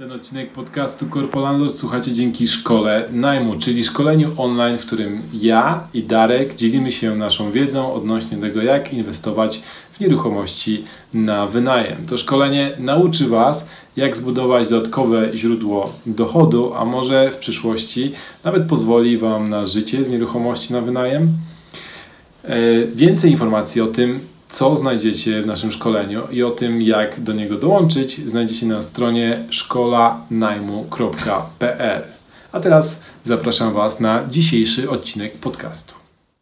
Ten odcinek podcastu Corpolandlord słuchacie dzięki szkole najmu, czyli szkoleniu online, w którym ja i Darek dzielimy się naszą wiedzą odnośnie tego, jak inwestować w nieruchomości na wynajem. To szkolenie nauczy Was, jak zbudować dodatkowe źródło dochodu, a może w przyszłości nawet pozwoli Wam na życie z nieruchomości na wynajem. Więcej informacji o tym, co znajdziecie w naszym szkoleniu i o tym, jak do niego dołączyć, znajdziecie na stronie szkolanajmu.pl. A teraz zapraszam Was na dzisiejszy odcinek podcastu.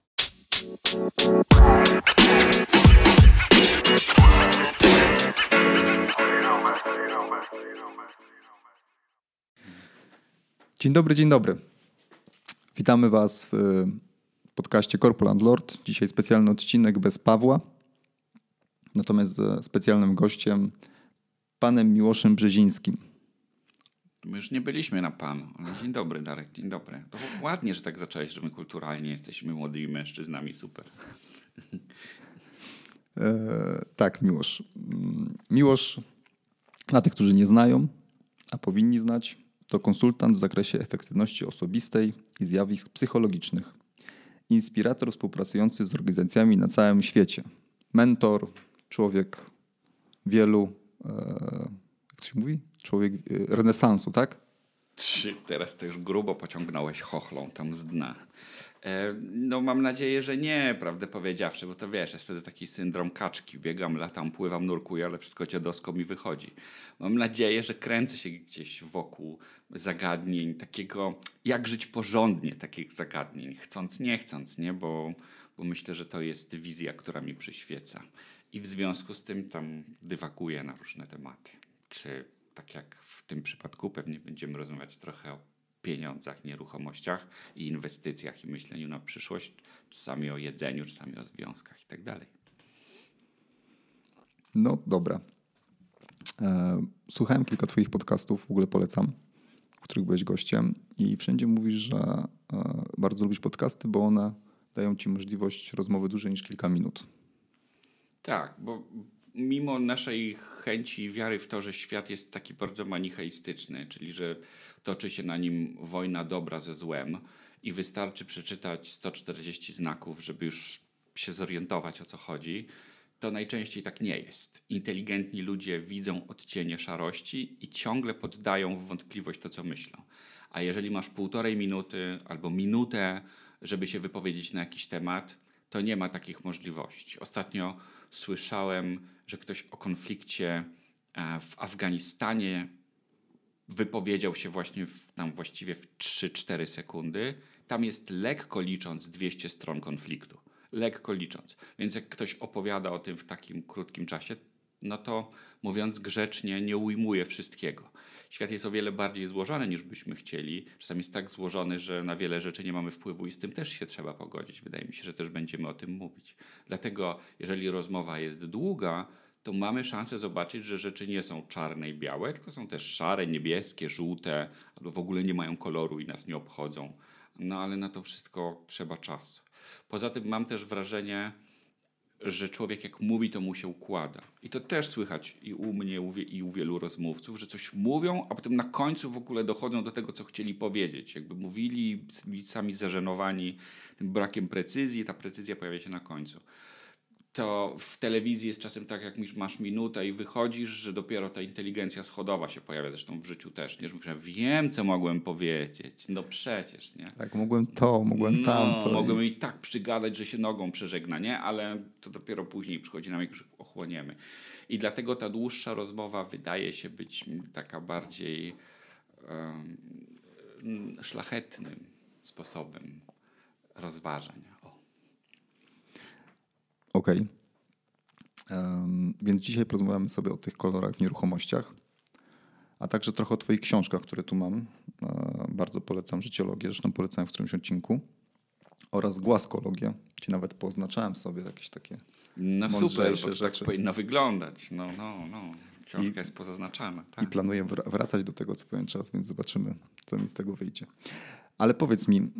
Dzień dobry, dzień dobry. Witamy Was w podcaście Corpolandlord. Dzisiaj specjalny odcinek bez Pawła. Natomiast z specjalnym gościem, panem Miłoszem Brzezińskim. My już nie byliśmy na panu. Dzień dobry, Darek, dzień dobry. To ładnie, że tak zacząłeś, że my kulturalnie jesteśmy młodymi mężczyznami, super. Tak, Miłosz. Miłosz, dla tych, którzy nie znają, a powinni znać, to konsultant w zakresie efektywności osobistej i zjawisk psychologicznych. Inspirator współpracujący z organizacjami na całym świecie. Mentor, człowiek wielu, jak to się mówi? Człowiek renesansu, tak? Teraz to już grubo pociągnąłeś chochlą tam z dna. No mam nadzieję, że nie, prawdę powiedziawszy, bo to wiesz, jest wtedy taki syndrom kaczki. Biegam, latam, pływam, nurkuję, ale wszystko dziadowsko mi wychodzi. Mam nadzieję, że kręcę się gdzieś wokół zagadnień takiego, jak żyć porządnie, takich zagadnień, chcąc, nie? Bo myślę, że to jest wizja, która mi przyświeca. I w związku z tym tam dywaguję na różne tematy. Czy tak jak w tym przypadku pewnie będziemy rozmawiać trochę o pieniądzach, nieruchomościach i inwestycjach i myśleniu na przyszłość, czasami o jedzeniu, czasami o związkach i tak dalej. No dobra. Słuchałem kilka twoich podcastów, w ogóle polecam, w których byłeś gościem i wszędzie mówisz, że bardzo lubisz podcasty, bo one dają ci możliwość rozmowy dłużej niż kilka minut. Tak, bo mimo naszej chęci i wiary w to, że świat jest taki bardzo manicheistyczny, czyli że toczy się na nim wojna dobra ze złem i wystarczy przeczytać 140 znaków, żeby już się zorientować, o co chodzi, to najczęściej tak nie jest. Inteligentni ludzie widzą odcienie szarości i ciągle poddają w wątpliwość to, co myślą. A jeżeli masz 1,5 minuty albo minutę, żeby się wypowiedzieć na jakiś temat, to nie ma takich możliwości. Ostatnio słyszałem, że ktoś o konflikcie w Afganistanie wypowiedział się właśnie właściwie w 3-4 sekundy. Tam jest lekko licząc 200 stron konfliktu. Lekko licząc. Więc jak ktoś opowiada o tym w takim krótkim czasie, no to mówiąc grzecznie nie ujmuje wszystkiego. Świat jest o wiele bardziej złożony niż byśmy chcieli. Czasami jest tak złożony, że na wiele rzeczy nie mamy wpływu i z tym też się trzeba pogodzić. Wydaje mi się, że też będziemy o tym mówić. Dlatego jeżeli rozmowa jest długa, to mamy szansę zobaczyć, że rzeczy nie są czarne i białe, tylko są też szare, niebieskie, żółte, albo w ogóle nie mają koloru i nas nie obchodzą. No ale na to wszystko trzeba czasu. Poza tym mam też wrażenie, że człowiek jak mówi, to mu się układa. I to też słychać i u mnie, i u wielu rozmówców, że coś mówią, a potem na końcu w ogóle dochodzą do tego, co chcieli powiedzieć. Jakby mówili, sami zażenowani tym brakiem precyzji, ta precyzja pojawia się na końcu. To w telewizji jest czasem tak, jak masz minutę i wychodzisz, że dopiero ta inteligencja schodowa się pojawia, zresztą w życiu też, nie? Że myślę, wiem, co mogłem powiedzieć. No przecież, nie? Tak, mogłem tamto. Mogłem i tak przygadać, że się nogą przeżegna, nie? Ale to dopiero później przychodzi nam, jak już ochłoniemy. I dlatego ta dłuższa rozmowa wydaje się być taka bardziej szlachetnym sposobem rozważań. Okej. Więc dzisiaj porozmawiamy sobie o tych kolorach w nieruchomościach, a także trochę o twoich książkach, które tu mam. Bardzo polecam Życiologię, zresztą polecałem w którymś odcinku, oraz Głaskologię, gdzie nawet poznaczałem sobie jakieś takie super, bo rzeczy. Tak powinno wyglądać. No. Książka jest pozaznaczana. Tak. I planuję wracać do tego co pewien czas, więc zobaczymy, co mi z tego wyjdzie. Ale powiedz mi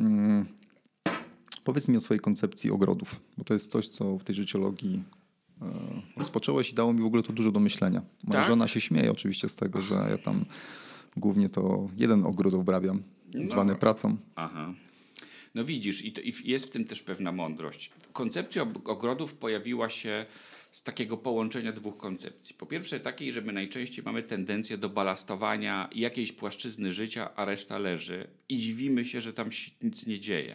o swojej koncepcji ogrodów, bo to jest coś, co w tej życiologii rozpocząłeś i dało mi w ogóle to dużo do myślenia. Moja żona się śmieje oczywiście z tego, że ja tam Głównie to jeden ogród obrabiam, zwany pracą. Aha. No widzisz, i jest w tym też pewna mądrość. Koncepcja ogrodów pojawiła się z takiego połączenia dwóch koncepcji. Po pierwsze takiej, że my najczęściej mamy tendencję do balastowania jakiejś płaszczyzny życia, a reszta leży i dziwimy się, że tam się nic nie dzieje.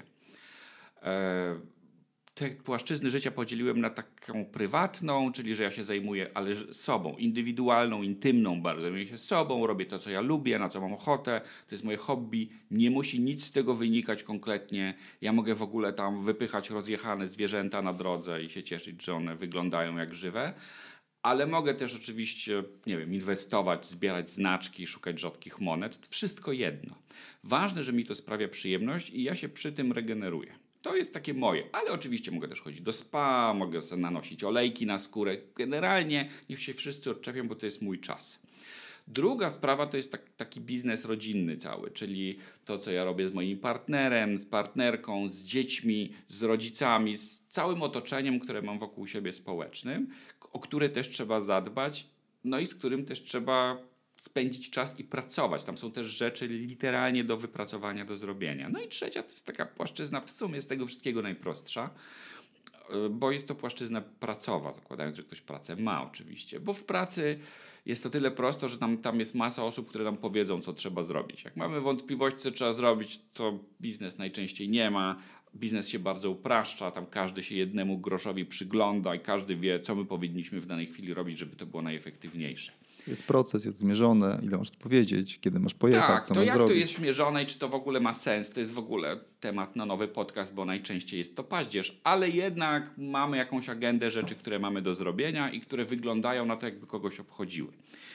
Te płaszczyzny życia podzieliłem na taką prywatną, czyli że ja się zajmuję sobą, indywidualną, intymną bardzo. Zajmuję się sobą, robię to, co ja lubię, na co mam ochotę, to jest moje hobby. Nie musi nic z tego wynikać konkretnie. Ja mogę w ogóle tam wypychać rozjechane zwierzęta na drodze i się cieszyć, że one wyglądają jak żywe. Ale mogę też oczywiście, nie wiem, inwestować, zbierać znaczki, szukać rzadkich monet. Wszystko jedno. Ważne, że mi to sprawia przyjemność i ja się przy tym regeneruję. To jest takie moje, ale oczywiście mogę też chodzić do spa, mogę sobie nanosić olejki na skórę. Generalnie niech się wszyscy odczepią, bo to jest mój czas. Druga sprawa to jest taki biznes rodzinny cały, czyli to, co ja robię z moim partnerem, z partnerką, z dziećmi, z rodzicami, z całym otoczeniem, które mam wokół siebie społecznym, o które też trzeba zadbać, no i z którym też trzeba spędzić czas i pracować. Tam są też rzeczy literalnie do wypracowania, do zrobienia. No i trzecia to jest taka płaszczyzna w sumie z tego wszystkiego najprostsza, bo jest to płaszczyzna pracowa, zakładając, że ktoś pracę ma oczywiście. Bo w pracy jest to tyle prosto, że tam jest masa osób, które nam powiedzą, co trzeba zrobić. Jak mamy wątpliwości, co trzeba zrobić, to biznes najczęściej nie ma. Biznes się bardzo upraszcza, tam każdy się jednemu groszowi przygląda i każdy wie, co my powinniśmy w danej chwili robić, żeby to było najefektywniejsze. Jest proces, jest zmierzone, ile masz powiedzieć, kiedy masz pojechać, co masz jak zrobić. to jest zmierzone i czy to w ogóle ma sens, to jest w ogóle temat na nowy podcast, bo najczęściej jest to paździerz, ale jednak mamy jakąś agendę rzeczy, które mamy do zrobienia i które wyglądają na to, jakby kogoś obchodziły.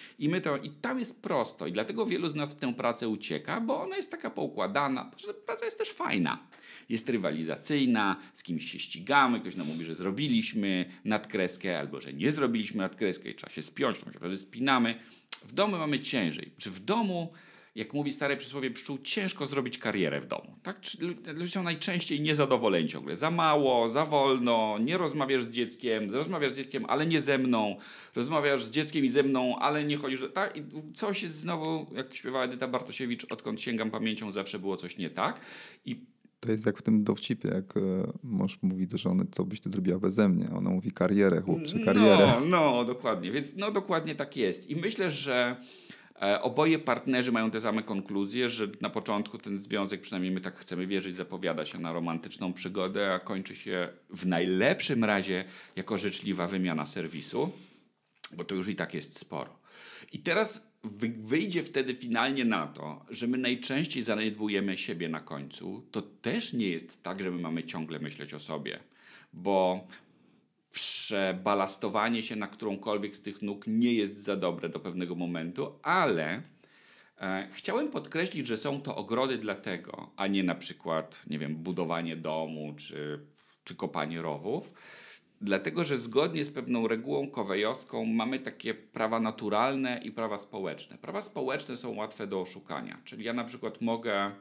I tam jest prosto i dlatego wielu z nas w tę pracę ucieka, bo ona jest taka poukładana, że praca jest też fajna. Jest rywalizacyjna, z kimś się ścigamy, ktoś nam mówi, że zrobiliśmy nadkreskę albo że nie zrobiliśmy nadkreskę i trzeba się spiąć, to się wtedy spinamy. W domu mamy ciężej. Czy w domu, jak mówi stare przysłowie pszczół, ciężko zrobić karierę w domu. Tak? Ludzie są najczęściej niezadowoleni ciągle. Za mało, za wolno, nie rozmawiasz z dzieckiem, ale nie ze mną, rozmawiasz z dzieckiem i ze mną, ale nie chodzisz... Tak? I coś jest znowu, jak śpiewała Edyta Bartosiewicz, odkąd sięgam pamięcią, zawsze było coś nie tak. To jest jak w tym dowcipie, jak mąż mówi do żony, co byś ty zrobiła beze mnie. Ona mówi karierę, chłopcze, karierę. No, dokładnie. Więc dokładnie tak jest. I myślę, że oboje partnerzy mają te same konkluzje, że na początku ten związek, przynajmniej my tak chcemy wierzyć, zapowiada się na romantyczną przygodę, a kończy się w najlepszym razie jako życzliwa wymiana serwisu, bo to już i tak jest sporo. I teraz wyjdzie wtedy finalnie na to, że my najczęściej zaniedbujemy siebie na końcu. To też nie jest tak, że my mamy ciągle myśleć o sobie, bo przebalastowanie się na którąkolwiek z tych nóg nie jest za dobre do pewnego momentu, ale chciałem podkreślić, że są to ogrody dlatego, a nie na przykład, nie wiem, budowanie domu czy kopanie rowów, dlatego, że zgodnie z pewną regułą kowejowską mamy takie prawa naturalne i prawa społeczne. Prawa społeczne są łatwe do oszukania, czyli ja na przykład mogę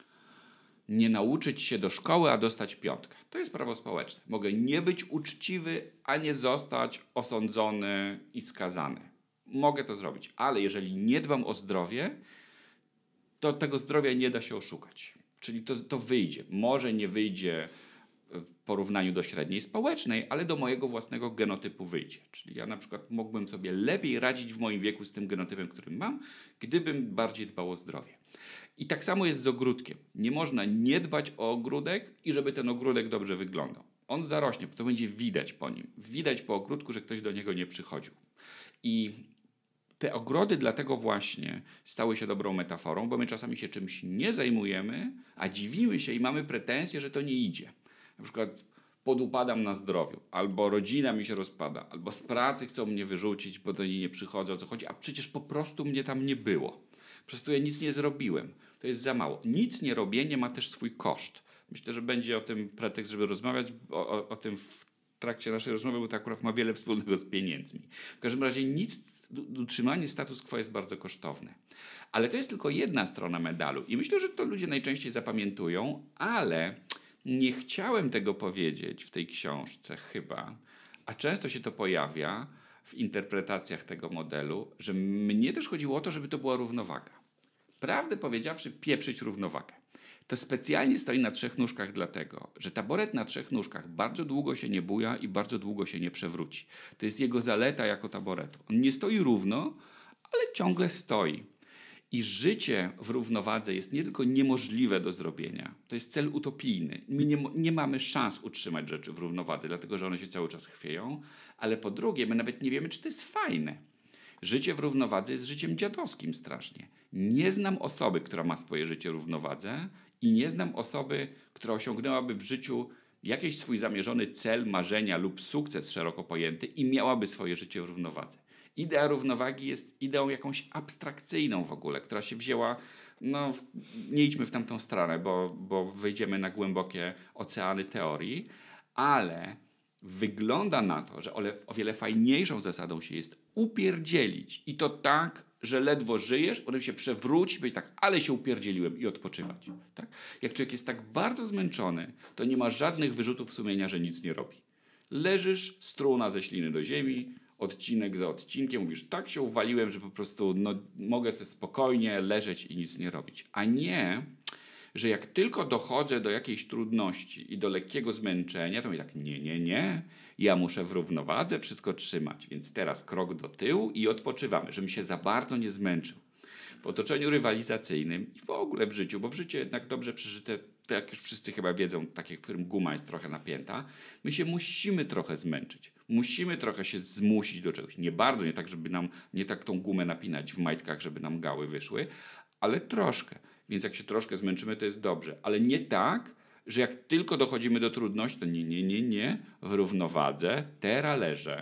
nie nauczyć się do szkoły, a dostać 5. To jest prawo społeczne. Mogę nie być uczciwy, a nie zostać osądzony i skazany. Mogę to zrobić, ale jeżeli nie dbam o zdrowie, to tego zdrowia nie da się oszukać. Czyli to wyjdzie. Może nie wyjdzie w porównaniu do średniej społecznej, ale do mojego własnego genotypu wyjdzie. Czyli ja na przykład mógłbym sobie lepiej radzić w moim wieku z tym genotypem, którym mam, gdybym bardziej dbał o zdrowie. I tak samo jest z ogródkiem. Nie można nie dbać o ogródek i żeby ten ogródek dobrze wyglądał. On zarośnie, to będzie widać po nim. Widać po ogródku, że ktoś do niego nie przychodził. I te ogrody dlatego właśnie stały się dobrą metaforą, bo my czasami się czymś nie zajmujemy, a dziwimy się i mamy pretensje, że to nie idzie. Na przykład podupadam na zdrowiu, albo rodzina mi się rozpada, albo z pracy chcą mnie wyrzucić, bo do niej nie przychodzę, o co chodzi, a przecież po prostu mnie tam nie było. Przez to ja nic nie zrobiłem. To jest za mało. Nic nie robienie ma też swój koszt. Myślę, że będzie o tym pretekst, żeby rozmawiać o tym w trakcie naszej rozmowy, bo to akurat ma wiele wspólnego z pieniędzmi. W każdym razie utrzymanie status quo jest bardzo kosztowne. Ale to jest tylko jedna strona medalu i myślę, że to ludzie najczęściej zapamiętują, ale nie chciałem tego powiedzieć w tej książce chyba, a często się to pojawia w interpretacjach tego modelu, że mnie też chodziło o to, żeby to była równowaga. prawdę powiedziawszy, pieprzyć równowagę. To specjalnie stoi na 3 nóżkach dlatego, że taboret na 3 nóżkach bardzo długo się nie buja i bardzo długo się nie przewróci. To jest jego zaleta jako taboretu. On nie stoi równo, ale ciągle stoi. I życie w równowadze jest nie tylko niemożliwe do zrobienia, to jest cel utopijny. My nie mamy szans utrzymać rzeczy w równowadze, dlatego że one się cały czas chwieją, ale po drugie, my nawet nie wiemy, czy to jest fajne. Życie w równowadze jest życiem dziadowskim strasznie. Nie znam osoby, która ma swoje życie w równowadze i nie znam osoby, która osiągnęłaby w życiu jakiś swój zamierzony cel, marzenia lub sukces szeroko pojęty i miałaby swoje życie w równowadze. Idea równowagi jest ideą jakąś abstrakcyjną w ogóle, która się wzięła, no nie idźmy w tamtą stronę, bo wejdziemy na głębokie oceany teorii, ale wygląda na to, że o wiele fajniejszą zasadą się jest upierdzielić i to tak, że ledwo żyjesz, potem się przewrócić, być tak, ale się upierdzieliłem i odpoczywać. Tak? Jak człowiek jest tak bardzo zmęczony, to nie ma żadnych wyrzutów sumienia, że nic nie robi. Leżysz, struna ze śliny do ziemi, odcinek za odcinkiem, mówisz, tak się uwaliłem, że po prostu mogę sobie spokojnie leżeć i nic nie robić. A nie, że jak tylko dochodzę do jakiejś trudności i do lekkiego zmęczenia, to mówię tak, nie, ja muszę w równowadze wszystko trzymać, więc teraz krok do tyłu i odpoczywamy, żebym się za bardzo nie zmęczył. W otoczeniu rywalizacyjnym i w ogóle w życiu, bo w życiu jednak dobrze przeżyte, to jak już wszyscy chyba wiedzą, takie, w którym guma jest trochę napięta, my się musimy trochę zmęczyć. Musimy trochę się zmusić do czegoś. Nie bardzo, nie tak, żeby nam, nie tak tą gumę napinać w majtkach, żeby nam gały wyszły, ale troszkę. Więc jak się troszkę zmęczymy, to jest dobrze. Ale nie tak, że jak tylko dochodzimy do trudności, to nie, w równowadze, teraz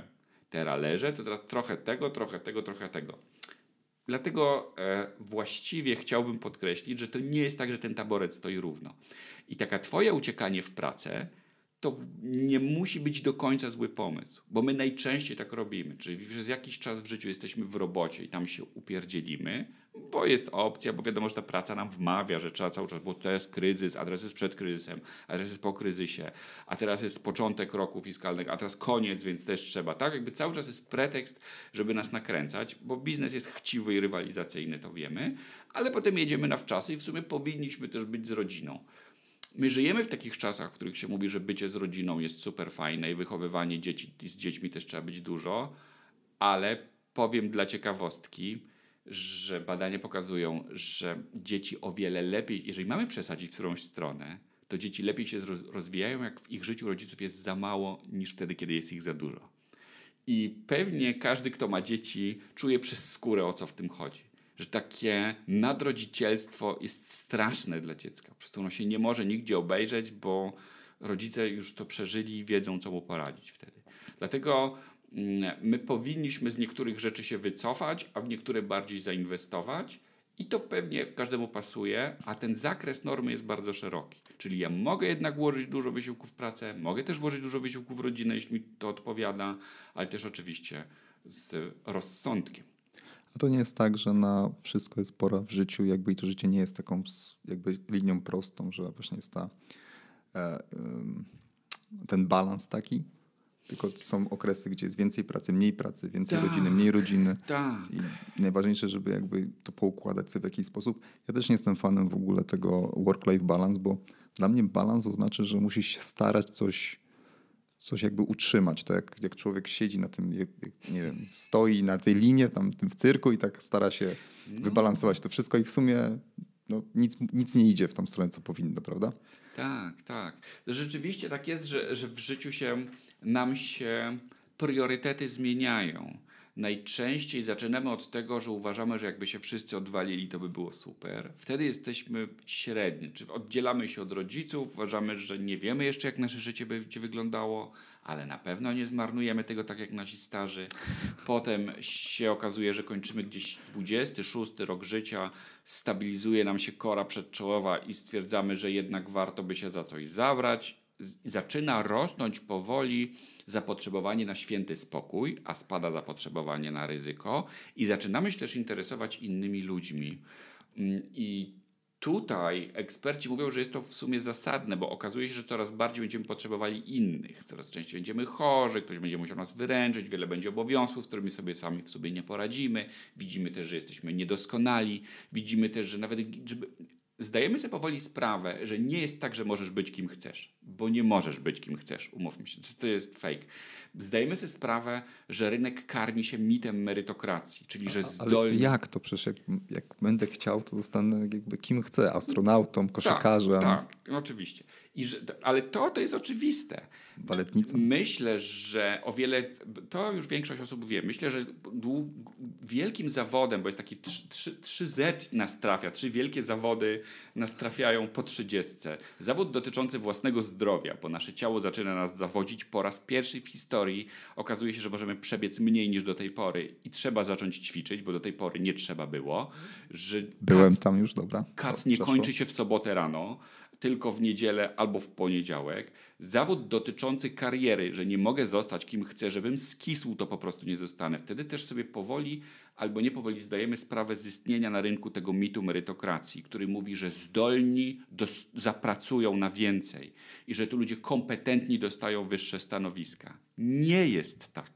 leżę, to teraz trochę tego. Dlatego właściwie chciałbym podkreślić, że to nie jest tak, że ten taboret stoi równo. I taka twoje uciekanie w pracę to nie musi być do końca zły pomysł, bo my najczęściej tak robimy. Czyli przez jakiś czas w życiu jesteśmy w robocie i tam się upierdzielimy, bo jest opcja, bo wiadomo, że ta praca nam wmawia, że trzeba cały czas, bo to jest kryzys, a teraz jest przed kryzysem, a teraz jest po kryzysie, a teraz jest początek roku fiskalnego, a teraz koniec, więc też trzeba. Tak, jakby cały czas jest pretekst, żeby nas nakręcać, bo biznes jest chciwy i rywalizacyjny, to wiemy, ale potem jedziemy na wczasy i w sumie powinniśmy też być z rodziną. My żyjemy w takich czasach, w których się mówi, że bycie z rodziną jest super fajne i wychowywanie dzieci i z dziećmi też trzeba być dużo, ale powiem dla ciekawostki, że badania pokazują, że dzieci o wiele lepiej, jeżeli mamy przesadzić w którąś stronę, to dzieci lepiej się rozwijają, jak w ich życiu rodziców jest za mało, niż wtedy, kiedy jest ich za dużo. I pewnie każdy, kto ma dzieci, czuje przez skórę, o co w tym chodzi. Że takie nadrodzicielstwo jest straszne dla dziecka. Po prostu ono się nie może nigdzie obejrzeć, bo rodzice już to przeżyli i wiedzą, co mu poradzić wtedy. Dlatego my powinniśmy z niektórych rzeczy się wycofać, a w niektóre bardziej zainwestować i to pewnie każdemu pasuje, a ten zakres normy jest bardzo szeroki. Czyli ja mogę jednak włożyć dużo wysiłku w pracę, mogę też włożyć dużo wysiłku w rodzinę, jeśli mi to odpowiada, ale też oczywiście z rozsądkiem. A to nie jest tak, że na wszystko jest pora w życiu, jakby i to życie nie jest taką jakby linią prostą, że właśnie jest ten balans taki, tylko są okresy, gdzie jest więcej pracy, więcej rodziny, mniej rodziny. Tak. I najważniejsze, żeby jakby to poukładać sobie w jakiś sposób. Ja też nie jestem fanem w ogóle tego work-life balance, bo dla mnie balans oznacza, że musisz się starać coś jakby utrzymać. To jak człowiek siedzi na tym, nie wiem, stoi na tej linie, tam w cyrku i tak stara się wybalansować to wszystko i w sumie nic nie idzie w tą stronę, co powinno, prawda? Tak. Rzeczywiście tak jest, że w życiu nam się priorytety zmieniają. Najczęściej zaczynamy od tego, że uważamy, że jakby się wszyscy odwalili, to by było super. Wtedy jesteśmy średni, czy oddzielamy się od rodziców, uważamy, że nie wiemy jeszcze, jak nasze życie będzie wyglądało, ale na pewno nie zmarnujemy tego tak jak nasi starzy. Potem się okazuje, że kończymy gdzieś 26 rok życia, stabilizuje nam się kora przedczołowa i stwierdzamy, że jednak warto by się za coś zabrać. Zaczyna rosnąć powoli zapotrzebowanie na święty spokój, a spada zapotrzebowanie na ryzyko i zaczynamy się też interesować innymi ludźmi. I Tutaj eksperci mówią, że jest to w sumie zasadne, bo okazuje się, że coraz bardziej będziemy potrzebowali innych. Coraz częściej będziemy chorzy, ktoś będzie musiał nas wyręczyć, wiele będzie obowiązków, z którymi sobie sami w sobie nie poradzimy. Widzimy też, że jesteśmy niedoskonali. Widzimy też, że nawet zdajemy sobie powoli sprawę, że nie jest tak, że możesz być kim chcesz, bo nie możesz być kim chcesz, umówmy się, to jest fake. Zdajemy sobie sprawę, że rynek karmi się mitem merytokracji, czyli że Ale jak to? Przecież jak będę chciał, to zostanę jakby kim chcę, astronautą, koszykarzem. Tak, oczywiście. Ale to jest oczywiste. Baletnicą. Myślę, że o wiele, to już większość osób wie, myślę, że wielkim zawodem, bo jest taki 3Z nas trafia, 3 wielkie zawody nas trafiają po 30. Zawód dotyczący własnego zdrowia, bo nasze ciało zaczyna nas zawodzić po raz pierwszy w historii. Okazuje się, że możemy przebiec mniej niż do tej pory i trzeba zacząć ćwiczyć, bo do tej pory nie trzeba było. Że Byłem tam już, dobra. Kac nie kończy się w sobotę rano, tylko w niedzielę albo w poniedziałek. Zawód dotyczący kariery, że nie mogę zostać kim chcę, żebym skisł, to po prostu nie zostanę. Wtedy też sobie powoli albo nie powoli zdajemy sprawę z istnienia na rynku tego mitu merytokracji, który mówi, że zdolni zapracują na więcej i że tu ludzie kompetentni dostają wyższe stanowiska. Nie jest tak.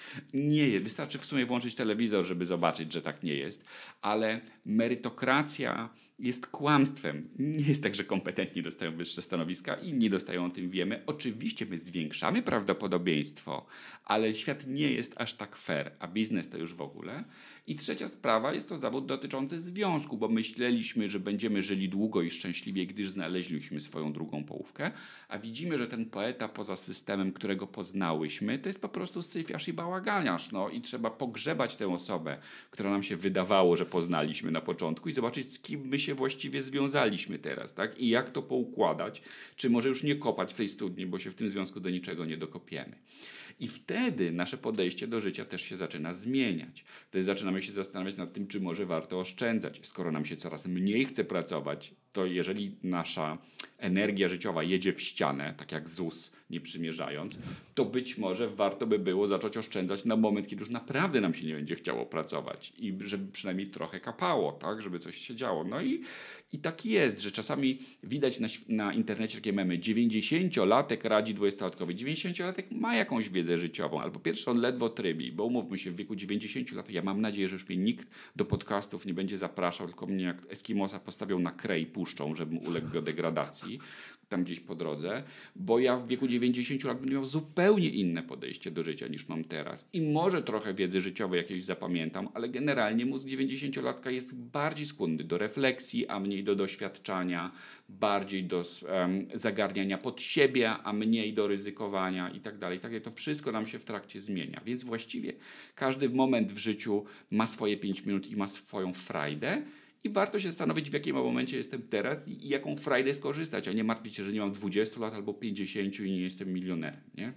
Nie jest. Wystarczy w sumie włączyć telewizor, żeby zobaczyć, że tak nie jest, ale merytokracja jest kłamstwem. Nie jest tak, że kompetentni dostają wyższe stanowiska, inni dostają, o tym wiemy. Oczywiście my zwiększamy prawdopodobieństwo, ale świat nie jest aż tak fair, a biznes to już w ogóle. I trzecia sprawa jest to zawód dotyczący związku, bo myśleliśmy, że będziemy żyli długo i szczęśliwie, gdyż znaleźliśmy swoją drugą połówkę, a widzimy, że ten poeta poza systemem, którego poznałyśmy, to jest po prostu syfiarz i bałaganiarz. No i trzeba pogrzebać tę osobę, która nam się wydawało, że poznaliśmy na początku i zobaczyć, z kim my się właściwie związaliśmy teraz, tak? I jak to poukładać, czy może już nie kopać w tej studni, bo się w tym związku do niczego nie dokopiemy. I wtedy nasze podejście do życia też się zaczyna zmieniać. Wtedy zaczynamy się zastanawiać nad tym, czy może warto oszczędzać. Skoro nam się coraz mniej chce pracować, to jeżeli nasza energia życiowa jedzie w ścianę, tak jak ZUS, nie przymierzając, to być może warto by było zacząć oszczędzać na moment, kiedy już naprawdę nam się nie będzie chciało pracować i żeby przynajmniej trochę kapało, tak, żeby coś się działo. No i tak jest, że czasami widać na internecie takie memy, 90-latek radzi 20-latkowi. 90-latek ma jakąś wiedzę życiową, albo pierwszy on ledwo trybi, bo umówmy się, w wieku 90 lat, ja mam nadzieję, że już mnie nikt do podcastów nie będzie zapraszał, tylko mnie jak Eskimosa postawią na krej, puszczą, żebym uległ degradacji tam gdzieś po drodze, bo ja w wieku 90 lat będę miał zupełnie inne podejście do życia niż mam teraz. I może trochę wiedzy życiowej jakiejś zapamiętam, ale generalnie mózg 90-latka jest bardziej skłonny do refleksji, a mniej do doświadczania, bardziej do zagarniania pod siebie, a mniej do ryzykowania i tak dalej. To wszystko nam się w trakcie zmienia. Więc właściwie każdy moment w życiu ma swoje 5 minut i ma swoją frajdę. I warto się zastanowić, w jakim momencie jestem teraz i jaką frajdę skorzystać, a nie martwić się, że nie mam 20 lat albo 50 i nie jestem milionerem. Nie?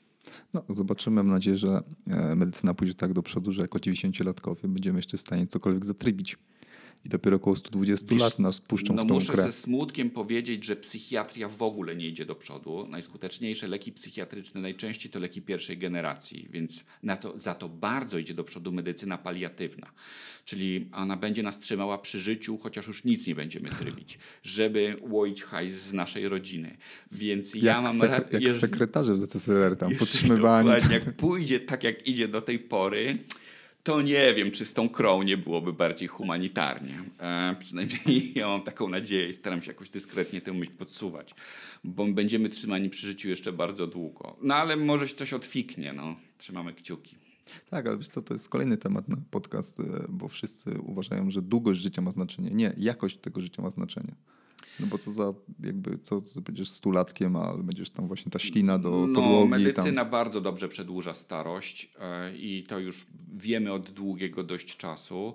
No, zobaczymy. Mam nadzieję, że medycyna pójdzie tak do przodu, że jako 90-latkowie będziemy jeszcze w stanie cokolwiek zatrybić. I dopiero około 120 lat nas puszczą w tą muszę grę. ze smutkiem powiedzieć, że psychiatria w ogóle nie idzie do przodu. Najskuteczniejsze leki psychiatryczne najczęściej to leki pierwszej generacji, więc za to bardzo idzie do przodu medycyna paliatywna. Czyli ona będzie nas trzymała przy życiu, chociaż już nic nie będziemy trybić, żeby łoić hajs z naszej rodziny. Więc ja mam jak sekretarze w ZSRR tam podtrzymywani. Jak pójdzie tak, jak idzie do tej pory, to nie wiem, czy z tą krą nie byłoby bardziej humanitarnie. Przynajmniej ja mam taką nadzieję i staram się jakoś dyskretnie tę myśl podsuwać, bo będziemy trzymani przy życiu jeszcze bardzo długo. No ale może się coś odfiknie, no. Trzymamy kciuki. Tak, ale wiesz co, to jest kolejny temat na podcast, bo wszyscy uważają, że długość życia ma znaczenie. Nie, jakość tego życia ma znaczenie. No bo co będziesz 100-latkiem, ale będziesz tam właśnie ta ślina do podłogi. Medycyna bardzo dobrze przedłuża starość i to już wiemy od długiego dość czasu.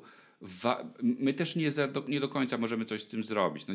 My też nie do końca możemy coś z tym zrobić. No,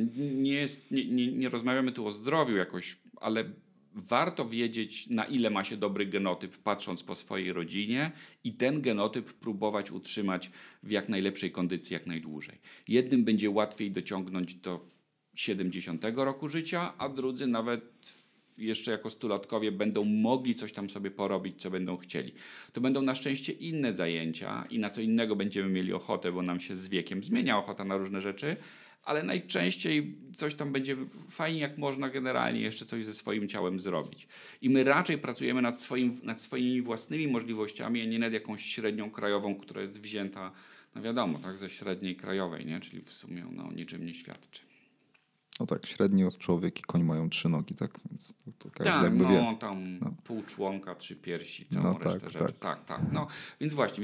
nie rozmawiamy tu o zdrowiu jakoś, ale warto wiedzieć, na ile ma się dobry genotyp, patrząc po swojej rodzinie i ten genotyp próbować utrzymać w jak najlepszej kondycji jak najdłużej. Jednym będzie łatwiej dociągnąć do 70 roku życia, a drudzy nawet jeszcze jako stulatkowie będą mogli coś tam sobie porobić, co będą chcieli. To będą na szczęście inne zajęcia i na co innego będziemy mieli ochotę, bo nam się z wiekiem zmienia ochota na różne rzeczy, ale najczęściej coś tam będzie fajnie, jak można generalnie jeszcze coś ze swoim ciałem zrobić. I my raczej pracujemy nad swoimi własnymi możliwościami, a nie nad jakąś średnią krajową, która jest wzięta, no wiadomo, tak, ze średniej krajowej, nie? Czyli w sumie no, niczym nie świadczy. No tak, średnio człowiek i koń mają 3 nogi, tak? Więc to każdy Tak, jakby no wie. tam No. pół członka, 3 piersi, całą No resztę tak, rzeczy. Tak. No, więc właśnie,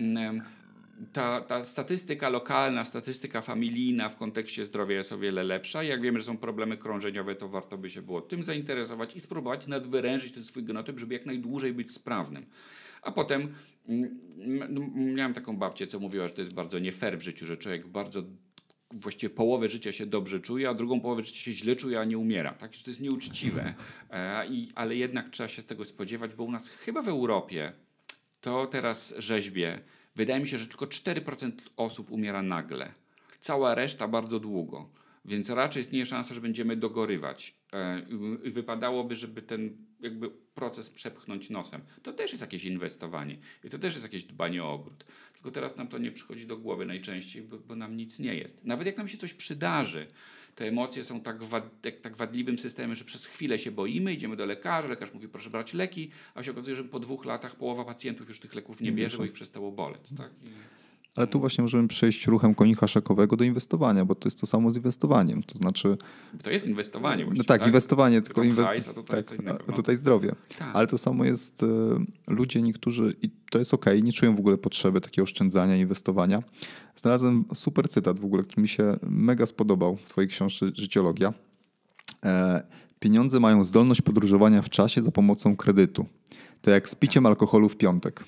ta statystyka lokalna, statystyka familijna w kontekście zdrowia jest o wiele lepsza. Jak wiemy, że są problemy krążeniowe, to warto by się było tym zainteresować i spróbować nadwyrężyć ten swój genotyp, żeby jak najdłużej być sprawnym. A potem miałem taką babcię, co mówiła, że to jest bardzo nie fair w życiu, że człowiek właściwie połowę życia się dobrze czuje, a drugą połowę życia się źle czuje, a nie umiera. Tak? Że to jest nieuczciwe, ale jednak trzeba się z tego spodziewać, bo u nas chyba w Europie, to teraz rzeźbię, wydaje mi się, że tylko 4% osób umiera nagle. Cała reszta bardzo długo. Więc raczej istnieje szansa, że będziemy dogorywać. I wypadałoby, żeby ten jakby proces przepchnąć nosem. To też jest jakieś inwestowanie. I to też jest jakieś dbanie o ogród. Tylko teraz nam to nie przychodzi do głowy najczęściej, bo nam nic nie jest. Nawet jak nam się coś przydarzy, te emocje są tak wadliwym systemem, że przez chwilę się boimy, idziemy do lekarza, lekarz mówi, proszę brać leki, a się okazuje, że po 2 latach połowa pacjentów już tych leków nie bierze, bo ich przestało boleć. Tak? Ale tu właśnie możemy przejść ruchem konika szakowego do inwestowania, bo to jest to samo z inwestowaniem. To znaczy... To jest inwestowanie właściwie, No tak, inwestowanie, tylko hajs, a tutaj co innego. A tutaj zdrowie. Tak. Ale to samo jest, ludzie niektórzy, i to jest okej, nie czują w ogóle potrzeby takiego oszczędzania, inwestowania. Znalazłem super cytat w ogóle, który mi się mega spodobał w twojej książce Życiologia. Pieniądze mają zdolność podróżowania w czasie za pomocą kredytu. To jak z piciem alkoholu w piątek.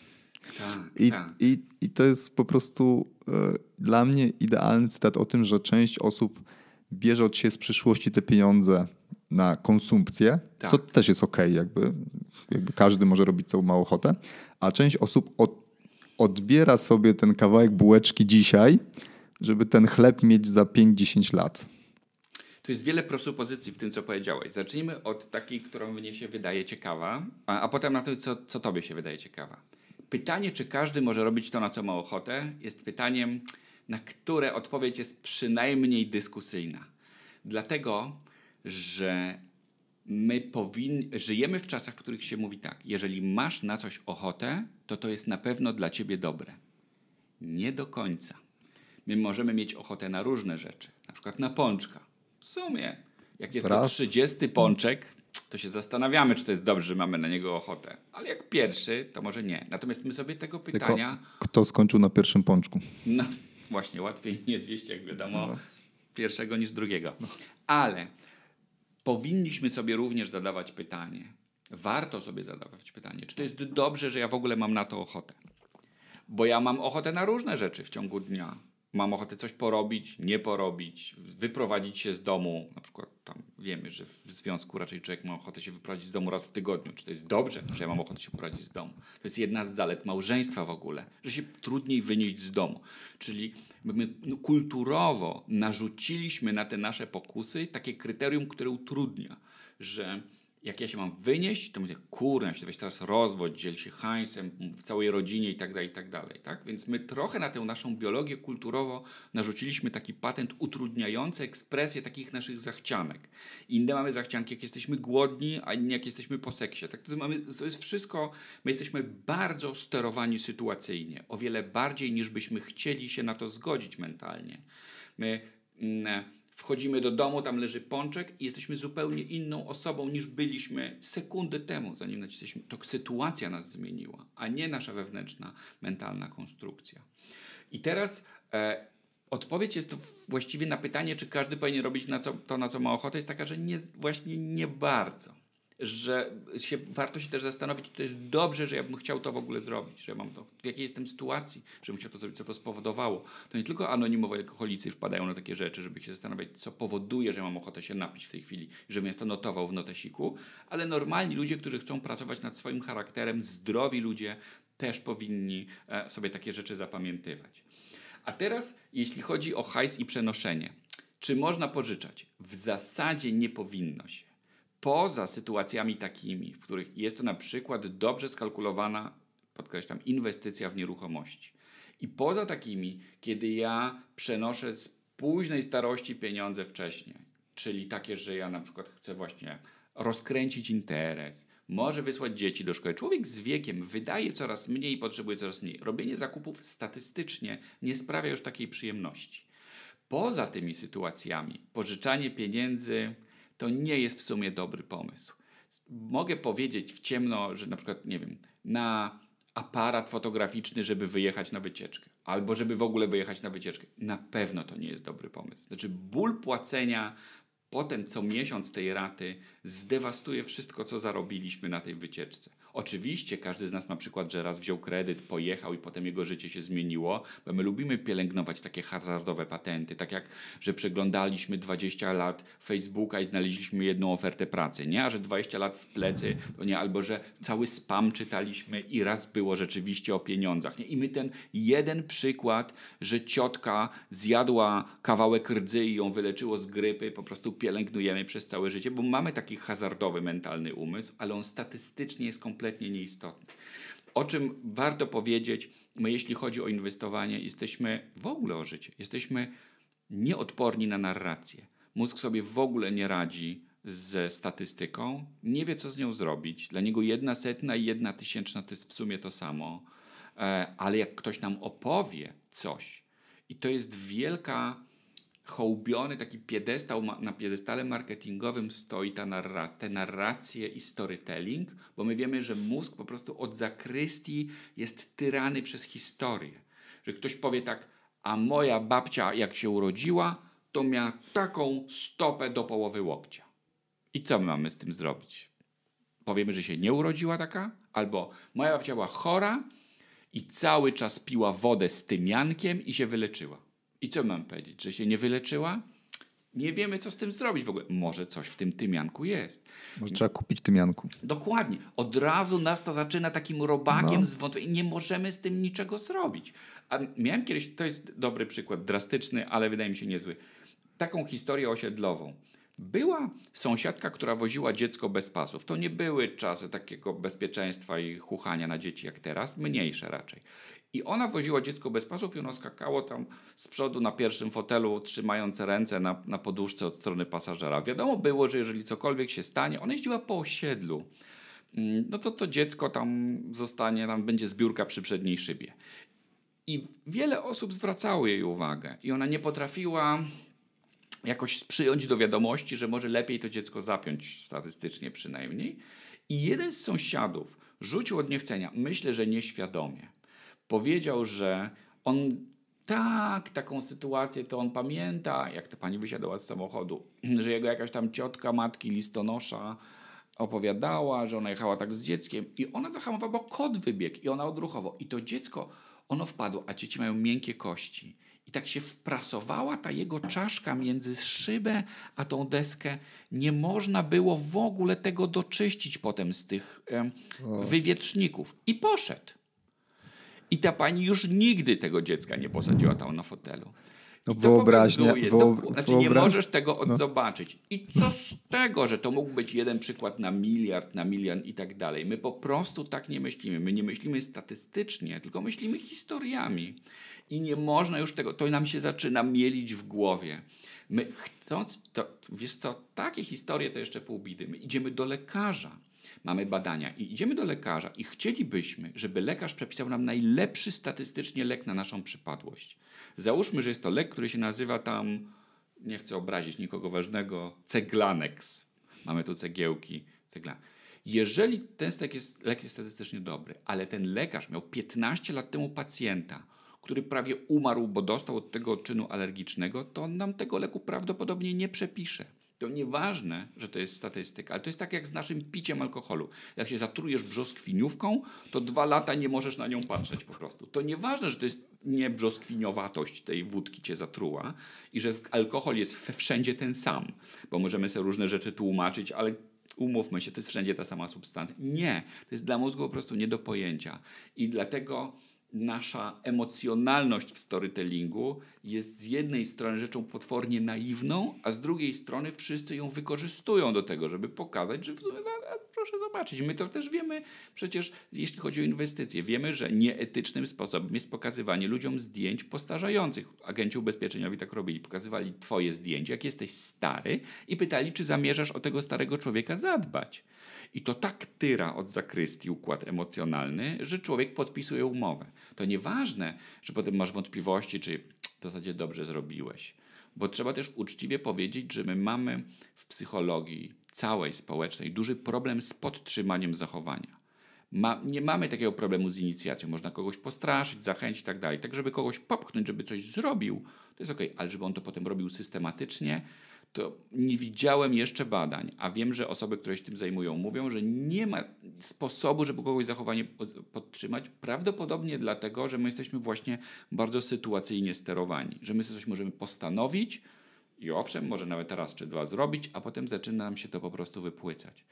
I to jest po prostu dla mnie idealny cytat o tym, że część osób bierze od siebie z przyszłości te pieniądze na konsumpcję, co też jest okej, jakby każdy może robić co ma ochotę, a część osób odbiera sobie ten kawałek bułeczki dzisiaj, żeby ten chleb mieć za 5-10 lat. Tu jest wiele presupozycji w tym, co powiedziałeś. Zacznijmy od takiej, którą mnie się wydaje ciekawa, a potem na to, co tobie się wydaje ciekawa. Pytanie, czy każdy może robić to, na co ma ochotę, jest pytaniem, na które odpowiedź jest przynajmniej dyskusyjna. Dlatego, że my żyjemy w czasach, w których się mówi tak, jeżeli masz na coś ochotę, to jest na pewno dla ciebie dobre. Nie do końca. My możemy mieć ochotę na różne rzeczy, na przykład na pączka. W sumie, jak jest to 30 pączek, to się zastanawiamy, czy to jest dobrze, że mamy na niego ochotę. Ale jak pierwszy, to może nie. Natomiast my sobie tego pytania... Tylko kto skończył na pierwszym pączku? No właśnie, łatwiej nie zjeść, jak wiadomo, pierwszego niż drugiego. Ale powinniśmy sobie również zadawać pytanie, warto sobie zadawać pytanie, czy to jest dobrze, że ja w ogóle mam na to ochotę. Bo ja mam ochotę na różne rzeczy w ciągu dnia. Mam ochotę coś porobić, nie porobić, wyprowadzić się z domu. Na przykład tam wiemy, że w związku raczej człowiek ma ochotę się wyprowadzić z domu raz w tygodniu. Czy to jest dobrze, że ja mam ochotę się wyprowadzić z domu? To jest jedna z zalet małżeństwa w ogóle, że się trudniej wynieść z domu. Czyli my kulturowo narzuciliśmy na te nasze pokusy takie kryterium, które utrudnia, że jak ja się mam wynieść, to mówię, kurna, się weź teraz rozwodź, dziel się hajsem w całej rodzinie i tak dalej, i tak dalej. Tak? Więc my trochę na tę naszą biologię kulturowo narzuciliśmy taki patent utrudniający ekspresję takich naszych zachcianek. Inne mamy zachcianki, jak jesteśmy głodni, a inne jak jesteśmy po seksie. Tak? To jest wszystko, my jesteśmy bardzo sterowani sytuacyjnie. O wiele bardziej, niż byśmy chcieli się na to zgodzić mentalnie. My wchodzimy do domu, tam leży pączek i jesteśmy zupełnie inną osobą niż byliśmy sekundę temu, zanim nacisnęliśmy. To sytuacja nas zmieniła, a nie nasza wewnętrzna, mentalna konstrukcja. I teraz odpowiedź jest właściwie na pytanie, czy każdy powinien robić na co ma ochotę, jest taka, że właśnie nie bardzo. Że warto się też zastanowić, czy to jest dobrze, że ja bym chciał to w ogóle zrobić, że mam to, w jakiej jestem sytuacji, żebym chciał to zrobić, co to spowodowało. To nie tylko anonimowi alkoholicy wpadają na takie rzeczy, żeby się zastanawiać, co powoduje, że mam ochotę się napić w tej chwili, żebym ja to notował w notesiku, ale normalni ludzie, którzy chcą pracować nad swoim charakterem, zdrowi ludzie też powinni sobie takie rzeczy zapamiętywać. A teraz, jeśli chodzi o hajs i przenoszenie, czy można pożyczać? W zasadzie nie powinno się. poza sytuacjami takimi, w których jest to na przykład dobrze skalkulowana, podkreślam, inwestycja w nieruchomości. I poza takimi, kiedy ja przenoszę z późnej starości pieniądze wcześniej, czyli takie, że ja na przykład chcę właśnie rozkręcić interes, może wysłać dzieci do szkoły. Człowiek z wiekiem wydaje coraz mniej i potrzebuje coraz mniej. Robienie zakupów statystycznie nie sprawia już takiej przyjemności. Poza tymi sytuacjami pożyczanie pieniędzy to nie jest w sumie dobry pomysł. Mogę powiedzieć w ciemno, że na przykład, nie wiem, na aparat fotograficzny, żeby wyjechać na wycieczkę, albo żeby w ogóle wyjechać na wycieczkę. Na pewno to nie jest dobry pomysł. Znaczy ból płacenia potem co miesiąc tej raty zdewastuje wszystko, co zarobiliśmy na tej wycieczce. Oczywiście każdy z nas ma przykład, że raz wziął kredyt, pojechał i potem jego życie się zmieniło, bo my lubimy pielęgnować takie hazardowe patenty, tak jak, że przeglądaliśmy 20 lat Facebooka i znaleźliśmy jedną ofertę pracy, nie? A że 20 lat w plecy, to nie, albo że cały spam czytaliśmy i raz było rzeczywiście o pieniądzach, nie? I my ten jeden przykład, że ciotka zjadła kawałek rdzy i ją wyleczyło z grypy, po prostu pielęgnujemy przez całe życie, bo mamy taki hazardowy mentalny umysł, ale on statystycznie jest kompletnie nieistotny. O czym warto powiedzieć, my jeśli chodzi o inwestowanie, jesteśmy w ogóle o życie, jesteśmy nieodporni na narrację. Mózg sobie w ogóle nie radzi ze statystyką, nie wie co z nią zrobić. Dla niego 1/100 i 1/1000 to jest w sumie to samo, ale jak ktoś nam opowie coś i to jest wielka hołbiony taki piedestał, na piedestale marketingowym stoi te narracje i storytelling, bo my wiemy, że mózg po prostu od zakrystii jest tyrany przez historię. Że ktoś powie tak, a moja babcia jak się urodziła, to miała taką stopę do połowy łokcia. I co my mamy z tym zrobić? Powiemy, że się nie urodziła taka? Albo moja babcia była chora i cały czas piła wodę z tymiankiem i się wyleczyła. I co mam powiedzieć? Że się nie wyleczyła? Nie wiemy, co z tym zrobić w ogóle. Może coś w tym tymianku jest. Może trzeba kupić tymianku. Dokładnie. Od razu nas to zaczyna takim robakiem zwątpienia. Nie możemy z tym niczego zrobić. A miałem kiedyś, to jest dobry przykład, drastyczny, ale wydaje mi się niezły. Taką historię osiedlową. Była sąsiadka, która woziła dziecko bez pasów. To nie były czasy takiego bezpieczeństwa i chuchania na dzieci jak teraz, mniejsze raczej. I ona woziła dziecko bez pasów i ono skakało tam z przodu na pierwszym fotelu, trzymając ręce na poduszce od strony pasażera. Wiadomo było, że jeżeli cokolwiek się stanie, ona jeździła po osiedlu, no to dziecko tam zostanie, tam będzie zbiórka przy przedniej szybie. I wiele osób zwracało jej uwagę i ona nie potrafiła jakoś przyjąć do wiadomości, że może lepiej to dziecko zapiąć, statystycznie przynajmniej. I jeden z sąsiadów rzucił od niechcenia, myślę, że nieświadomie. Powiedział, że on taką sytuację to on pamięta, jak ta pani wysiadała z samochodu, że jego jakaś tam ciotka matki listonosza opowiadała, że ona jechała tak z dzieckiem i ona zahamowała, bo kot wybiegł i ona odruchowo. I to dziecko, ono wpadło, a dzieci mają miękkie kości. I tak się wprasowała ta jego czaszka między szybę a tą deskę. Nie można było w ogóle tego doczyścić potem z tych wywietrzników. I poszedł. I ta pani już nigdy tego dziecka nie posadziła tam na fotelu. No I to pokazuje, nie możesz tego No. odzobaczyć. I co z tego, że to mógł być jeden przykład na miliard, na milion i tak dalej. My po prostu tak nie myślimy. My nie myślimy statystycznie, tylko myślimy historiami. I nie można już tego, to nam się zaczyna mielić w głowie. My chcąc, to wiesz co, takie historie to jeszcze pół bidy. My idziemy do lekarza. Mamy badania i idziemy do lekarza i chcielibyśmy, żeby lekarz przepisał nam najlepszy statystycznie lek na naszą przypadłość. Załóżmy, że jest to lek, który się nazywa tam, nie chcę obrazić nikogo ważnego, Ceglanex. Mamy tu cegiełki, Ceglanex. Jeżeli ten lek jest statystycznie dobry, ale ten lekarz miał 15 lat temu pacjenta, który prawie umarł, bo dostał od tego odczynu alergicznego, to on nam tego leku prawdopodobnie nie przepisze. To nieważne, że to jest statystyka, ale to jest tak jak z naszym piciem alkoholu. Jak się zatrujesz brzoskwiniówką, to 2 lata nie możesz na nią patrzeć po prostu. To nieważne, że to jest nie brzoskwiniowatość tej wódki cię zatruła i że alkohol jest wszędzie ten sam, bo możemy sobie różne rzeczy tłumaczyć, ale umówmy się, to jest wszędzie ta sama substancja. Nie, to jest dla mózgu po prostu nie do pojęcia. I dlatego nasza emocjonalność w storytellingu jest z jednej strony rzeczą potwornie naiwną, a z drugiej strony wszyscy ją wykorzystują do tego, żeby pokazać, że proszę zobaczyć, my to też wiemy, przecież jeśli chodzi o inwestycje, wiemy, że nieetycznym sposobem jest pokazywanie ludziom zdjęć postarzających. Agenci ubezpieczeniowi tak robili, pokazywali twoje zdjęcie, jak jesteś stary i pytali, czy zamierzasz o tego starego człowieka zadbać. I to tak tyra od zakrystii układ emocjonalny, że człowiek podpisuje umowę. To nieważne, że potem masz wątpliwości, czy w zasadzie dobrze zrobiłeś. Bo trzeba też uczciwie powiedzieć, że my mamy w psychologii całej społecznej duży problem z podtrzymaniem zachowania. Nie mamy takiego problemu z inicjacją. Można kogoś postraszyć, zachęcić i tak dalej. Tak, żeby kogoś popchnąć, żeby coś zrobił, to jest okej, ale żeby on to potem robił systematycznie, to nie widziałem jeszcze badań, a wiem, że osoby, które się tym zajmują, mówią, że nie ma sposobu, żeby kogoś zachowanie podtrzymać. Prawdopodobnie dlatego, że my jesteśmy właśnie bardzo sytuacyjnie sterowani, że my sobie coś możemy postanowić i owszem, może nawet raz czy dwa zrobić, a potem zaczyna nam się to po prostu wypłycać.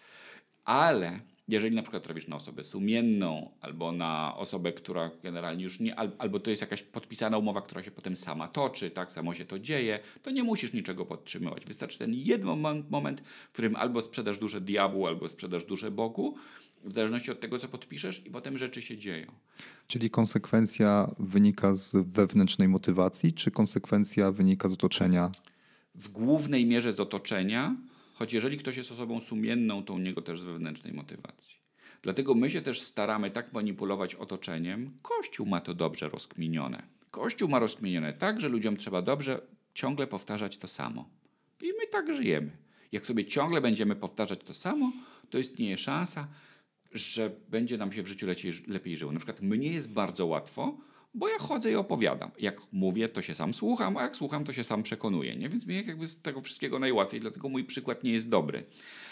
Ale jeżeli na przykład trafisz na osobę sumienną albo na osobę, która generalnie już nie, albo to jest jakaś podpisana umowa, która się potem sama toczy, tak samo się to dzieje, to nie musisz niczego podtrzymywać. Wystarczy ten jeden moment, w którym albo sprzedasz duszę diabłu, albo sprzedasz duszę Bogu, w zależności od tego, co podpiszesz i potem rzeczy się dzieją. Czyli konsekwencja wynika z wewnętrznej motywacji, czy konsekwencja wynika z otoczenia? W głównej mierze z otoczenia, choć jeżeli ktoś jest osobą sumienną, to u niego też z wewnętrznej motywacji. Dlatego my się też staramy tak manipulować otoczeniem. Kościół ma to dobrze rozkminione. Kościół ma rozkminione tak, że ludziom trzeba dobrze ciągle powtarzać to samo. I my tak żyjemy. Jak sobie ciągle będziemy powtarzać to samo, to istnieje szansa, że będzie nam się w życiu lepiej żyło. Na przykład mnie jest bardzo łatwo, bo ja chodzę i opowiadam. Jak mówię, to się sam słucham, a jak słucham, to się sam przekonuję. Nie? Więc mi jakby z tego wszystkiego najłatwiej, dlatego mój przykład nie jest dobry.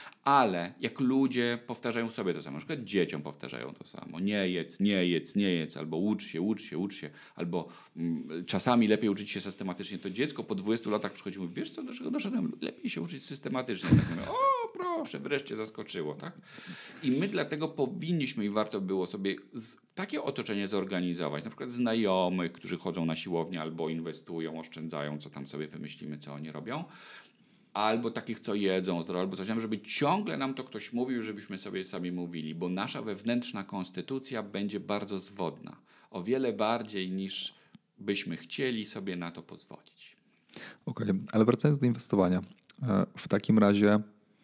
Ale jak ludzie powtarzają sobie to samo, na przykład dzieciom powtarzają to samo. Nie jedz, nie jedz, nie jedz, albo ucz się, albo czasami lepiej uczyć się systematycznie. To dziecko po 20 latach przychodzi i mówi, wiesz co, do czego doszedłem? Lepiej się uczyć systematycznie. Tak mówię, o proszę, wreszcie zaskoczyło. Tak? I my dlatego powinniśmy i warto było sobie takie otoczenie zorganizować. Na przykład znajomych, którzy chodzą na siłownię albo inwestują, oszczędzają, co tam sobie wymyślimy, co oni robią. Albo takich, co jedzą zdrowo, albo coś tam, żeby ciągle nam to ktoś mówił, żebyśmy sobie sami mówili, bo nasza wewnętrzna konstytucja będzie bardzo zwodna. O wiele bardziej niż byśmy chcieli sobie na to pozwolić. Okej, ale wracając do inwestowania. W takim razie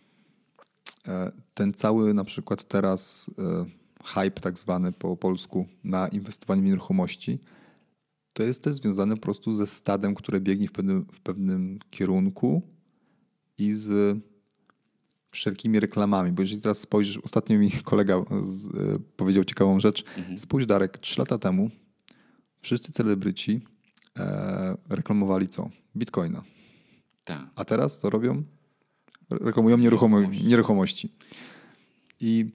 ten cały na przykład teraz hype tak zwany po polsku na inwestowanie w nieruchomości, to jest też związane po prostu ze stadem, które biegnie w pewnym kierunku i z wszelkimi reklamami. Bo jeżeli teraz spojrzysz, ostatnio mi kolega powiedział ciekawą rzecz. Spójrz, Darek, 3 lata temu wszyscy celebryci reklamowali co? Bitcoina. Tak. A teraz co robią? Reklamują nieruchomości. I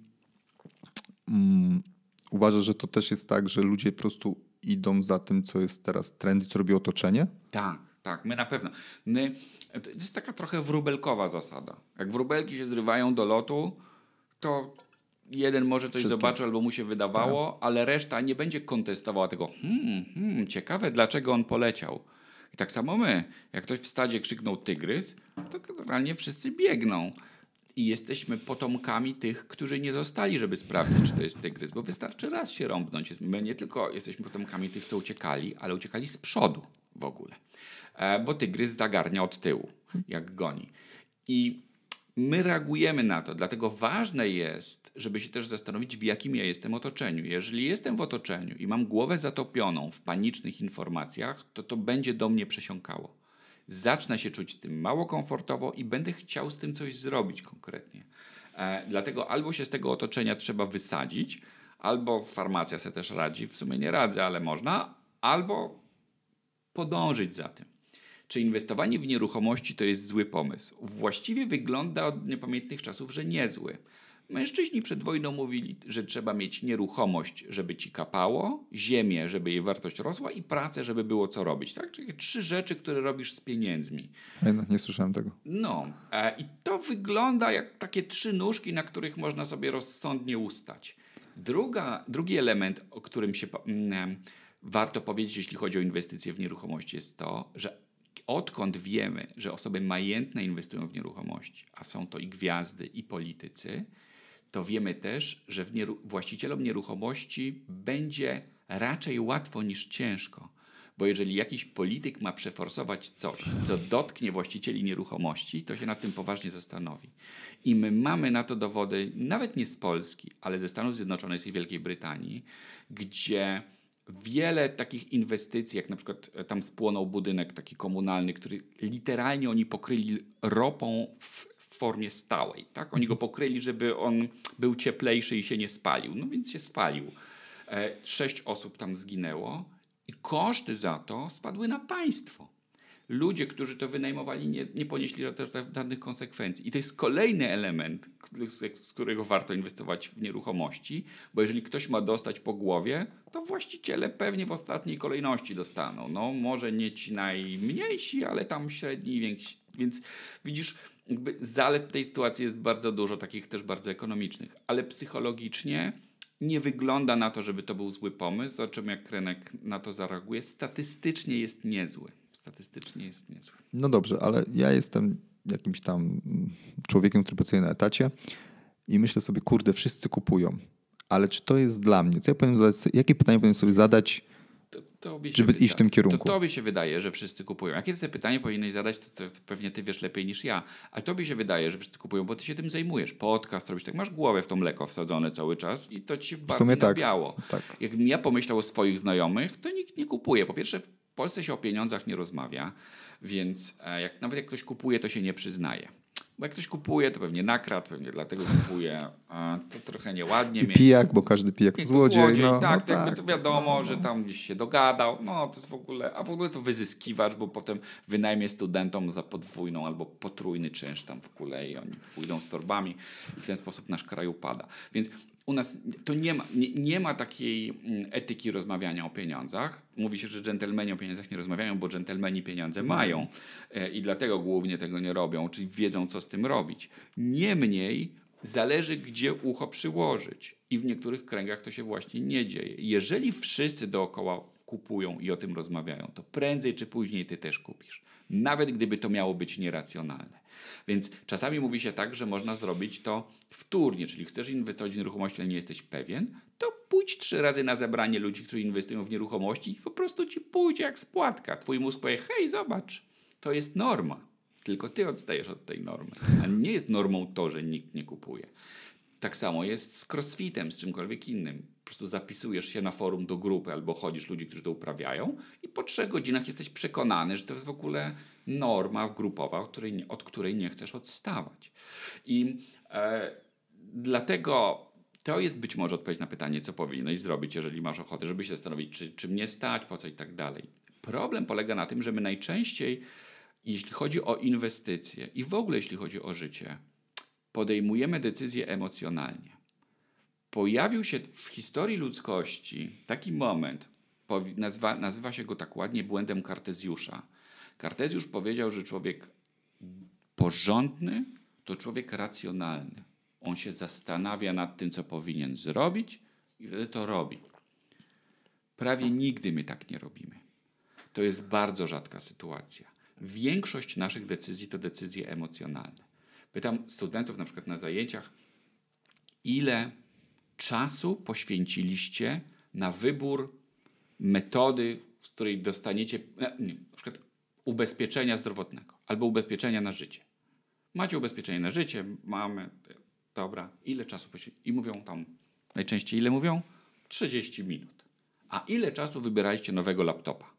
uważasz, że to też jest tak, że ludzie po prostu idą za tym, co jest teraz trendy, co robi otoczenie? Tak, my na pewno. To jest taka trochę wróbelkowa zasada. Jak wróbelki się zrywają do lotu, to jeden może coś zobaczył albo mu się wydawało, ale reszta nie będzie kontestowała tego. Ciekawe, dlaczego on poleciał. I tak samo my. Jak ktoś w stadzie krzyknął tygrys, to generalnie wszyscy biegną. I jesteśmy potomkami tych, którzy nie zostali, żeby sprawdzić, czy to jest tygrys. Bo wystarczy raz się rąbnąć. My nie tylko jesteśmy potomkami tych, co uciekali, ale uciekali z przodu w ogóle. Bo tygrys zagarnia od tyłu, jak goni. I my reagujemy na to, dlatego ważne jest, żeby się też zastanowić, w jakim ja jestem otoczeniu. Jeżeli jestem w otoczeniu i mam głowę zatopioną w panicznych informacjach, to będzie do mnie przesiąkało. Zacznę się czuć z tym mało komfortowo i będę chciał z tym coś zrobić konkretnie. Dlatego albo się z tego otoczenia trzeba wysadzić, albo farmacja sobie też radzi, w sumie nie radzę, ale można, albo podążyć za tym. Czy inwestowanie w nieruchomości to jest zły pomysł? Właściwie wygląda od niepamiętnych czasów, że niezły. Mężczyźni przed wojną mówili, że trzeba mieć nieruchomość, żeby ci kapało, ziemię, żeby jej wartość rosła i pracę, żeby było co robić. Tak? Czyli 3 rzeczy, które robisz z pieniędzmi. Nie słyszałem tego. I to wygląda jak takie 3 nóżki, na których można sobie rozsądnie ustać. Drugi element, o którym się warto powiedzieć, jeśli chodzi o inwestycje w nieruchomości, jest to, że odkąd wiemy, że osoby majętne inwestują w nieruchomości, a są to i gwiazdy, i politycy, to wiemy też, że właścicielom nieruchomości będzie raczej łatwo niż ciężko. Bo jeżeli jakiś polityk ma przeforsować coś, co dotknie właścicieli nieruchomości, to się nad tym poważnie zastanowi. I my mamy na to dowody, nawet nie z Polski, ale ze Stanów Zjednoczonych i Wielkiej Brytanii, gdzie wiele takich inwestycji, jak na przykład tam spłonął budynek taki komunalny, który literalnie oni pokryli ropą w formie stałej. Tak? Oni go pokryli, żeby on był cieplejszy i się nie spalił. No więc się spalił. 6 osób tam zginęło i koszty za to spadły na państwo. Ludzie, którzy to wynajmowali, nie ponieśli żadnych konsekwencji. I to jest kolejny element, z którego warto inwestować w nieruchomości, bo jeżeli ktoś ma dostać po głowie, to właściciele pewnie w ostatniej kolejności dostaną. No może nie ci najmniejsi, ale tam średni i więksi. Więc widzisz, jakby zalet tej sytuacji jest bardzo dużo, takich też bardzo ekonomicznych, ale psychologicznie nie wygląda na to, żeby to był zły pomysł, o czym jak rynek na to zareaguje, statystycznie jest niezły. No dobrze, ale ja jestem jakimś tam człowiekiem, który pracuje na etacie i myślę sobie, kurde, wszyscy kupują, ale czy to jest dla mnie? Co ja powinien zadać, jakie pytanie powinienem sobie zadać, żeby iść w tym kierunku? To tobie się wydaje, że wszyscy kupują. Jakie sobie pytanie powinieneś zadać, to pewnie ty wiesz lepiej niż ja, ale tobie się wydaje, że wszyscy kupują, bo ty się tym zajmujesz. Podcast robisz, tak masz głowę w to mleko wsadzone cały czas i to ci bardziej nabiało. Tak. Jakbym ja pomyślał o swoich znajomych, to nikt nie kupuje. Po pierwsze, w Polsce się o pieniądzach nie rozmawia, więc nawet jak ktoś kupuje, to się nie przyznaje. Bo jak ktoś kupuje, to pewnie nakradł, pewnie dlatego kupuje. To trochę nieładnie. I pijak, bo każdy pijak to złodziej. Tak, to wiadomo, że tam gdzieś się dogadał. No to jest w ogóle to wyzyskiwacz, bo potem wynajmie studentom za podwójną albo potrójny czynsz tam w ogóle i oni pójdą z torbami i w ten sposób nasz kraj upada. Więc u nas to nie ma takiej etyki rozmawiania o pieniądzach. Mówi się, że dżentelmeni o pieniądzach nie rozmawiają, bo dżentelmeni pieniądze mają i dlatego głównie tego nie robią, czyli wiedzą, co z tym robić. Niemniej zależy, gdzie ucho przyłożyć i w niektórych kręgach to się właśnie nie dzieje. Jeżeli wszyscy dookoła kupują i o tym rozmawiają, to prędzej czy później ty też kupisz. Nawet gdyby to miało być nieracjonalne. Więc czasami mówi się tak, że można zrobić to wtórnie, czyli chcesz inwestować w nieruchomości, ale nie jesteś pewien, to pójdź 3 razy na zebranie ludzi, którzy inwestują w nieruchomości i po prostu ci pójdzie jak spłatka. Twój mózg powie, hej, zobacz, to jest norma. Tylko ty odstajesz od tej normy. A nie jest normą to, że nikt nie kupuje. Tak samo jest z crossfitem, z czymkolwiek innym. Po prostu zapisujesz się na forum do grupy albo chodzisz ludzi, którzy to uprawiają i po 3 godzinach jesteś przekonany, że to jest w ogóle norma grupowa, od której nie chcesz odstawać. I dlatego to jest być może odpowiedź na pytanie, co powinieneś zrobić, jeżeli masz ochotę, żeby się zastanowić, czy mnie stać, po co i tak dalej. Problem polega na tym, że my najczęściej, jeśli chodzi o inwestycje i w ogóle jeśli chodzi o życie, podejmujemy decyzje emocjonalnie. Pojawił się w historii ludzkości taki moment, nazywa się go tak ładnie błędem Kartezjusza. Kartezjusz powiedział, że człowiek porządny to człowiek racjonalny. On się zastanawia nad tym, co powinien zrobić i wtedy to robi. Prawie nigdy my tak nie robimy. To jest bardzo rzadka sytuacja. Większość naszych decyzji to decyzje emocjonalne. Pytam studentów na przykład na zajęciach, ile czasu poświęciliście na wybór metody, z której dostaniecie na przykład ubezpieczenia zdrowotnego albo ubezpieczenia na życie. Macie ubezpieczenie na życie, mamy, dobra, ile czasu poświęciliście? I mówią tam, najczęściej ile mówią? 30 minut. A ile czasu wybieraliście nowego laptopa?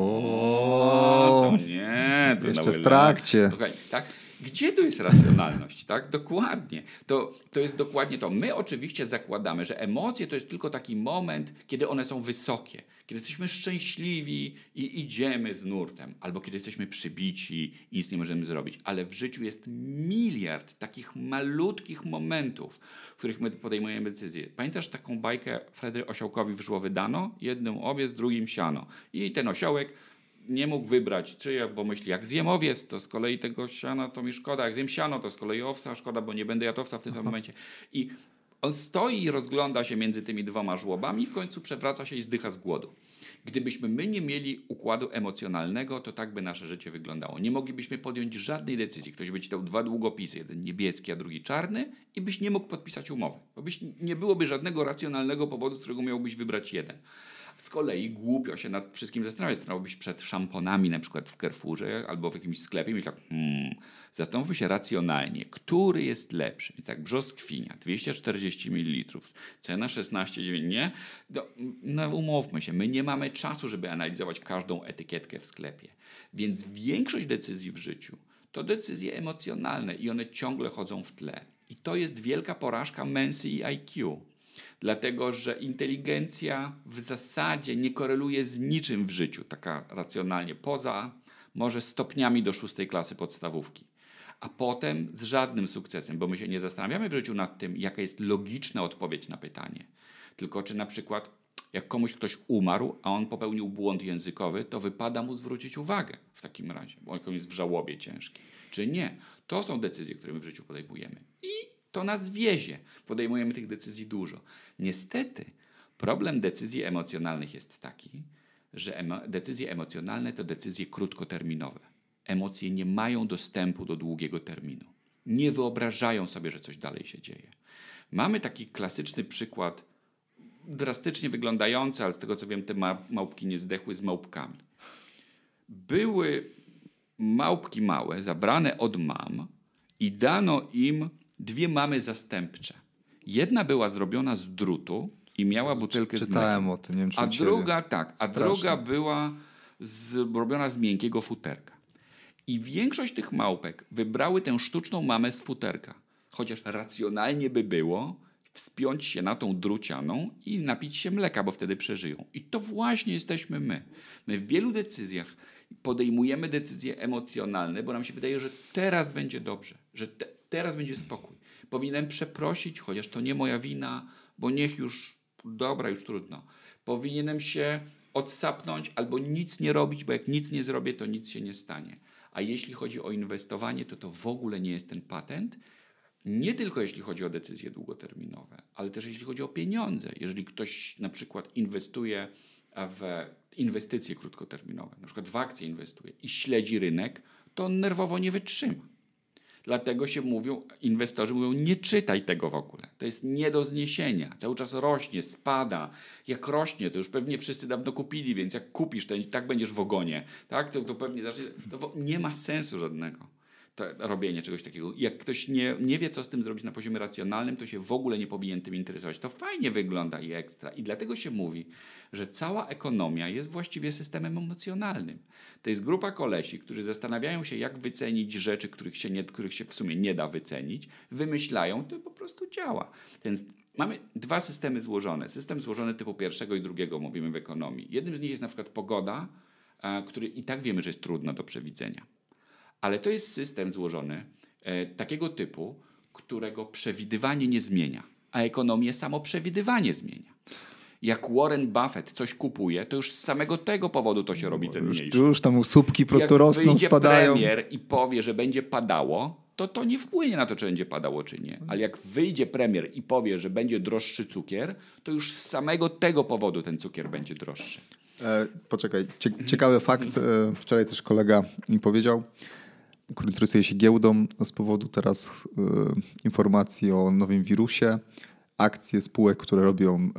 To nie. To jeszcze w trakcie. Słuchaj, tak? Gdzie tu jest racjonalność? Tak? Dokładnie. To jest dokładnie to. My oczywiście zakładamy, że emocje to jest tylko taki moment, kiedy one są wysokie. Kiedy jesteśmy szczęśliwi i idziemy z nurtem. Albo kiedy jesteśmy przybici i nic nie możemy zrobić. Ale w życiu jest miliard takich malutkich momentów, w których my podejmujemy decyzje. Pamiętasz taką bajkę Osiołkowi w żło wydano? Jednym owiec, drugim siano. I ten osiołek nie mógł wybrać, bo myśli, jak zjem owiec, to z kolei tego siana to mi szkoda, jak zjem siano, to z kolei owsa szkoda, bo nie będę jadł owsa w tym momencie. I On stoi i rozgląda się między tymi dwoma żłobami i w końcu przewraca się i zdycha z głodu. Gdybyśmy my nie mieli układu emocjonalnego, to tak by nasze życie wyglądało. Nie moglibyśmy podjąć żadnej decyzji. Ktoś by ci dał 2 długopisy, jeden niebieski, a drugi czarny i byś nie mógł podpisać umowy. Bo nie byłoby żadnego racjonalnego powodu, z którego miałbyś wybrać jeden. Z kolei głupio się nad wszystkim zastanawiać. Stanąłbyś przed szamponami na przykład w Carrefourze albo w jakimś sklepie i myślał, zastanówmy się racjonalnie, który jest lepszy. I tak brzoskwinia, 240 ml, cena 16,9, nie? No umówmy się, my nie mamy czasu, żeby analizować każdą etykietkę w sklepie. Więc większość decyzji w życiu to decyzje emocjonalne i one ciągle chodzą w tle. I to jest wielka porażka Mensy i IQ. Dlatego, że inteligencja w zasadzie nie koreluje z niczym w życiu, taka racjonalnie, poza może stopniami do 6 klasy podstawówki. A potem z żadnym sukcesem, bo my się nie zastanawiamy w życiu nad tym, jaka jest logiczna odpowiedź na pytanie. Tylko czy na przykład jak komuś ktoś umarł, a on popełnił błąd językowy, to wypada mu zwrócić uwagę w takim razie, bo on jest w żałobie ciężkiej. Czy nie? To są decyzje, które my w życiu podejmujemy. I to nas wiezie. Podejmujemy tych decyzji dużo. Niestety problem decyzji emocjonalnych jest taki, że decyzje emocjonalne to decyzje krótkoterminowe. Emocje nie mają dostępu do długiego terminu. Nie wyobrażają sobie, że coś dalej się dzieje. Mamy taki klasyczny przykład, drastycznie wyglądający, ale z tego co wiem, te małpki nie zdechły z małpkami. Były małpki małe, zabrane od mam i dano im 2 mamy zastępcze. Jedna była zrobiona z drutu i miała butelkę z mlekiem. Czytałem o tym, nie wiem, czy druga była zrobiona z miękkiego futerka. I większość tych małpek wybrały tę sztuczną mamę z futerka. Chociaż racjonalnie by było wspiąć się na tą drucianą i napić się mleka, bo wtedy przeżyją. I to właśnie jesteśmy my. My w wielu decyzjach podejmujemy decyzje emocjonalne, bo nam się wydaje, że teraz będzie dobrze, że teraz będzie spokój. Powinienem przeprosić, chociaż to nie moja wina, bo niech już, dobra, już trudno. Powinienem się odsapnąć albo nic nie robić, bo jak nic nie zrobię, to nic się nie stanie. A jeśli chodzi o inwestowanie, to w ogóle nie jest ten patent. Nie tylko jeśli chodzi o decyzje długoterminowe, ale też jeśli chodzi o pieniądze. Jeżeli ktoś na przykład inwestuje w inwestycje krótkoterminowe, na przykład w akcje inwestuje i śledzi rynek, to on nerwowo nie wytrzyma. Dlatego inwestorzy mówią, nie czytaj tego w ogóle. To jest nie do zniesienia. Cały czas rośnie, spada. Jak rośnie, to już pewnie wszyscy dawno kupili, więc jak kupisz, to i tak będziesz w ogonie. Tak? To pewnie nie ma sensu żadnego. Robienie czegoś takiego. Jak ktoś nie wie, co z tym zrobić na poziomie racjonalnym, to się w ogóle nie powinien tym interesować. To fajnie wygląda i ekstra. I dlatego się mówi, że cała ekonomia jest właściwie systemem emocjonalnym. To jest grupa kolesi, którzy zastanawiają się, jak wycenić rzeczy, których się w sumie nie da wycenić. Wymyślają, to po prostu działa. Mamy 2 systemy złożone. System złożony typu pierwszego i drugiego, mówimy w ekonomii. Jednym z nich jest na przykład pogoda, który i tak wiemy, że jest trudna do przewidzenia. Ale to jest system złożony takiego typu, którego przewidywanie nie zmienia, a ekonomię samo przewidywanie zmienia. Jak Warren Buffett coś kupuje, to już z samego tego powodu to się robi cenniejsze. Już tam słupki po prostu rosną, spadają. Jak wyjdzie premier i powie, że będzie padało, to nie wpłynie na to, czy będzie padało, czy nie. Ale jak wyjdzie premier i powie, że będzie droższy cukier, to już z samego tego powodu ten cukier będzie droższy. Poczekaj, ciekawy fakt. Wczoraj też kolega mi powiedział, który interesuje się giełdą z powodu teraz informacji o nowym wirusie. Akcje spółek, które robią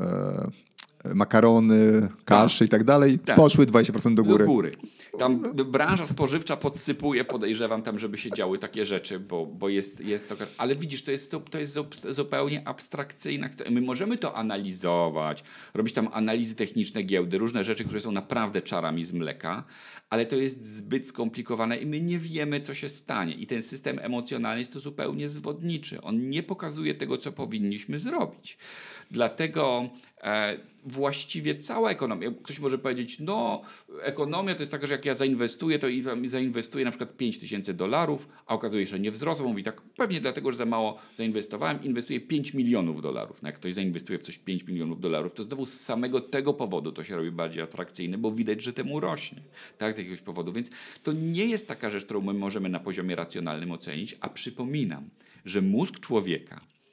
makarony, kaszy i tak dalej, poszły 20% do góry. Tam branża spożywcza podsypuje, podejrzewam tam, żeby się działy takie rzeczy, bo jest to... Ale widzisz, to jest zupełnie abstrakcyjne. My możemy to analizować, robić tam analizy techniczne giełdy, różne rzeczy, które są naprawdę czarami z mleka, ale to jest zbyt skomplikowane i my nie wiemy, co się stanie. I ten system emocjonalny jest to zupełnie zwodniczy. On nie pokazuje tego, co powinniśmy zrobić. Dlatego właściwie cała ekonomia, ktoś może powiedzieć, no ekonomia to jest taka, że jak ja zainwestuję, to zainwestuję na przykład $5,000, a okazuje się, że nie wzrosło. Mówi tak, pewnie dlatego, że za mało zainwestowałem, inwestuję $5 milionów. No jak ktoś zainwestuje w coś $5 milionów, to znowu z samego tego powodu to się robi bardziej atrakcyjne, bo widać, że temu rośnie, tak, z jakiegoś powodu. Więc to nie jest taka rzecz, którą my możemy na poziomie racjonalnym ocenić, a przypominam, że mózg człowieka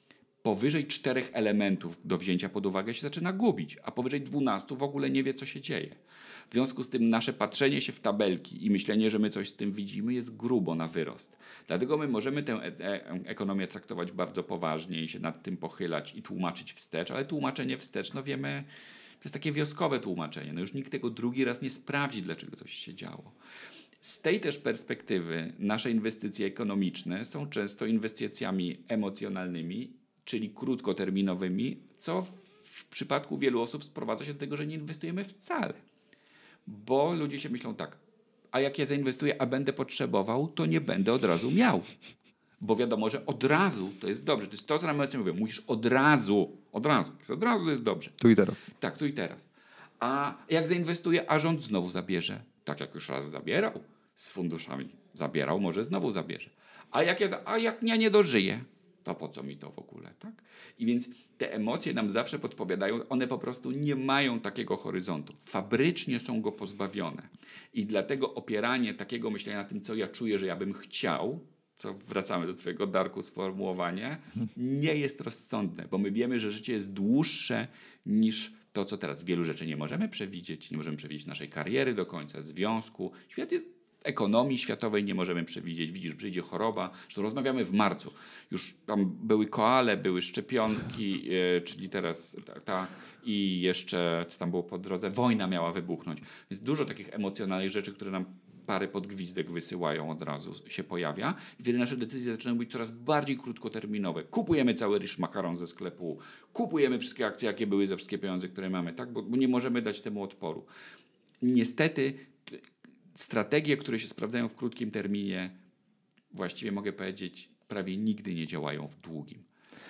powyżej 4 elementów do wzięcia pod uwagę się zaczyna gubić, a powyżej 12 w ogóle nie wie, co się dzieje. W związku z tym nasze patrzenie się w tabelki i myślenie, że my coś z tym widzimy, jest grubo na wyrost. Dlatego my możemy tę ekonomię traktować bardzo poważnie i się nad tym pochylać i tłumaczyć wstecz, ale tłumaczenie wstecz, no wiemy, to jest takie wioskowe tłumaczenie. No już nikt tego drugi raz nie sprawdzi, dlaczego coś się działo. Z tej też perspektywy nasze inwestycje ekonomiczne są często inwestycjami emocjonalnymi, czyli krótkoterminowymi, co w przypadku wielu osób sprowadza się do tego, że nie inwestujemy wcale. Bo ludzie się myślą tak, a jak ja zainwestuję, a będę potrzebował, to nie będę od razu miał. Bo wiadomo, że od razu to jest dobrze. To jest to, co nam emocje mówią. Musisz od razu. Od razu to jest dobrze. Tu i teraz. Tak, tu i teraz. A jak zainwestuję, a rząd znowu zabierze. Tak jak już raz zabierał z funduszami. Zabierał, może znowu zabierze. A jak ja nie dożyję, to po co mi to w ogóle, tak? I więc te emocje nam zawsze podpowiadają, one po prostu nie mają takiego horyzontu. Fabrycznie są go pozbawione. I dlatego opieranie takiego myślenia na tym, co ja czuję, że ja bym chciał, co wracamy do twojego, Darku, sformułowania, nie jest rozsądne, bo my wiemy, że życie jest dłuższe niż to, co teraz. Wielu rzeczy nie możemy przewidzieć, nie możemy przewidzieć naszej kariery do końca, związku. Świat jest ekonomii światowej nie możemy przewidzieć. Widzisz, przyjdzie choroba. Zresztą rozmawiamy w marcu. Już tam były koale, były szczepionki, czyli teraz tak. I jeszcze, co tam było po drodze, wojna miała wybuchnąć. Więc dużo takich emocjonalnych rzeczy, które nam pary pod gwizdek wysyłają, od razu się pojawia. I wtedy nasze decyzje zaczynają być coraz bardziej krótkoterminowe. Kupujemy cały ryż makaron ze sklepu, kupujemy wszystkie akcje, jakie były, za wszystkie pieniądze, które mamy, tak? Bo nie możemy dać temu odporu. Niestety strategie, które się sprawdzają w krótkim terminie, właściwie mogę powiedzieć, prawie nigdy nie działają w długim.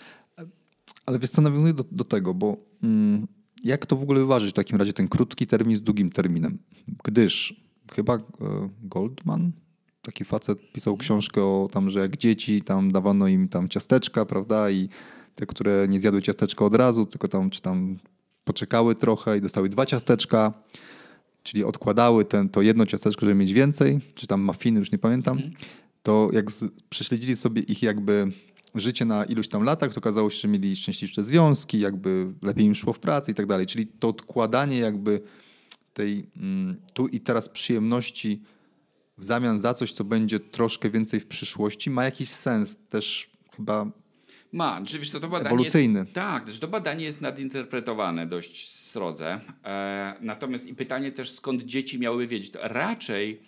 Ale wiesz co, nawiązuję do tego, bo jak to w ogóle wyważyć w takim razie ten krótki termin z długim terminem? Gdyż chyba Goldman, taki facet, pisał książkę o tam, że jak dzieci tam dawano im tam ciasteczka, prawda, i te, które nie zjadły ciasteczka od razu, tylko tam czy tam poczekały trochę i dostały 2 ciasteczka, czyli odkładały to jedno ciasteczko, żeby mieć więcej, czy tam muffiny, już nie pamiętam, to jak prześledzili sobie ich jakby życie na iluś tam latach, to okazało się, że mieli szczęśliwsze związki, jakby lepiej im szło w pracy i tak dalej. Czyli to odkładanie jakby tej tu i teraz przyjemności w zamian za coś, co będzie troszkę więcej w przyszłości, ma jakiś sens też chyba Oczywiście to badanie ewolucyjny. To badanie jest nadinterpretowane dość srodze. Natomiast i pytanie też, skąd dzieci miały wiedzieć. To raczej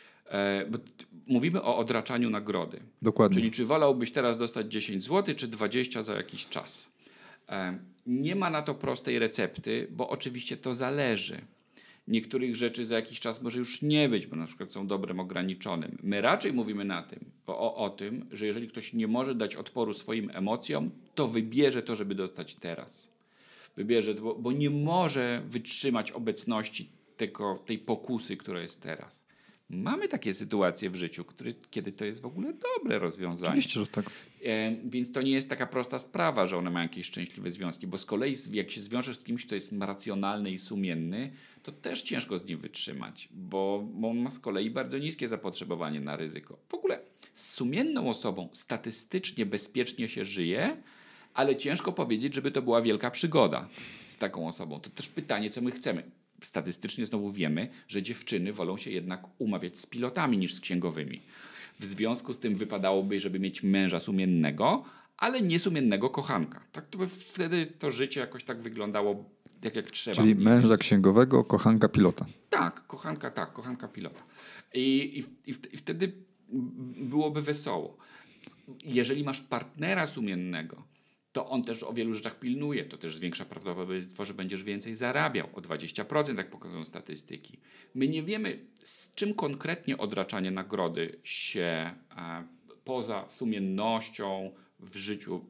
bo mówimy o odraczaniu nagrody. Dokładnie. Czyli czy wolałbyś teraz dostać 10 zł, czy 20 za jakiś czas. Nie ma na to prostej recepty, bo oczywiście to zależy. Niektórych rzeczy za jakiś czas może już nie być, bo na przykład są dobrem ograniczonym. My raczej mówimy o tym, że jeżeli ktoś nie może dać odporu swoim emocjom, to wybierze to, żeby dostać teraz. Wybierze to, bo nie może wytrzymać obecności tej pokusy, która jest teraz. Mamy takie sytuacje w życiu, kiedy to jest w ogóle dobre rozwiązanie. Oczywiście, że tak. Więc to nie jest taka prosta sprawa, że one mają jakieś szczęśliwe związki, bo z kolei jak się zwiążesz z kimś, kto jest racjonalny i sumienny, to też ciężko z nim wytrzymać, bo on ma z kolei bardzo niskie zapotrzebowanie na ryzyko. W ogóle z sumienną osobą statystycznie bezpiecznie się żyje, ale ciężko powiedzieć, żeby to była wielka przygoda z taką osobą. To też pytanie, co my chcemy. Statystycznie znowu wiemy, że dziewczyny wolą się jednak umawiać z pilotami niż z księgowymi. W związku z tym wypadałoby, żeby mieć męża sumiennego, ale niesumiennego kochanka. Tak to by wtedy to życie jakoś tak wyglądało jak trzeba. Czyli męża księgowego, kochanka pilota. Tak, kochanka pilota. I wtedy byłoby wesoło. Jeżeli masz partnera sumiennego, to on też o wielu rzeczach pilnuje. To też zwiększa prawdopodobieństwo, że będziesz więcej zarabiał. O 20%, jak pokazują statystyki. My nie wiemy, z czym konkretnie odraczanie nagrody się poza sumiennością w życiu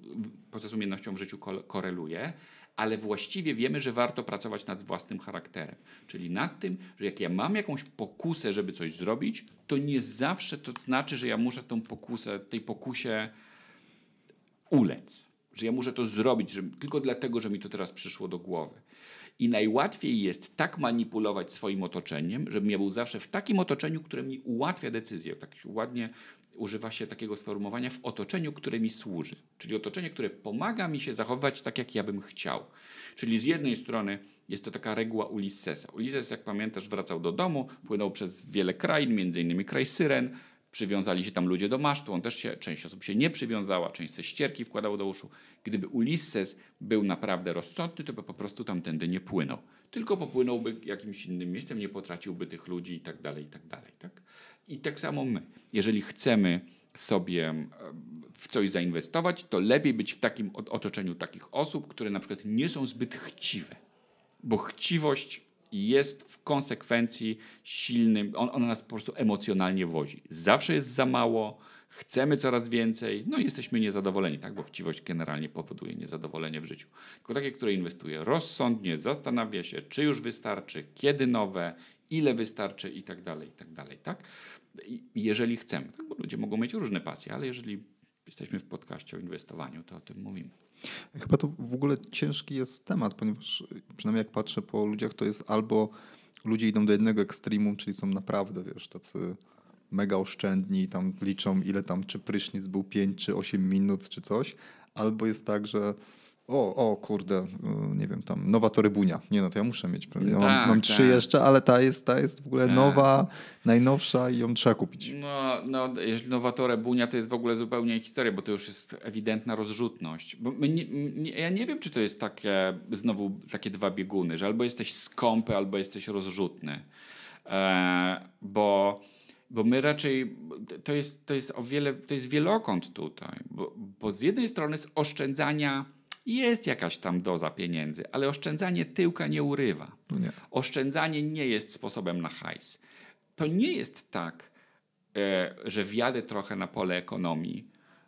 koreluje, ale właściwie wiemy, że warto pracować nad własnym charakterem. Czyli nad tym, że jak ja mam jakąś pokusę, żeby coś zrobić, to nie zawsze to znaczy, że ja muszę tej pokusie ulec. Że ja muszę to zrobić tylko dlatego, że mi to teraz przyszło do głowy. I najłatwiej jest tak manipulować swoim otoczeniem, żebym ja był zawsze w takim otoczeniu, które mi ułatwia decyzję. Tak ładnie używa się takiego sformułowania w otoczeniu, które mi służy. Czyli otoczenie, które pomaga mi się zachowywać tak, jak ja bym chciał. Czyli z jednej strony jest to taka reguła Ulyssesa. Ulysses, jak pamiętasz, wracał do domu, płynął przez wiele krain, między innymi kraj Syren. Przywiązali się tam ludzie do masztu, część osób się nie przywiązała, część ze ścierki wkładało do uszu. Gdyby Ulysses był naprawdę rozsądny, to by po prostu tamtędy nie płynął. Tylko popłynąłby jakimś innym miejscem, nie potraciłby tych ludzi i tak dalej, i tak dalej. Tak? I tak samo my. Jeżeli chcemy sobie w coś zainwestować, to lepiej być w takim otoczeniu takich osób, które na przykład nie są zbyt chciwe. Bo chciwość jest w konsekwencji silnym, ona nas po prostu emocjonalnie wozi. Zawsze jest za mało, chcemy coraz więcej, no i jesteśmy niezadowoleni, tak? Bo chciwość generalnie powoduje niezadowolenie w życiu. Tylko takie, które inwestuje rozsądnie, zastanawia się, czy już wystarczy, kiedy nowe, ile wystarczy i tak dalej, tak? I jeżeli chcemy, tak? Bo ludzie mogą mieć różne pasje, ale jeżeli jesteśmy w podcaście o inwestowaniu, to o tym mówimy. Chyba to w ogóle ciężki jest temat, ponieważ przynajmniej jak patrzę po ludziach, to jest albo ludzie idą do jednego ekstremum, czyli są naprawdę, tacy mega oszczędni, tam liczą ile tam, czy prysznic był 5 czy 8 minut, czy coś, albo jest tak, że kurde, nie wiem, tam nowa torybunia. Nie no, to ja muszę mieć. Ja mam 3 jeszcze, ale ta jest w ogóle nowa, najnowsza i ją trzeba kupić. No, jeśli nowa torybunia, to jest w ogóle zupełnie historia, bo to już jest ewidentna rozrzutność. Bo ja nie wiem, czy to jest znowu takie dwa bieguny, że albo jesteś skąpy, albo jesteś rozrzutny. Bo my raczej, to jest wielokąt tutaj, bo z jednej strony z oszczędzania jest jakaś tam doza pieniędzy, ale oszczędzanie tyłka nie urywa. Nie. Oszczędzanie nie jest sposobem na hajs. To nie jest tak, że wjadę trochę na pole ekonomii,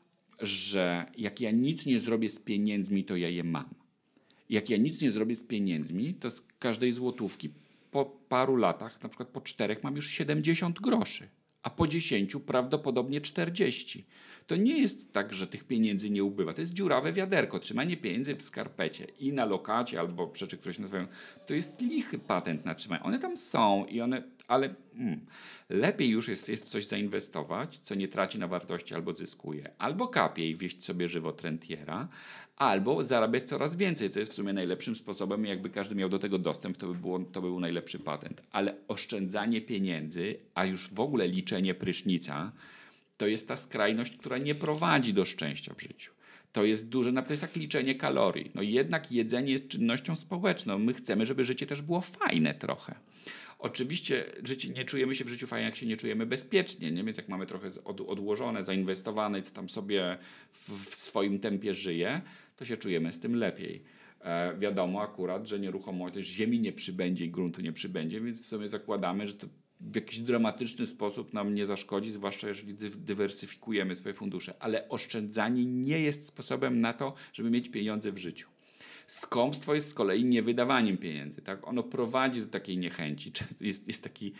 że jak ja nic nie zrobię z pieniędzmi, to ja je mam. Jak ja nic nie zrobię z pieniędzmi, to z każdej złotówki po paru latach, na przykład po 4 mam już 70 groszy, a po 10 prawdopodobnie 40. To nie jest tak, że tych pieniędzy nie ubywa. To jest dziurawe wiaderko. Trzymanie pieniędzy w skarpecie i na lokacie albo rzeczy, które się nazywają, to jest lichy patent na trzymanie. One tam są, ale lepiej już jest w coś zainwestować, co nie traci na wartości albo zyskuje. Albo kapie i wieść sobie żywot rentiera, albo zarabiać coraz więcej, co jest w sumie najlepszym sposobem. Jakby każdy miał do tego dostęp, to by był najlepszy patent. Ale oszczędzanie pieniędzy, a już w ogóle liczenie prysznica, to jest ta skrajność, która nie prowadzi do szczęścia w życiu. To jest to jest jak liczenie kalorii. No jednak jedzenie jest czynnością społeczną. My chcemy, żeby życie też było fajne trochę. Oczywiście nie czujemy się w życiu fajnie, jak się nie czujemy bezpiecznie, nie? Więc jak mamy trochę odłożone, zainwestowane, tam sobie w swoim tempie żyje, to się czujemy z tym lepiej. Wiadomo akurat, że nieruchomość ziemi nie przybędzie i gruntu nie przybędzie, więc w sumie zakładamy, że to w jakiś dramatyczny sposób nam nie zaszkodzi, zwłaszcza jeżeli dywersyfikujemy swoje fundusze. Ale oszczędzanie nie jest sposobem na to, żeby mieć pieniądze w życiu. Skąpstwo jest z kolei niewydawaniem pieniędzy. Tak? Ono prowadzi do takiej niechęci. Jest taki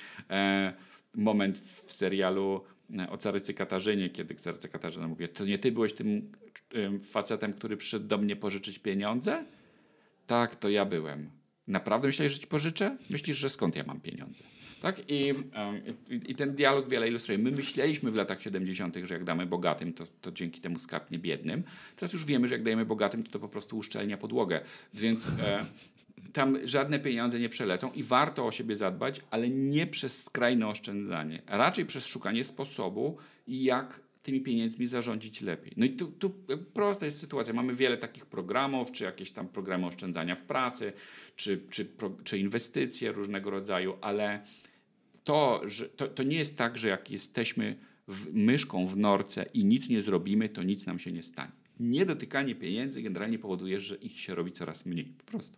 moment w serialu o carycy Katarzynie, kiedy caryca Katarzyna mówi, to nie ty byłeś tym facetem, który przyszedł do mnie pożyczyć pieniądze? Tak, to ja byłem. Naprawdę myślałeś, że ci pożyczę? Myślisz, że skąd ja mam pieniądze? Tak? I ten dialog wiele ilustruje. My myśleliśmy w latach 70., że jak damy bogatym, to dzięki temu skapnie biednym. Teraz już wiemy, że jak dajemy bogatym, to po prostu uszczelnia podłogę. Więc tam żadne pieniądze nie przelecą i warto o siebie zadbać, ale nie przez skrajne oszczędzanie. A raczej przez szukanie sposobu, jak tymi pieniędzmi zarządzić lepiej. No i tu prosta jest sytuacja. Mamy wiele takich programów, czy jakieś tam programy oszczędzania w pracy, czy inwestycje różnego rodzaju, ale to nie jest tak, że jak jesteśmy myszką w norce i nic nie zrobimy, to nic nam się nie stanie. Niedotykanie pieniędzy generalnie powoduje, że ich się robi coraz mniej. Po prostu.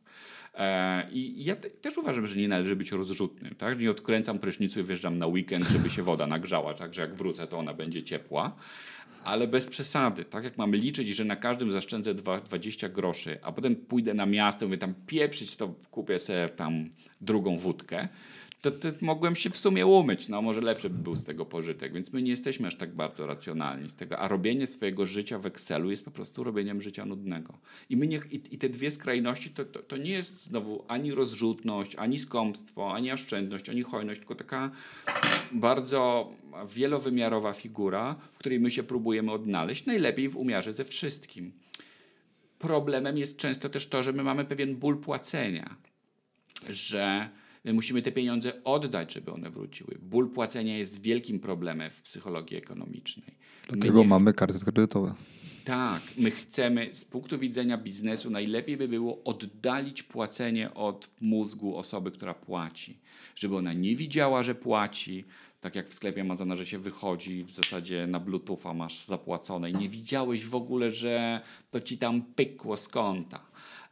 I ja też uważam, że nie należy być rozrzutnym. Tak? Nie odkręcam prysznicu i wjeżdżam na weekend, żeby się woda nagrzała, tak? Że jak wrócę, to ona będzie ciepła. Ale bez przesady. Tak? Jak mamy liczyć, że na każdym zaszczędzę 20 groszy, a potem pójdę na miasto i mówię tam pieprzyć, to kupię sobie tam drugą wódkę, to mogłem się w sumie umyć. No może lepszy by był z tego pożytek. Więc my nie jesteśmy aż tak bardzo racjonalni z tego. A robienie swojego życia w Excelu jest po prostu robieniem życia nudnego. I te dwie skrajności to nie jest znowu ani rozrzutność, ani skąpstwo, ani oszczędność, ani hojność, tylko taka bardzo wielowymiarowa figura, w której my się próbujemy odnaleźć, najlepiej w umiarze ze wszystkim. Problemem jest często też to, że my mamy pewien ból płacenia, że my musimy te pieniądze oddać, żeby one wróciły. Ból płacenia jest wielkim problemem w psychologii ekonomicznej. Dlatego mamy karty kredytowe. Tak, my chcemy z punktu widzenia biznesu najlepiej by było oddalić płacenie od mózgu osoby, która płaci. Żeby ona nie widziała, że płaci, tak jak w sklepie Amazona, że się wychodzi w zasadzie na Bluetootha masz zapłacone i nie widziałeś w ogóle, że to ci tam pykło z konta.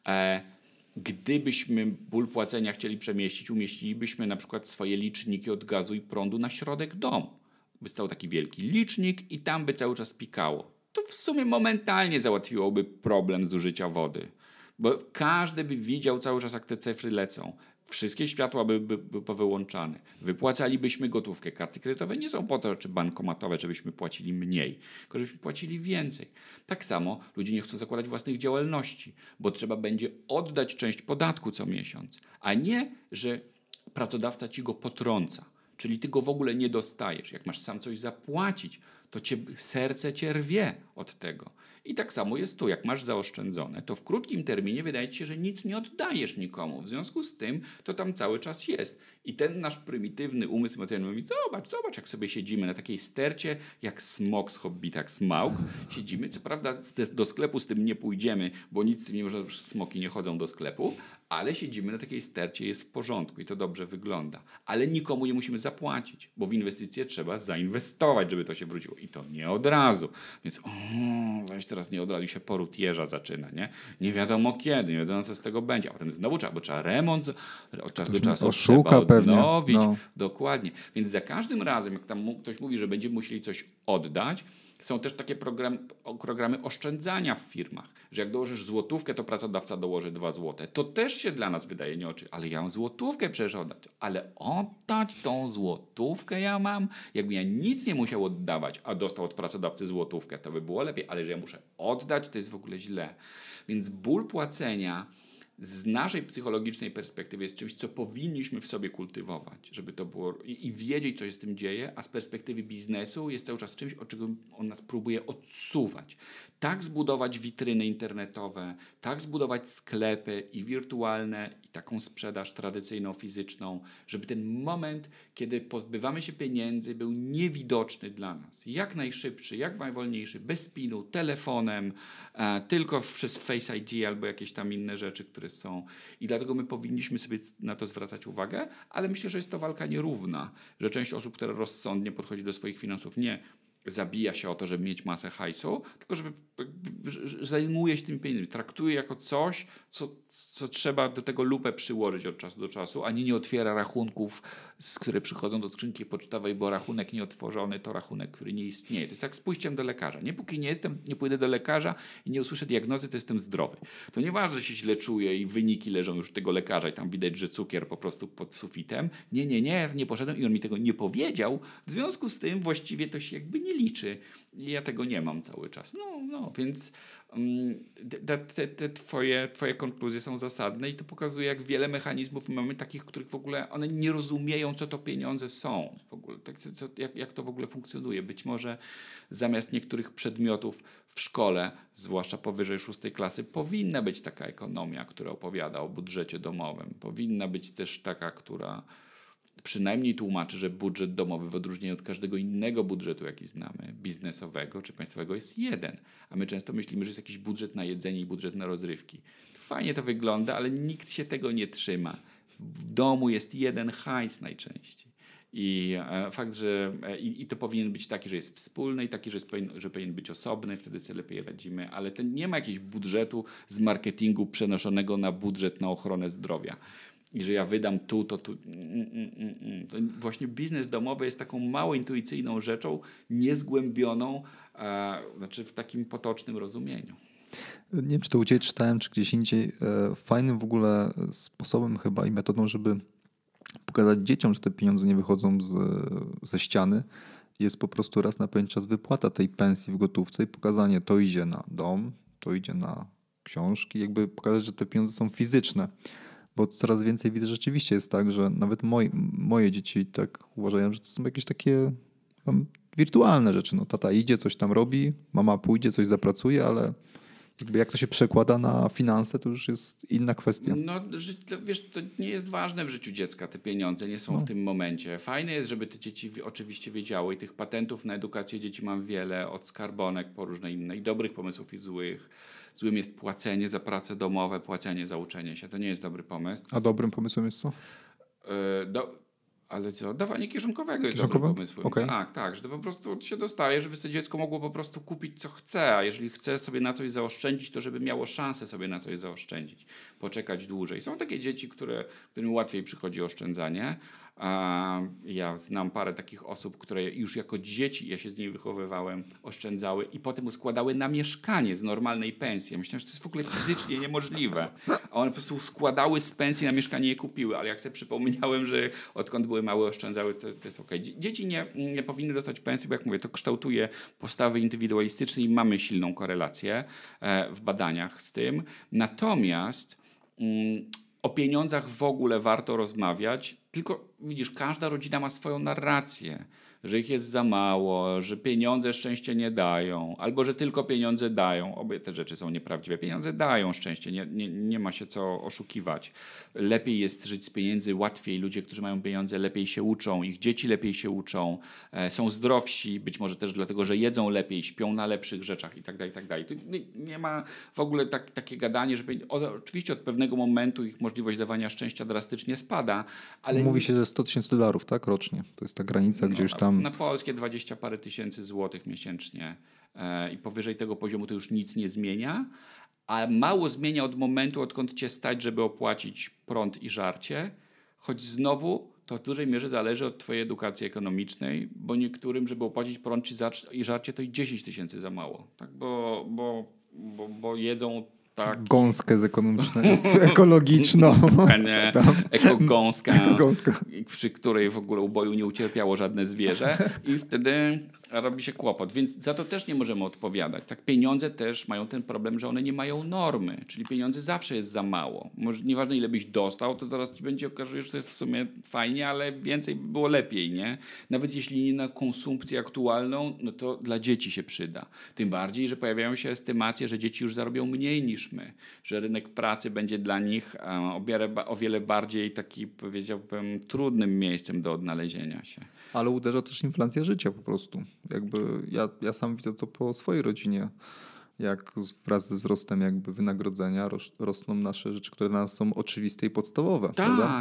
Gdybyśmy ból płacenia chcieli przemieścić, umieścilibyśmy na przykład swoje liczniki od gazu i prądu na środek domu. By stał taki wielki licznik i tam by cały czas pikało. To w sumie momentalnie załatwiłoby problem zużycia wody. Bo każdy by widział cały czas, jak te cyfry lecą. Wszystkie światła by powyłączane. Wypłacalibyśmy gotówkę. Karty kredytowe nie są po to, czy bankomatowe, żebyśmy płacili mniej, tylko żebyśmy płacili więcej. Tak samo ludzie nie chcą zakładać własnych działalności, bo trzeba będzie oddać część podatku co miesiąc, a nie, że pracodawca ci go potrąca. Czyli ty go w ogóle nie dostajesz. Jak masz sam coś zapłacić, to serce cię rwie od tego. I tak samo jest tu. Jak masz zaoszczędzone, to w krótkim terminie wydaje ci się, że nic nie oddajesz nikomu. W związku z tym to tam cały czas jest. I ten nasz prymitywny umysł emocjonalny mówi, zobacz, jak sobie siedzimy na takiej stercie, jak smok z Hobbita, jak Smaug. Siedzimy, co prawda do sklepu z tym nie pójdziemy, bo nic z tym nie można, smoki nie chodzą do sklepów, ale siedzimy na takiej stercie, jest w porządku i to dobrze wygląda. Ale nikomu nie musimy zapłacić, bo w inwestycje trzeba zainwestować, żeby to się wróciło. I to nie od razu. Więc weź teraz nie od razu się poród jeża zaczyna, nie? Nie wiadomo kiedy, nie wiadomo co z tego będzie. A potem znowu trzeba remont, od czasu do czasu oszuka trzeba odnowić. No. Dokładnie. Więc za każdym razem, jak tam ktoś mówi, że będziemy musieli coś oddać, są też takie programy oszczędzania w firmach, że jak dołożysz złotówkę, to pracodawca dołoży 2 złote. To też się dla nas wydaje nieoczywiste, ale ja mam złotówkę przecież oddać. Ale oddać tą złotówkę ja mam? Jakby ja nic nie musiał oddawać, a dostał od pracodawcy złotówkę, to by było lepiej, ale że ja muszę oddać, to jest w ogóle źle. Więc ból płacenia z naszej psychologicznej perspektywy jest czymś, co powinniśmy w sobie kultywować, żeby to było i wiedzieć, co się z tym dzieje, a z perspektywy biznesu jest cały czas czymś, od czego on nas próbuje odsuwać. Tak zbudować witryny internetowe, tak zbudować sklepy i wirtualne, i taką sprzedaż tradycyjną, fizyczną, żeby ten moment, kiedy pozbywamy się pieniędzy, był niewidoczny dla nas. Jak najszybszy, jak najwolniejszy, bez pinu, telefonem, tylko przez Face ID albo jakieś tam inne rzeczy, które są. I dlatego my powinniśmy sobie na to zwracać uwagę, ale myślę, że jest to walka nierówna, że część osób, która rozsądnie podchodzi do swoich finansów, nie zabija się o to, żeby mieć masę hajsu, tylko żeby zajmuje się tymi pieniędzmi, traktuje jako coś, co trzeba do tego lupę przyłożyć od czasu do czasu, a nie otwiera rachunków, które przychodzą do skrzynki pocztowej, bo rachunek nieotworzony to rachunek, który nie istnieje. To jest tak z pójściem do lekarza. Nie, póki nie pójdę do lekarza i nie usłyszę diagnozy, to jestem zdrowy. To nieważne, że się źle czuję i wyniki leżą już tego lekarza i tam widać, że cukier po prostu pod sufitem. Nie poszedłem i on mi tego nie powiedział. W związku z tym właściwie to się jakby nie liczy. I ja tego nie mam cały czas. Więc te twoje konkluzje są zasadne i to pokazuje, jak wiele mechanizmów mamy takich, których w ogóle one nie rozumieją, co to pieniądze są. W ogóle, jak to w ogóle funkcjonuje. Być może zamiast niektórych przedmiotów w szkole, zwłaszcza powyżej 6 klasy, powinna być taka ekonomia, która opowiada o budżecie domowym. Powinna być też taka, która przynajmniej tłumaczy, że budżet domowy w odróżnieniu od każdego innego budżetu, jaki znamy, biznesowego czy państwowego, jest jeden. A my często myślimy, że jest jakiś budżet na jedzenie i budżet na rozrywki. Fajnie to wygląda, ale nikt się tego nie trzyma. W domu jest jeden hajs najczęściej. I fakt, że i to powinien być taki, że jest wspólny i taki, że powinien być osobny, wtedy sobie lepiej radzimy, ale nie ma jakiegoś budżetu z marketingu przenoszonego na budżet na ochronę zdrowia. I że ja wydam tu, to tu. To właśnie biznes domowy jest taką mało intuicyjną rzeczą, niezgłębioną, znaczy w takim potocznym rozumieniu. Nie wiem, czy to u Ciebie czytałem, czy gdzieś indziej. Fajnym w ogóle sposobem chyba i metodą, żeby pokazać dzieciom, że te pieniądze nie wychodzą ze ściany, jest po prostu raz na pewien czas wypłata tej pensji w gotówce i pokazanie, to idzie na dom, to idzie na książki, jakby pokazać, że te pieniądze są fizyczne. Bo coraz więcej widzę, rzeczywiście jest tak, że nawet moje dzieci tak uważają, że to są jakieś takie wirtualne rzeczy. No, tata idzie, coś tam robi, mama pójdzie, coś zapracuje, ale jakby jak to się przekłada na finanse, to już jest inna kwestia. No, wiesz, to nie jest ważne w życiu dziecka, te pieniądze nie są w tym momencie. Fajne jest, żeby te dzieci oczywiście wiedziały i tych patentów na edukację dzieci mam wiele, od skarbonek po różne inne i dobrych pomysłów i złych. Złym jest płacenie za prace domowe, płacenie za uczenie się. To nie jest dobry pomysł. A dobrym pomysłem jest co? Ale co? Dawanie kieszonkowego jest Kieszonkowe? dobrym pomysłem. Okay. Tak, że to po prostu się dostaje, żeby sobie dziecko mogło po prostu kupić co chce, a jeżeli chce sobie na coś zaoszczędzić, to żeby miało szansę sobie na coś zaoszczędzić, poczekać dłużej. Są takie dzieci, którym łatwiej przychodzi oszczędzanie. Ja znam parę takich osób, które już jako dzieci, ja się z nimi wychowywałem, oszczędzały i potem składały na mieszkanie z normalnej pensji. Ja myślałem, że to jest w ogóle fizycznie niemożliwe. A one po prostu składały z pensji na mieszkanie i je kupiły, ale jak sobie przypomniałem, że odkąd były małe oszczędzały, to jest okej. Dzieci nie powinny dostać pensji, bo jak mówię, to kształtuje postawy indywidualistyczne i mamy silną korelację w badaniach z tym. Natomiast o pieniądzach w ogóle warto rozmawiać, tylko widzisz, każda rodzina ma swoją narrację, że ich jest za mało, że pieniądze szczęście nie dają, albo że tylko pieniądze dają. Obie te rzeczy są nieprawdziwe. Pieniądze dają szczęście, nie ma się co oszukiwać. Lepiej jest żyć z pieniędzy, łatwiej. Ludzie, którzy mają pieniądze, lepiej się uczą, ich dzieci lepiej się uczą, są zdrowsi, być może też dlatego, że jedzą lepiej, śpią na lepszych rzeczach itd. itd. Tu nie ma w ogóle takie gadanie, że oczywiście od pewnego momentu ich możliwość dawania szczęścia drastycznie spada, ale mówi się, że $100,000, tak, rocznie. To jest ta granica, gdzie już tam... Na polskie 20 parę tysięcy złotych miesięcznie i powyżej tego poziomu to już nic nie zmienia, a mało zmienia od momentu, odkąd cię stać, żeby opłacić prąd i żarcie, choć znowu to w dużej mierze zależy od twojej edukacji ekonomicznej, bo niektórym, żeby opłacić prąd i żarcie, to i 10 000 za mało, tak? Bo jedzą tak. Gąskę z ekologiczną. Ekogąska, Ekogąska, przy której w ogóle uboju nie ucierpiało żadne zwierzę i wtedy robi się kłopot, więc za to też nie możemy odpowiadać. Tak, pieniądze też mają ten problem, że one nie mają normy, czyli pieniędzy zawsze jest za mało. Może nieważne ile byś dostał, to zaraz ci będzie okazuje, że to jest w sumie fajnie, ale więcej by było lepiej, nie? Nawet jeśli nie na konsumpcję aktualną, no to dla dzieci się przyda. Tym bardziej, że pojawiają się estymacje, że dzieci już zarobią mniej niż my, że rynek pracy będzie dla nich o wiele bardziej taki, powiedziałbym, trudnym miejscem do odnalezienia się. Ale uderza też inflacja życia po prostu. Jakby ja sam widzę to po swojej rodzinie, jak wraz ze wzrostem jakby wynagrodzenia rosną nasze rzeczy, które dla nas są oczywiste i podstawowe.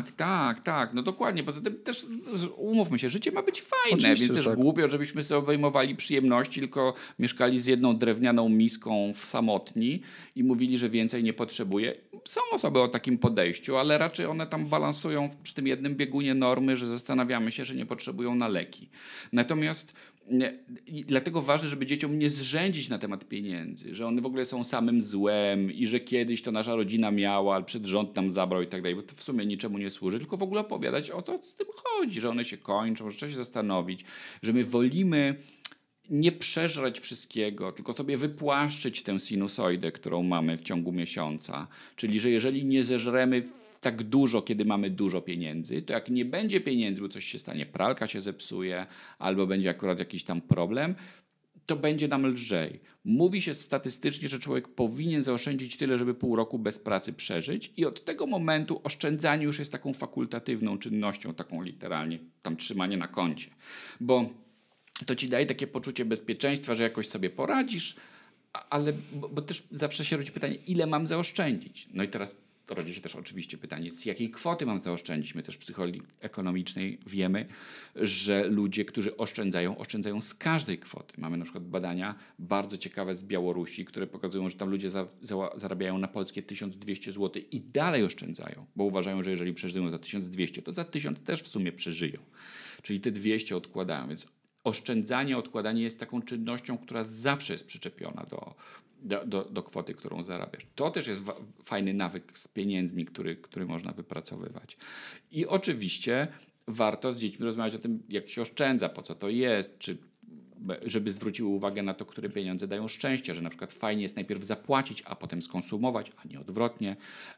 Tak. No dokładnie. Poza tym też umówmy się, życie ma być fajne, oczywiście, więc też tak. głupio, żebyśmy sobie obejmowali przyjemności, tylko mieszkali z jedną drewnianą miską w samotni i mówili, że więcej nie potrzebuje. Są osoby o takim podejściu, ale raczej one tam balansują przy tym jednym biegunie normy, że zastanawiamy się, że nie potrzebują na leki. Natomiast dlatego ważne, żeby dzieciom nie zrzędzić na temat pieniędzy, że one w ogóle są samym złem i że kiedyś to nasza rodzina miała, ale przed rząd nam zabrał i tak dalej, bo to w sumie niczemu nie służy, tylko w ogóle opowiadać, o co z tym chodzi, że one się kończą, że trzeba się zastanowić, że my wolimy nie przeżreć wszystkiego, tylko sobie wypłaszczyć tę sinusoidę, którą mamy w ciągu miesiąca. Czyli, że jeżeli nie zeżremy tak dużo, kiedy mamy dużo pieniędzy, to jak nie będzie pieniędzy, bo coś się stanie, pralka się zepsuje, albo będzie akurat jakiś tam problem, to będzie nam lżej. Mówi się statystycznie, że człowiek powinien zaoszczędzić tyle, żeby pół roku bez pracy przeżyć i od tego momentu oszczędzanie już jest taką fakultatywną czynnością, taką literalnie tam trzymanie na koncie. Bo to ci daje takie poczucie bezpieczeństwa, że jakoś sobie poradzisz, ale bo też zawsze się rodzi pytanie, ile mam zaoszczędzić? No i teraz rodzi się też oczywiście pytanie, z jakiej kwoty mam zaoszczędzić? My też w psychologii ekonomicznej wiemy, że ludzie, którzy oszczędzają z każdej kwoty. Mamy na przykład badania bardzo ciekawe z Białorusi, które pokazują, że tam ludzie zarabiają na polskie 1200 zł i dalej oszczędzają, bo uważają, że jeżeli przeżyją za 1200, to za 1000 też w sumie przeżyją. Czyli te 200 odkładają, więc oszczędzanie, odkładanie jest taką czynnością, która zawsze jest przyczepiona do kwoty, którą zarabiasz. To też jest fajny nawyk z pieniędzmi, który można wypracowywać. I oczywiście warto z dziećmi rozmawiać o tym, jak się oszczędza, po co to jest, czy żeby zwróciły uwagę na to, które pieniądze dają szczęście, że na przykład fajnie jest najpierw zapłacić, a potem skonsumować, a nie odwrotnie.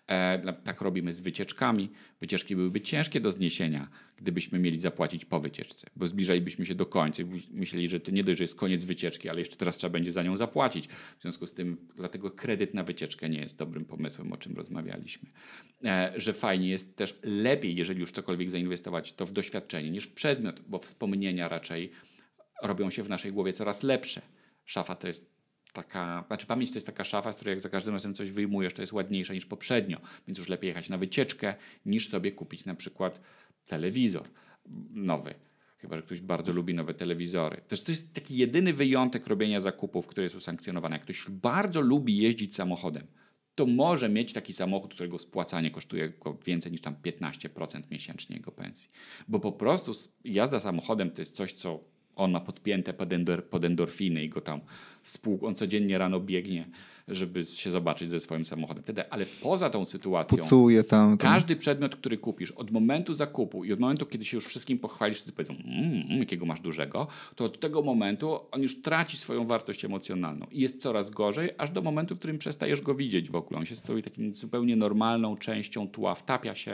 Tak robimy z wycieczkami. Wycieczki byłyby ciężkie do zniesienia, gdybyśmy mieli zapłacić po wycieczce, bo zbliżalibyśmy się do końca i myśleli, że to nie dość, że jest koniec wycieczki, ale jeszcze teraz trzeba będzie za nią zapłacić. W związku z tym, dlatego kredyt na wycieczkę nie jest dobrym pomysłem, o czym rozmawialiśmy. Że fajnie jest też lepiej, jeżeli już cokolwiek zainwestować, to w doświadczenie niż w przedmiot, bo wspomnienia raczej robią się w naszej głowie coraz lepsze. Szafa to jest pamięć to jest taka szafa, z której jak za każdym razem coś wyjmujesz, to jest ładniejsza niż poprzednio, więc już lepiej jechać na wycieczkę, niż sobie kupić na przykład telewizor nowy. Chyba że ktoś bardzo lubi nowe telewizory. To jest taki jedyny wyjątek robienia zakupów, który jest usankcjonowany. Jak ktoś bardzo lubi jeździć samochodem, to może mieć taki samochód, którego spłacanie kosztuje go więcej niż tam 15% miesięcznie jego pensji. Bo po prostu jazda samochodem to jest coś, co on ma podpięte pod endorfiny i go tam on codziennie rano biegnie, żeby się zobaczyć ze swoim samochodem. Wtedy, ale poza tą sytuacją, pucuje tam. Każdy przedmiot, który kupisz, od momentu zakupu i od momentu, kiedy się już wszystkim pochwalisz, wszyscy powiedzą, jakiego masz dużego, to od tego momentu on już traci swoją wartość emocjonalną i jest coraz gorzej, aż do momentu, w którym przestajesz go widzieć w ogóle. On się stoi takim zupełnie normalną częścią tła, wtapia się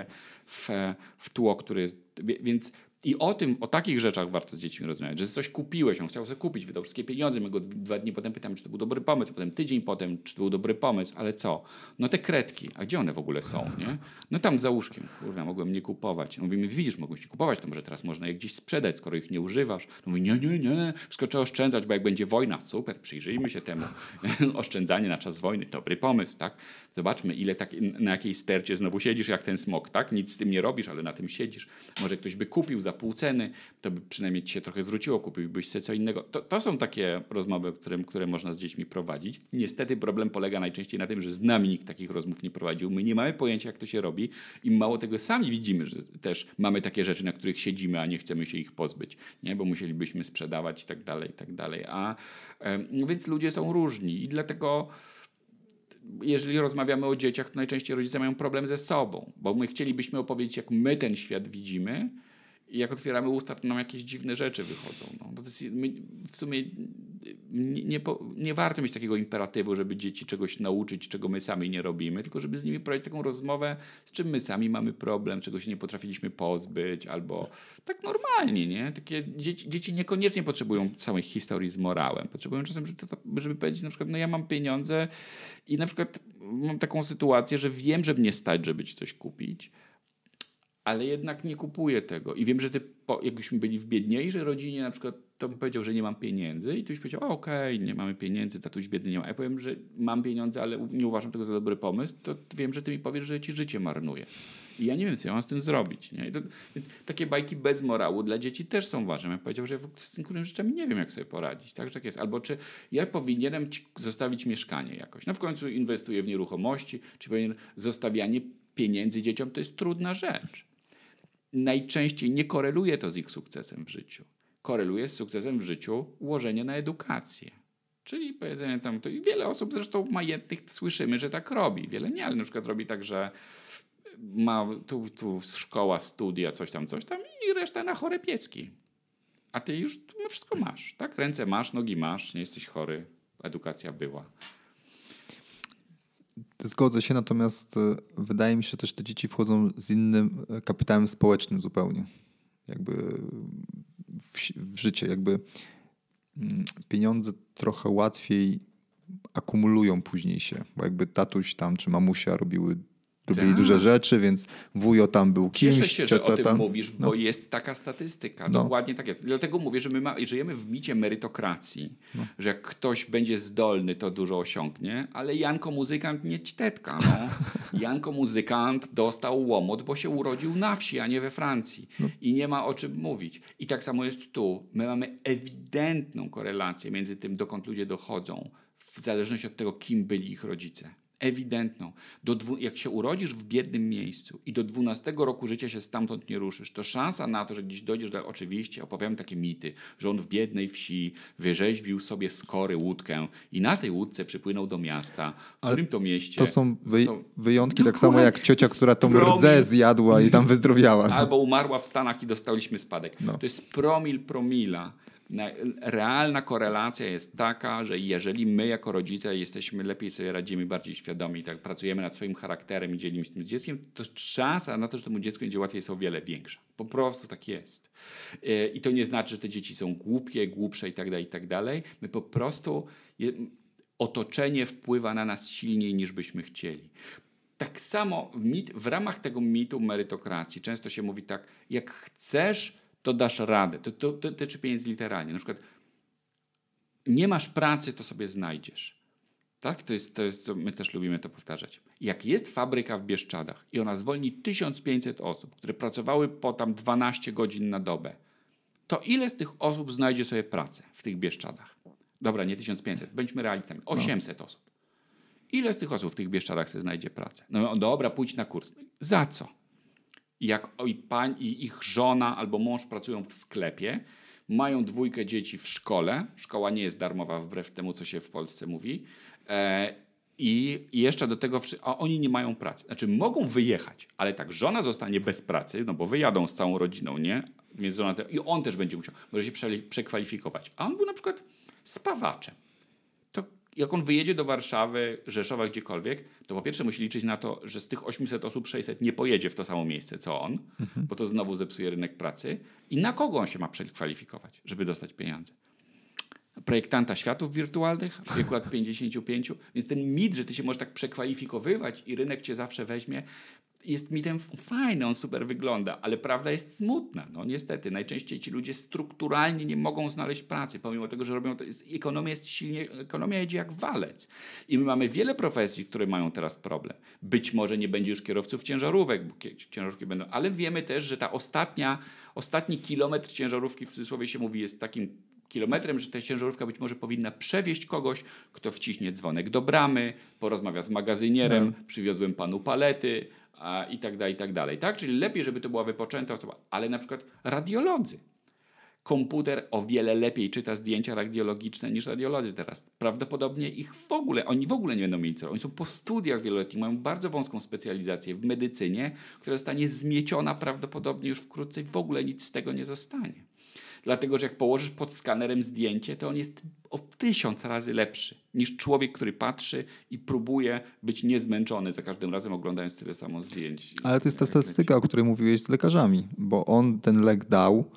w tło, które jest... Więc i o takich rzeczach warto z dziećmi rozmawiać, że coś kupiłeś, on chciał sobie kupić, wydał wszystkie pieniądze, my go 2 dni potem pytamy, czy to był dobry pomysł, a potem tydzień potem, czy to był dobry pomysł, ale co? No te kredki, a gdzie one w ogóle są, nie? No tam za łóżkiem, kurwa, mogłem nie kupować. No mówimy, widzisz, mogłeś nie kupować, to może teraz można je gdzieś sprzedać, skoro ich nie używasz. No mówi, nie, wszystko trzeba oszczędzać, bo jak będzie wojna, super, przyjrzyjmy się temu. Oszczędzanie na czas wojny, dobry pomysł, tak? Zobaczmy, na jakiej stercie znowu siedzisz, jak ten smok, tak? Nic z tym nie robisz, ale na tym siedzisz. Może ktoś by kupił za pół ceny, to by przynajmniej ci się trochę zwróciło, kupiłbyś sobie co innego. To są takie rozmowy, które można z dziećmi prowadzić. Niestety problem polega najczęściej na tym, że z nami nikt takich rozmów nie prowadził. My nie mamy pojęcia, jak to się robi i mało tego sami widzimy, że też mamy takie rzeczy, na których siedzimy, a nie chcemy się ich pozbyć, nie? Bo musielibyśmy sprzedawać i tak dalej. Więc ludzie są różni i dlatego jeżeli rozmawiamy o dzieciach, to najczęściej rodzice mają problem ze sobą, bo my chcielibyśmy opowiedzieć, jak my ten świat widzimy i jak otwieramy usta, to nam jakieś dziwne rzeczy wychodzą. No. To jest, w sumie nie warto mieć takiego imperatywu, żeby dzieci czegoś nauczyć, czego my sami nie robimy, tylko żeby z nimi prowadzić taką rozmowę, z czym my sami mamy problem, czego się nie potrafiliśmy pozbyć, albo tak normalnie, nie? Takie dzieci niekoniecznie potrzebują całej historii z morałem. Potrzebują czasem, żeby powiedzieć na przykład, no ja mam pieniądze i na przykład mam taką sytuację, że wiem, że mnie stać, żeby ci coś kupić, ale jednak nie kupuję tego. I wiem, że jakbyśmy byli w biedniejszej rodzinie, na przykład, to bym powiedział, że nie mam pieniędzy i ty byś powiedział, okej, nie mamy pieniędzy, tatuś biedny nie ma. Ja powiem, że mam pieniądze, ale nie uważam tego za dobry pomysł, to wiem, że ty mi powiesz, że ci życie marnuje. I ja nie wiem, co ja mam z tym zrobić. Nie? Więc takie bajki bez morału dla dzieci też są ważne. Ja powiedział, że ja z tymi rzeczami nie wiem, jak sobie poradzić. Tak, że tak jest. Albo czy ja powinienem ci zostawić mieszkanie jakoś. No w końcu inwestuję w nieruchomości, czy powinien zostawianie pieniędzy dzieciom to jest trudna rzecz. Najczęściej nie koreluje to z ich sukcesem w życiu. Koreluje z sukcesem w życiu ułożenie na edukację. Czyli powiedzenie tam, to i wiele osób zresztą majętnych słyszymy, że tak robi. Wiele nie, ale na przykład robi tak, że ma tu szkoła, studia, coś tam i reszta na chore pieski. A ty już wszystko masz, tak? Ręce masz, nogi masz, nie jesteś chory, edukacja była. Zgodzę się, natomiast wydaje mi się, że też te dzieci wchodzą z innym kapitałem społecznym zupełnie. Jakby w życie. Jakby pieniądze trochę łatwiej akumulują później się. Bo jakby tatuś tam czy mamusia robili duże rzeczy, więc wujo tam był kimś. Cieszę się, że o tym tam mówisz, bo jest taka statystyka. Dokładnie tak jest. Dlatego mówię, że my żyjemy w micie merytokracji, że jak ktoś będzie zdolny, to dużo osiągnie, ale Janko muzykant nie ćtetka. No. Janko muzykant dostał łomot, bo się urodził na wsi, a nie we Francji. I nie ma o czym mówić. I tak samo jest tu. My mamy ewidentną korelację między tym, dokąd ludzie dochodzą, w zależności od tego, kim byli ich rodzice. Ewidentną. Jak się urodzisz w biednym miejscu i do 12 roku życia się stamtąd nie ruszysz, to szansa na to, że gdzieś dojdziesz do... Oczywiście opowiadam takie mity, że on w biednej wsi wyrzeźbił sobie z kory łódkę i na tej łódce przypłynął do miasta, w którym to mieście... To są wyjątki, tak samo jak ciocia, która tą rdzę zjadła i tam wyzdrowiała. Albo umarła w Stanach i dostaliśmy spadek. No. To jest promila. Realna korelacja jest taka, że jeżeli my jako rodzice jesteśmy lepiej sobie radzimy, bardziej świadomi, tak pracujemy nad swoim charakterem i dzielimy się tym z dzieckiem, to szansa na to, że temu dziecku będzie łatwiej, jest o wiele większa. Po prostu tak jest. I to nie znaczy, że te dzieci są głupie, głupsze i tak dalej. My po prostu otoczenie wpływa na nas silniej niż byśmy chcieli. Tak samo w ramach tego mitu merytokracji często się mówi tak, jak chcesz, to dasz radę. To tyczy pieniędzy literalnie. Na przykład nie masz pracy, to sobie znajdziesz. Tak? My też lubimy to powtarzać. Jak jest fabryka w Bieszczadach i ona zwolni 1500 osób, które pracowały po tam 12 godzin na dobę, to ile z tych osób znajdzie sobie pracę w tych Bieszczadach? Dobra, nie 1500, bądźmy realistami. 800 osób. Ile z tych osób w tych Bieszczadach sobie znajdzie pracę? No dobra, pójdź na kurs. Za co? Jak ich żona albo mąż pracują w sklepie, mają 2 dzieci w szkole, szkoła nie jest darmowa wbrew temu, co się w Polsce mówi, i jeszcze do tego, a oni nie mają pracy. Znaczy mogą wyjechać, ale tak żona zostanie bez pracy, no bo wyjadą z całą rodziną, nie? Więc i on też będzie musiał, może się przekwalifikować. A on był na przykład spawaczem. To jak on wyjedzie do Warszawy, Rzeszowa, gdziekolwiek, to po pierwsze musi liczyć na to, że z tych 800 osób 600 nie pojedzie w to samo miejsce, co on, bo to znowu zepsuje rynek pracy. I na kogo on się ma przekwalifikować, żeby dostać pieniądze? Projektanta światów wirtualnych w wieku lat 55. Więc ten mit, że ty się możesz tak przekwalifikowywać i rynek cię zawsze weźmie, jest mitem fajny, on super wygląda, ale prawda jest smutna. No niestety, najczęściej ci ludzie strukturalnie nie mogą znaleźć pracy, pomimo tego, że robią to. Ekonomia jedzie jak walec. I my mamy wiele profesji, które mają teraz problem. Być może nie będzie już kierowców ciężarówek, bo ciężarówki będą, ale wiemy też, że ta ostatni kilometr ciężarówki, w cudzysłowie się mówi, jest takim kilometrem, że ta ciężarówka być może powinna przewieźć kogoś, kto wciśnie dzwonek do bramy, porozmawia z magazynierem, przywiozłem panu palety, i tak dalej. Tak? Czyli lepiej, żeby to była wypoczęta osoba. Ale na przykład radiolodzy. Komputer o wiele lepiej czyta zdjęcia radiologiczne niż radiolodzy teraz. Prawdopodobnie oni w ogóle nie będą mieli co. Oni są po studiach wieloletnich, mają bardzo wąską specjalizację w medycynie, która zostanie zmieciona prawdopodobnie już wkrótce i w ogóle nic z tego nie zostanie. Dlatego, że jak położysz pod skanerem zdjęcie, to on jest o 1000 razy lepszy niż człowiek, który patrzy i próbuje być niezmęczony za każdym razem oglądając tyle samo zdjęć. Ale to jest ta statystyka, o której mówiłeś z lekarzami, bo on ten lek dał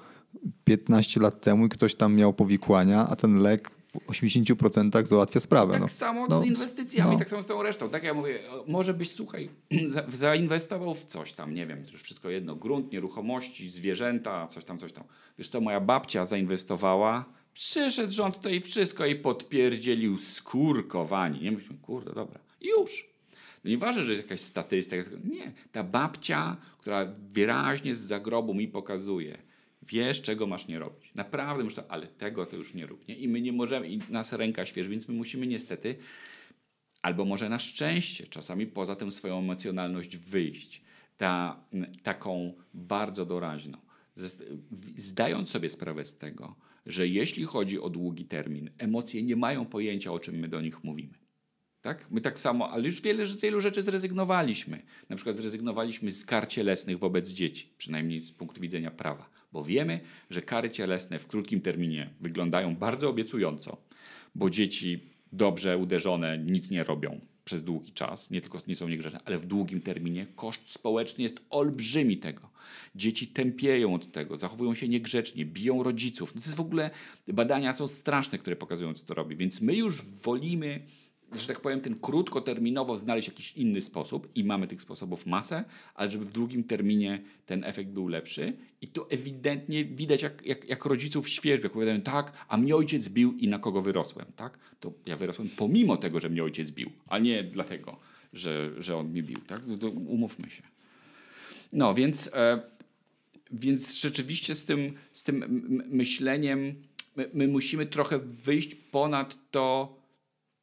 15 lat temu i ktoś tam miał powikłania, a ten lek w 80% załatwia sprawę. Tak samo z inwestycjami, tak samo z tą resztą. Tak ja mówię, może byś, słuchaj, zainwestował w coś tam, nie wiem, już wszystko jedno, grunt, nieruchomości, zwierzęta, coś tam. Wiesz co, moja babcia zainwestowała, przyszedł rząd to i wszystko jej podpierdzielił skórkowani. Nie myślę, kurde, dobra, już. No nieważne, że jest jakaś statystyka. Nie, ta babcia, która wyraźnie z zagrobu mi pokazuje, wiesz, czego masz nie robić. Naprawdę, ale tego to już nie rób. Nie? I my nie możemy, i nas ręka świeży, więc my musimy niestety, albo może na szczęście, czasami poza tę swoją emocjonalność wyjść. Taką bardzo doraźną. Zdając sobie sprawę z tego, że jeśli chodzi o długi termin, emocje nie mają pojęcia, o czym my do nich mówimy. Tak? My tak samo, ale już z wielu rzeczy zrezygnowaliśmy. Na przykład zrezygnowaliśmy z kar cielesnych wobec dzieci, przynajmniej z punktu widzenia prawa. Bo wiemy, że kary cielesne w krótkim terminie wyglądają bardzo obiecująco, bo dzieci dobrze uderzone nic nie robią przez długi czas, nie tylko nie są niegrzeczne, ale w długim terminie koszt społeczny jest olbrzymi tego. Dzieci tępieją od tego, zachowują się niegrzecznie, biją rodziców. No to jest w ogóle, badania są straszne, które pokazują, co to robi. Więc my już wolimy, że tak powiem, ten krótkoterminowo znaleźć jakiś inny sposób i mamy tych sposobów masę, ale żeby w długim terminie ten efekt był lepszy. I to ewidentnie widać, jak rodziców świeżbi, jak powiadają, tak, a mnie ojciec bił i na kogo wyrosłem, tak? To ja wyrosłem pomimo tego, że mnie ojciec bił, a nie dlatego, że on mnie bił, tak? No to umówmy się. No, więc rzeczywiście z tym myśleniem my musimy trochę wyjść ponad to,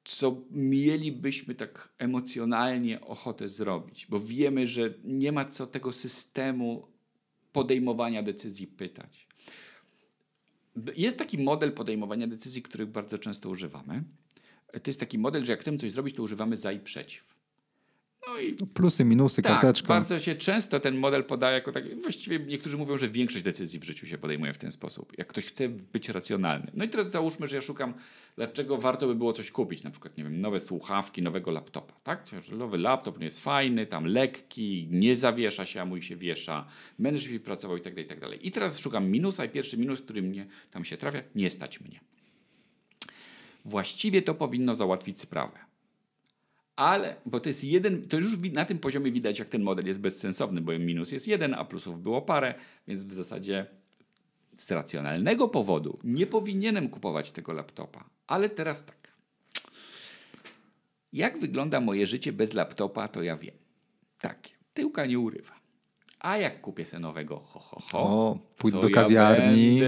co mielibyśmy tak emocjonalnie ochotę zrobić, bo wiemy, że nie ma co tego systemu podejmowania decyzji pytać. Jest taki model podejmowania decyzji, który bardzo często używamy. To jest taki model, że jak chcemy coś zrobić, to używamy za i przeciw. No i Plusy, minusy, tak, karteczka. bardzo się często ten model podaje jako taki. Właściwie niektórzy mówią, że większość decyzji w życiu się podejmuje w ten sposób. Jak ktoś chce być racjonalny. No i teraz załóżmy, że ja szukam, dlaczego warto by było coś kupić. Na przykład, nie wiem, nowe słuchawki, nowego laptopa. Tak? Nowy laptop nie jest fajny, tam lekki, nie zawiesza się, a mój się wiesza. Będę szybciej pracował i tak dalej, i tak dalej. I teraz szukam minusa i pierwszy minus, który mnie tam się trafia, nie stać mnie. Właściwie to powinno załatwić sprawę. Ale, bo to jest jeden, to już na tym poziomie widać, jak ten model jest bezsensowny, bo minus jest 1, a plusów było parę, więc w zasadzie z racjonalnego powodu nie powinienem kupować tego laptopa. Ale teraz tak. Jak wygląda moje życie bez laptopa, to ja wiem. Takie. Tyłka nie urywa. A jak kupię sobie nowego, pójdę do kawiarni,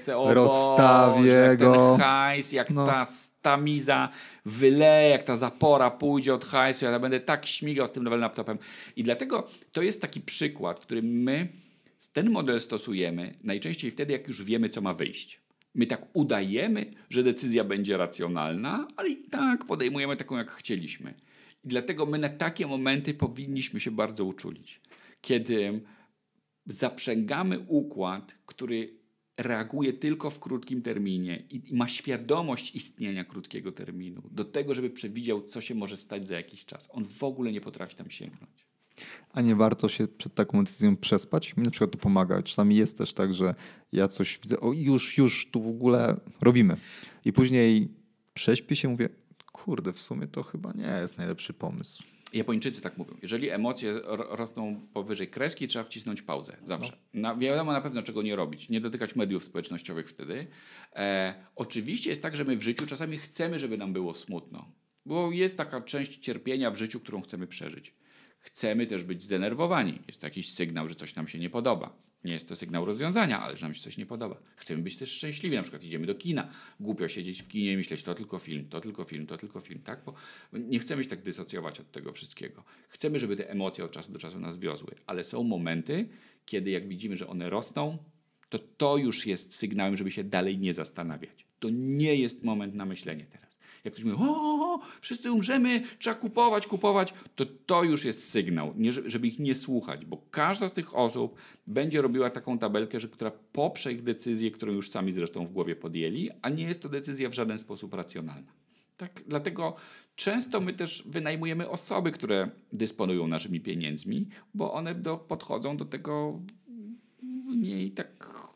rozstawię go. Ten hajs, jak ta tamiza wyleje, jak ta zapora pójdzie od hajsu, ja będę tak śmigał z tym nowym laptopem. I dlatego to jest taki przykład, w którym my ten model stosujemy najczęściej wtedy, jak już wiemy, co ma wyjść. My tak udajemy, że decyzja będzie racjonalna, ale i tak podejmujemy taką, jak chcieliśmy. I dlatego my na takie momenty powinniśmy się bardzo uczulić. Kiedy zaprzęgamy układ, który reaguje tylko w krótkim terminie i ma świadomość istnienia krótkiego terminu, do tego, żeby przewidział, co się może stać za jakiś czas. On w ogóle nie potrafi tam sięgnąć. A nie warto się przed taką decyzją przespać? Mi na przykład to pomaga. Czasami jest też tak, że ja coś widzę, już tu w ogóle robimy. I później prześpię się, mówię, kurde, w sumie to chyba nie jest najlepszy pomysł. Japończycy tak mówią. Jeżeli emocje rosną powyżej kreski, trzeba wcisnąć pauzę. Zawsze. Wiadomo na pewno, czego nie robić. Nie dotykać mediów społecznościowych wtedy. Oczywiście jest tak, że my w życiu czasami chcemy, żeby nam było smutno. Bo jest taka część cierpienia w życiu, którą chcemy przeżyć. Chcemy też być zdenerwowani. Jest to jakiś sygnał, że coś nam się nie podoba. Nie jest to sygnał rozwiązania, ale że nam się coś nie podoba. Chcemy być też szczęśliwi. Na przykład idziemy do kina. Głupio siedzieć w kinie i myśleć, to tylko film, to tylko film, to tylko film. Tak? Bo nie chcemy się tak dysocjować od tego wszystkiego. Chcemy, żeby te emocje od czasu do czasu nas wiozły. Ale są momenty, kiedy jak widzimy, że one rosną, to już jest sygnałem, żeby się dalej nie zastanawiać. To nie jest moment na myślenie teraz. Jak ktoś mówi, wszyscy umrzemy, trzeba kupować, to już jest sygnał, żeby ich nie słuchać, bo każda z tych osób będzie robiła taką tabelkę, która poprze ich decyzję, którą już sami zresztą w głowie podjęli, a nie jest to decyzja w żaden sposób racjonalna. Tak, dlatego często my też wynajmujemy osoby, które dysponują naszymi pieniędzmi, bo one podchodzą do tego mniej tak...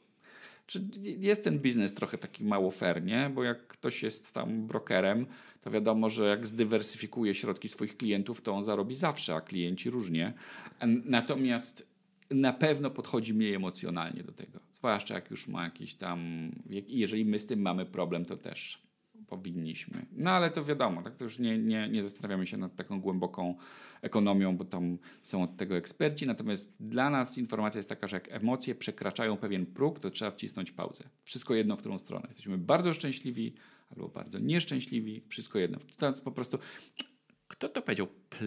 Jest ten biznes trochę taki mało fair, nie? Bo jak ktoś jest tam brokerem, to wiadomo, że jak zdywersyfikuje środki swoich klientów, to on zarobi zawsze, a klienci różnie. Natomiast na pewno podchodzi mniej emocjonalnie do tego. Zwłaszcza jak już ma jakiś tam... Jeżeli my z tym mamy problem, to też powinniśmy. No ale to wiadomo, tak? To już nie zastanawiamy się nad taką głęboką ekonomią, bo tam są od tego eksperci. Natomiast dla nas informacja jest taka, że jak emocje przekraczają pewien próg, to trzeba wcisnąć pauzę. Wszystko jedno, w którą stronę. Jesteśmy bardzo szczęśliwi albo bardzo nieszczęśliwi. Wszystko jedno. To jest po prostu... Kto to powiedział?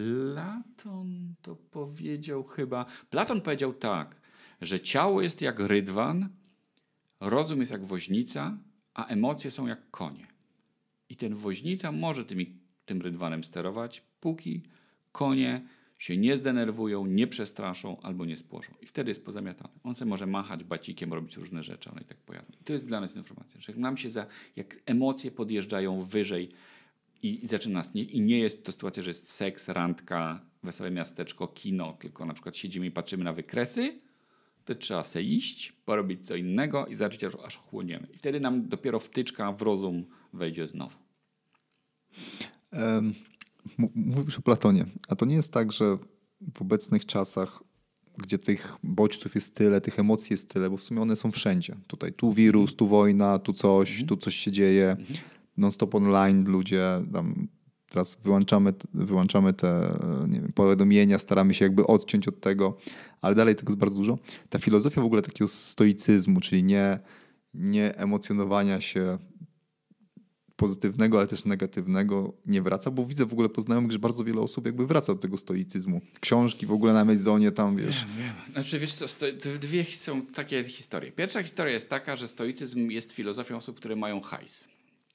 Platon to powiedział chyba. Platon powiedział tak, że ciało jest jak rydwan, rozum jest jak woźnica, a emocje są jak konie. I ten woźnica może tym rydwanem sterować, póki konie się nie zdenerwują, nie przestraszą albo nie spłoszą. I wtedy jest pozamiatany. On sobie może machać bacikiem, robić różne rzeczy, one i tak pojadą. I to jest dla nas informacja, że jak emocje podjeżdżają wyżej i zaczyna nas i nie jest to sytuacja, że jest seks, randka, wesołe miasteczko, kino, tylko na przykład siedzimy i patrzymy na wykresy, to trzeba sobie iść, porobić co innego i zobaczyć, aż ochłoniemy. I wtedy nam dopiero wtyczka w rozum wejdzie znowu. Mówisz o Platonie, a to nie jest tak, że w obecnych czasach, gdzie tych bodźców jest tyle, tych emocji jest tyle, bo w sumie one są wszędzie. Tu wirus, tu wojna, tu coś się dzieje. Non-stop online ludzie tam teraz wyłączamy te powiadomienia, staramy się jakby odciąć od tego, ale dalej tego jest bardzo dużo. Ta filozofia w ogóle takiego stoicyzmu, czyli nie emocjonowania się pozytywnego, ale też negatywnego nie wraca, bo widzę w ogóle po znajomych, że bardzo wiele osób jakby wraca do tego stoicyzmu. Książki w ogóle na Amazonie tam, wiesz. Wiem. Znaczy, wiesz co, dwie są takie historie. Pierwsza historia jest taka, że stoicyzm jest filozofią osób, które mają hajs.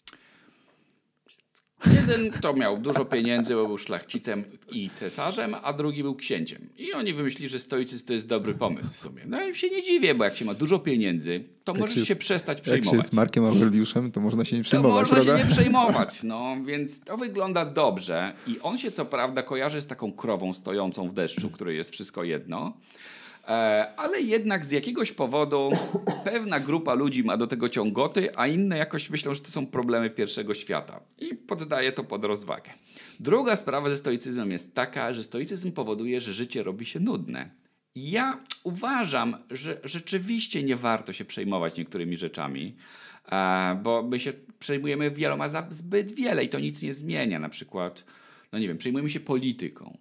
Jeden, kto miał dużo pieniędzy, bo był szlachcicem i cesarzem, a drugi był księciem. I oni wymyślili, że stoicyzm to jest dobry pomysł w sumie. No i się nie dziwię, bo jak się ma dużo pieniędzy, to możesz się przestać przejmować. Jak się jest Markiem Aureliuszem, to można się nie To przejmować, można prawda? się nie przejmować, no więc to wygląda dobrze i on się co prawda kojarzy z taką krową stojącą w deszczu, której jest wszystko jedno, ale jednak z jakiegoś powodu pewna grupa ludzi ma do tego ciągoty, a inne jakoś myślą, że to są problemy pierwszego świata i poddaje to pod rozwagę. Druga sprawa ze stoicyzmem jest taka, że stoicyzm powoduje, że życie robi się nudne. Ja uważam, że rzeczywiście nie warto się przejmować niektórymi rzeczami, bo my się przejmujemy wieloma zbyt wiele i to nic nie zmienia. Na przykład, no nie wiem, przejmujemy się polityką.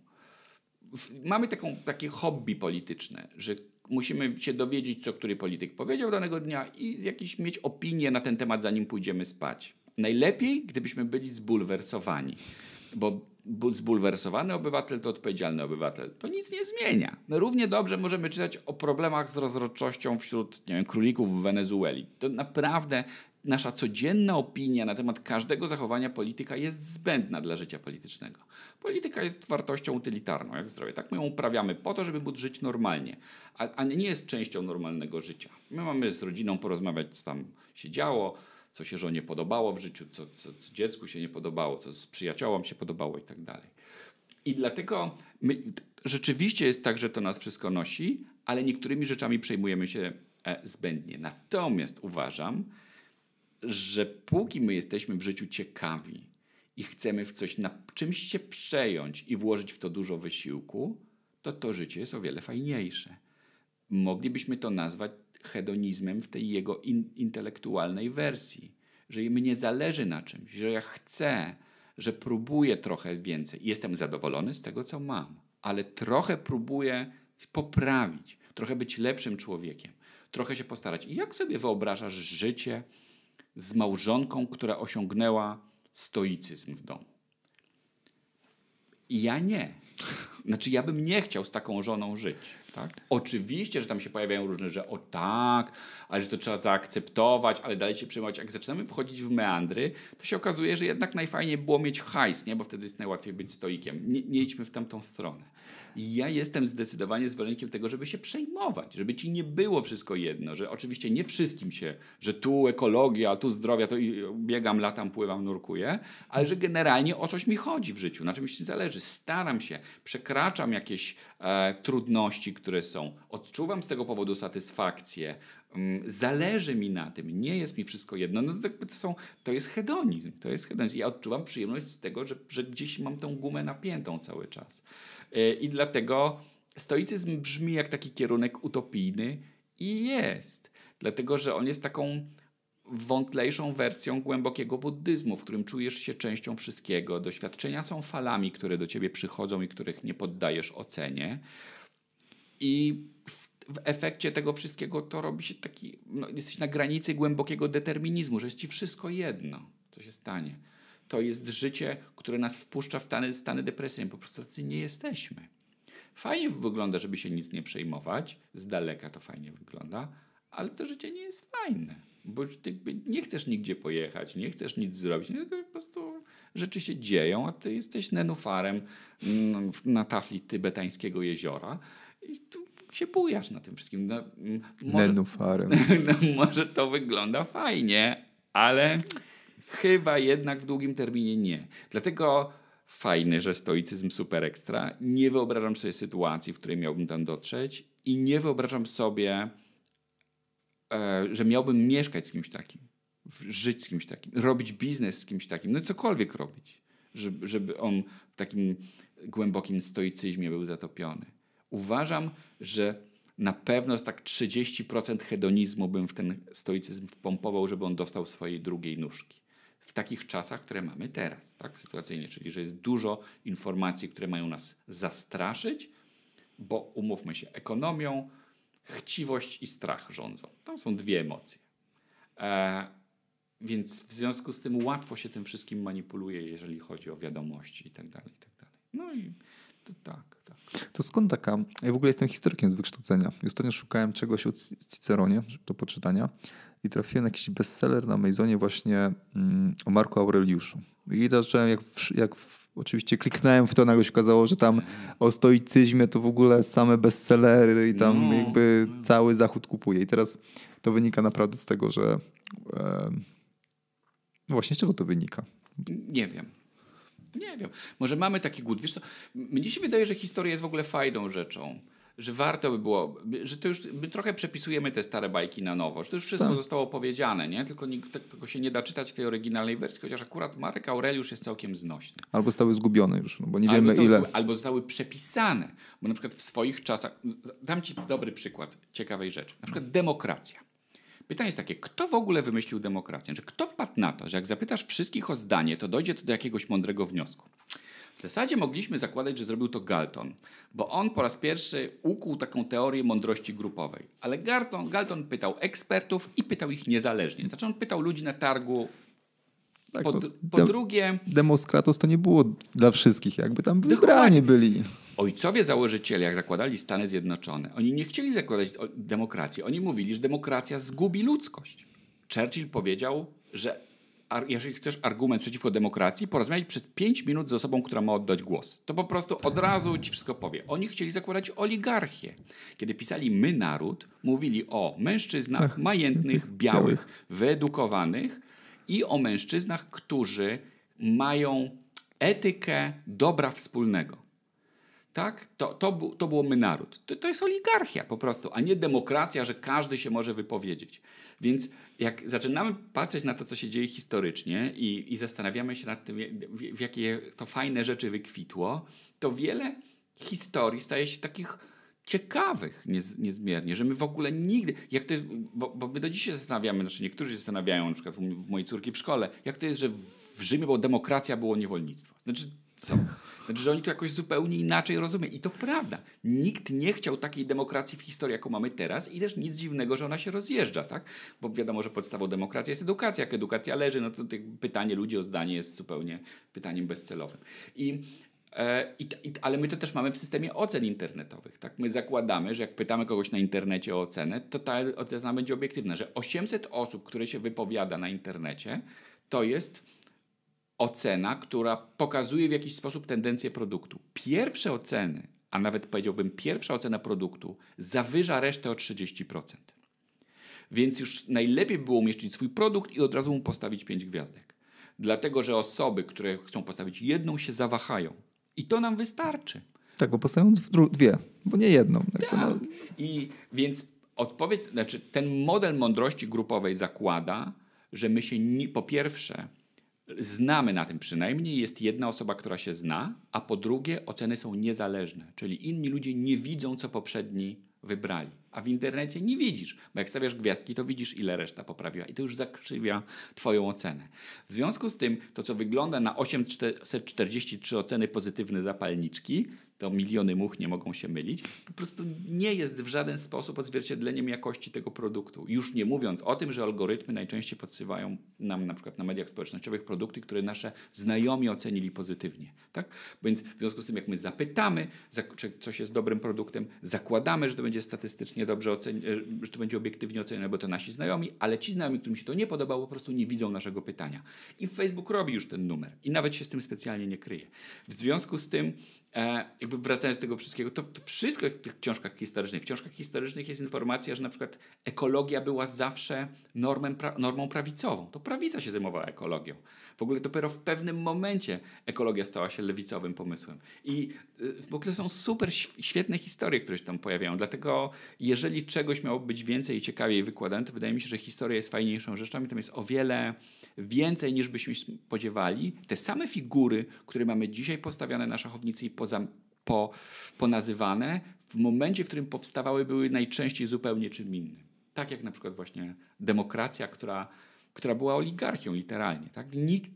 Mamy takie hobby polityczne, że musimy się dowiedzieć, co który polityk powiedział danego dnia i mieć opinię na ten temat, zanim pójdziemy spać. Najlepiej, gdybyśmy byli zbulwersowani, bo zbulwersowany obywatel to odpowiedzialny obywatel. To nic nie zmienia. My równie dobrze możemy czytać o problemach z rozrodczością wśród, nie wiem, królików w Wenezueli. To naprawdę nasza codzienna opinia na temat każdego zachowania polityka jest zbędna dla życia politycznego. Polityka jest wartością utylitarną, jak zdrowie. Tak my ją uprawiamy po to, żeby móc żyć normalnie, a nie jest częścią normalnego życia. My mamy z rodziną porozmawiać, co tam się działo, co się żonie podobało w życiu, co dziecku się nie podobało, co z przyjaciołom się podobało i tak dalej. I dlatego rzeczywiście jest tak, że to nas wszystko nosi, ale niektórymi rzeczami przejmujemy się zbędnie. Natomiast uważam, że póki my jesteśmy w życiu ciekawi i chcemy w coś, na czymś się przejąć i włożyć w to dużo wysiłku, to życie jest o wiele fajniejsze. Moglibyśmy to nazwać hedonizmem w tej jego intelektualnej wersji, że mi nie zależy na czymś, że ja chcę, że próbuję trochę więcej. Jestem zadowolony z tego, co mam, ale trochę próbuję poprawić, trochę być lepszym człowiekiem, trochę się postarać. I jak sobie wyobrażasz życie z małżonką, która osiągnęła stoicyzm w domu? I ja nie. Znaczy, ja bym nie chciał z taką żoną żyć. Tak? Oczywiście, że tam się pojawiają różne, że o tak, ale że to trzeba zaakceptować, ale dalej się przejmować. Jak zaczynamy wchodzić w meandry, to się okazuje, że jednak najfajniej było mieć hajs, nie? Bo wtedy jest najłatwiej być stoikiem. Nie idźmy w tamtą stronę. I ja jestem zdecydowanie zwolennikiem tego, żeby się przejmować, żeby ci nie było wszystko jedno, że oczywiście nie wszystkim się, że tu ekologia, tu zdrowia, to biegam, latam, pływam, nurkuję, ale że generalnie o coś mi chodzi w życiu, na czymś mi zależy. Staram się, przekraczam jakieś trudności, które są. Odczuwam z tego powodu satysfakcję. Zależy mi na tym. Nie jest mi wszystko jedno. No to jest hedonizm. To jest hedonizm. Ja odczuwam przyjemność z tego, że gdzieś mam tę gumę napiętą cały czas. I dlatego stoicyzm brzmi jak taki kierunek utopijny i jest. Dlatego, że on jest taką wątlejszą wersją głębokiego buddyzmu, w którym czujesz się częścią wszystkiego. Doświadczenia są falami, które do ciebie przychodzą i których nie poddajesz ocenie. I w efekcie tego wszystkiego to robi się taki, jesteś na granicy głębokiego determinizmu, że jest ci wszystko jedno, co się stanie. To jest życie, które nas wpuszcza w stany depresyjne. Po prostu tacy nie jesteśmy. Fajnie wygląda, żeby się nic nie przejmować. Z daleka to fajnie wygląda, ale to życie nie jest fajne. Bo ty nie chcesz nigdzie pojechać, nie chcesz nic zrobić. Tylko po prostu rzeczy się dzieją, a ty jesteś nenufarem na tafli tybetańskiego jeziora i tu się bujasz na tym wszystkim. Nenufarem. Może to wygląda fajnie, ale chyba jednak w długim terminie nie. Dlatego fajny, że stoicyzm super ekstra. Nie wyobrażam sobie sytuacji, w której miałbym tam dotrzeć i nie wyobrażam sobie, że miałbym mieszkać z kimś takim, żyć z kimś takim, robić biznes z kimś takim, no cokolwiek robić, żeby on w takim głębokim stoicyzmie był zatopiony. Uważam, że na pewno z tak 30% hedonizmu bym w ten stoicyzm wpompował, żeby on dostał swojej drugiej nóżki. W takich czasach, które mamy teraz, tak, sytuacyjnie, czyli że jest dużo informacji, które mają nas zastraszyć, bo umówmy się, ekonomią, chciwość i strach rządzą. Tam są dwie emocje. Więc w związku z tym łatwo się tym wszystkim manipuluje, jeżeli chodzi o wiadomości i tak dalej, i tak dalej. No i to tak. To skąd taka... Ja w ogóle jestem historykiem z wykształcenia. I ostatnio szukałem czegoś o Ciceronie do poczytania i trafiłem na jakiś bestseller na Amazonie właśnie o Marku Aureliuszu. I zacząłem, oczywiście kliknąłem w to, nagle się okazało, że tam o stoicyzmie to w ogóle same bestsellery i tam jakby cały Zachód kupuje. I teraz to wynika naprawdę z tego, że... No właśnie, z czego to wynika? Nie wiem. Może mamy taki głód. Wiesz co, mnie się wydaje, że historia jest w ogóle fajną rzeczą. Że warto by było, że to już my trochę przepisujemy te stare bajki na nowo. Że to już wszystko zostało powiedziane, nie? Tylko się nie da czytać w tej oryginalnej wersji, chociaż akurat Marek Aureliusz jest całkiem znośny. Albo zostały zgubione już, bo nie wiemy ile. Albo zostały przepisane. Bo na przykład w swoich czasach... Dam ci dobry przykład ciekawej rzeczy. Na przykład demokracja. Pytanie jest takie, kto w ogóle wymyślił demokrację? Czy kto wpadł na to, że jak zapytasz wszystkich o zdanie, to dojdzie to do jakiegoś mądrego wniosku? W zasadzie mogliśmy zakładać, że zrobił to Galton, bo on po raz pierwszy ukuł taką teorię mądrości grupowej. Ale Galton pytał ekspertów i pytał ich niezależnie. Znaczy on pytał ludzi na targu. Tak, po drugie... Demos Kratos to nie było dla wszystkich, jakby tam wybrani byli. Ojcowie założyciele, jak zakładali Stany Zjednoczone, oni nie chcieli zakładać demokracji. Oni mówili, że demokracja zgubi ludzkość. Churchill powiedział, że jeżeli chcesz argument przeciwko demokracji, porozmawiać przez 5 minut z osobą, która ma oddać głos. To po prostu od razu ci wszystko powie. Oni chcieli zakładać oligarchię. Kiedy pisali My Naród, mówili o mężczyznach majętnych, białych, wyedukowanych i o mężczyznach, którzy mają etykę dobra wspólnego. Tak? To było My Naród. To jest oligarchia po prostu, a nie demokracja, że każdy się może wypowiedzieć. Więc jak zaczynamy patrzeć na to, co się dzieje historycznie i zastanawiamy się nad tym, w jakie to fajne rzeczy wykwitło, to wiele historii staje się takich ciekawych niezmiernie, że my w ogóle nigdy, jak to jest, bo my do dzisiaj się zastanawiamy, znaczy niektórzy się zastanawiają, na przykład w mojej córki w szkole, jak to jest, że w Rzymie była demokracja, było niewolnictwo. Znaczy co? Znaczy, że oni to jakoś zupełnie inaczej rozumieją. I to prawda. Nikt nie chciał takiej demokracji w historii, jaką mamy teraz i też nic dziwnego, że ona się rozjeżdża, tak? Bo wiadomo, że podstawą demokracji jest edukacja. Jak edukacja leży, no to pytanie ludzi o zdanie jest zupełnie pytaniem bezcelowym. Ale my to też mamy w systemie ocen internetowych. Tak? My zakładamy, że jak pytamy kogoś na internecie o ocenę, to ta ocena będzie obiektywna, że 800 osób, które się wypowiada na internecie, to jest ocena, która pokazuje w jakiś sposób tendencję produktu. Pierwsze oceny, a nawet powiedziałbym pierwsza ocena produktu zawyża resztę o 30%. Więc już najlepiej było umieścić swój produkt i od razu mu postawić 5 gwiazdek. Dlatego, że osoby, które chcą postawić jedną, się zawahają. I to nam wystarczy. Tak, bo postawią dwie, bo nie jedną. Tak. I więc ten model mądrości grupowej zakłada, że my się po pierwsze znamy na tym, przynajmniej jest jedna osoba, która się zna, a po drugie oceny są niezależne, czyli inni ludzie nie widzą, co poprzedni wybrali. A w internecie nie widzisz, bo jak stawiasz gwiazdki, to widzisz, ile reszta poprawiła i to już zakrzywia twoją ocenę. W związku z tym, to co wygląda na 843 oceny pozytywne zapalniczki, to miliony much nie mogą się mylić, po prostu nie jest w żaden sposób odzwierciedleniem jakości tego produktu. Już nie mówiąc o tym, że algorytmy najczęściej podsyłają nam na przykład na mediach społecznościowych produkty, które nasze znajomi ocenili pozytywnie. Tak? Więc w związku z tym, jak my zapytamy, czy coś jest dobrym produktem, zakładamy, że to będzie statystycznie dobrze że to będzie obiektywnie ocenione, bo to nasi znajomi, ale ci znajomi, którym się to nie podobało, po prostu nie widzą naszego pytania. I Facebook robi już ten numer i nawet się z tym specjalnie nie kryje. W związku z tym, jakby wracając do tego wszystkiego, to wszystko jest w tych książkach historycznych. W książkach historycznych jest informacja, że na przykład ekologia była zawsze normą prawicową. To prawica się zajmowała ekologią. W ogóle dopiero w pewnym momencie ekologia stała się lewicowym pomysłem. I w ogóle są super świetne historie, które się tam pojawiają. Dlatego jeżeli czegoś miało być więcej i ciekawiej wykładane, to wydaje mi się, że historia jest fajniejszą rzeczą i tam jest o wiele więcej niż byśmy się spodziewali. Te same figury, które mamy dzisiaj postawione na szachownicy i ponazywane, w momencie, w którym powstawały, były najczęściej zupełnie czym innym. Tak jak na przykład właśnie demokracja, która była oligarchią literalnie. Tak?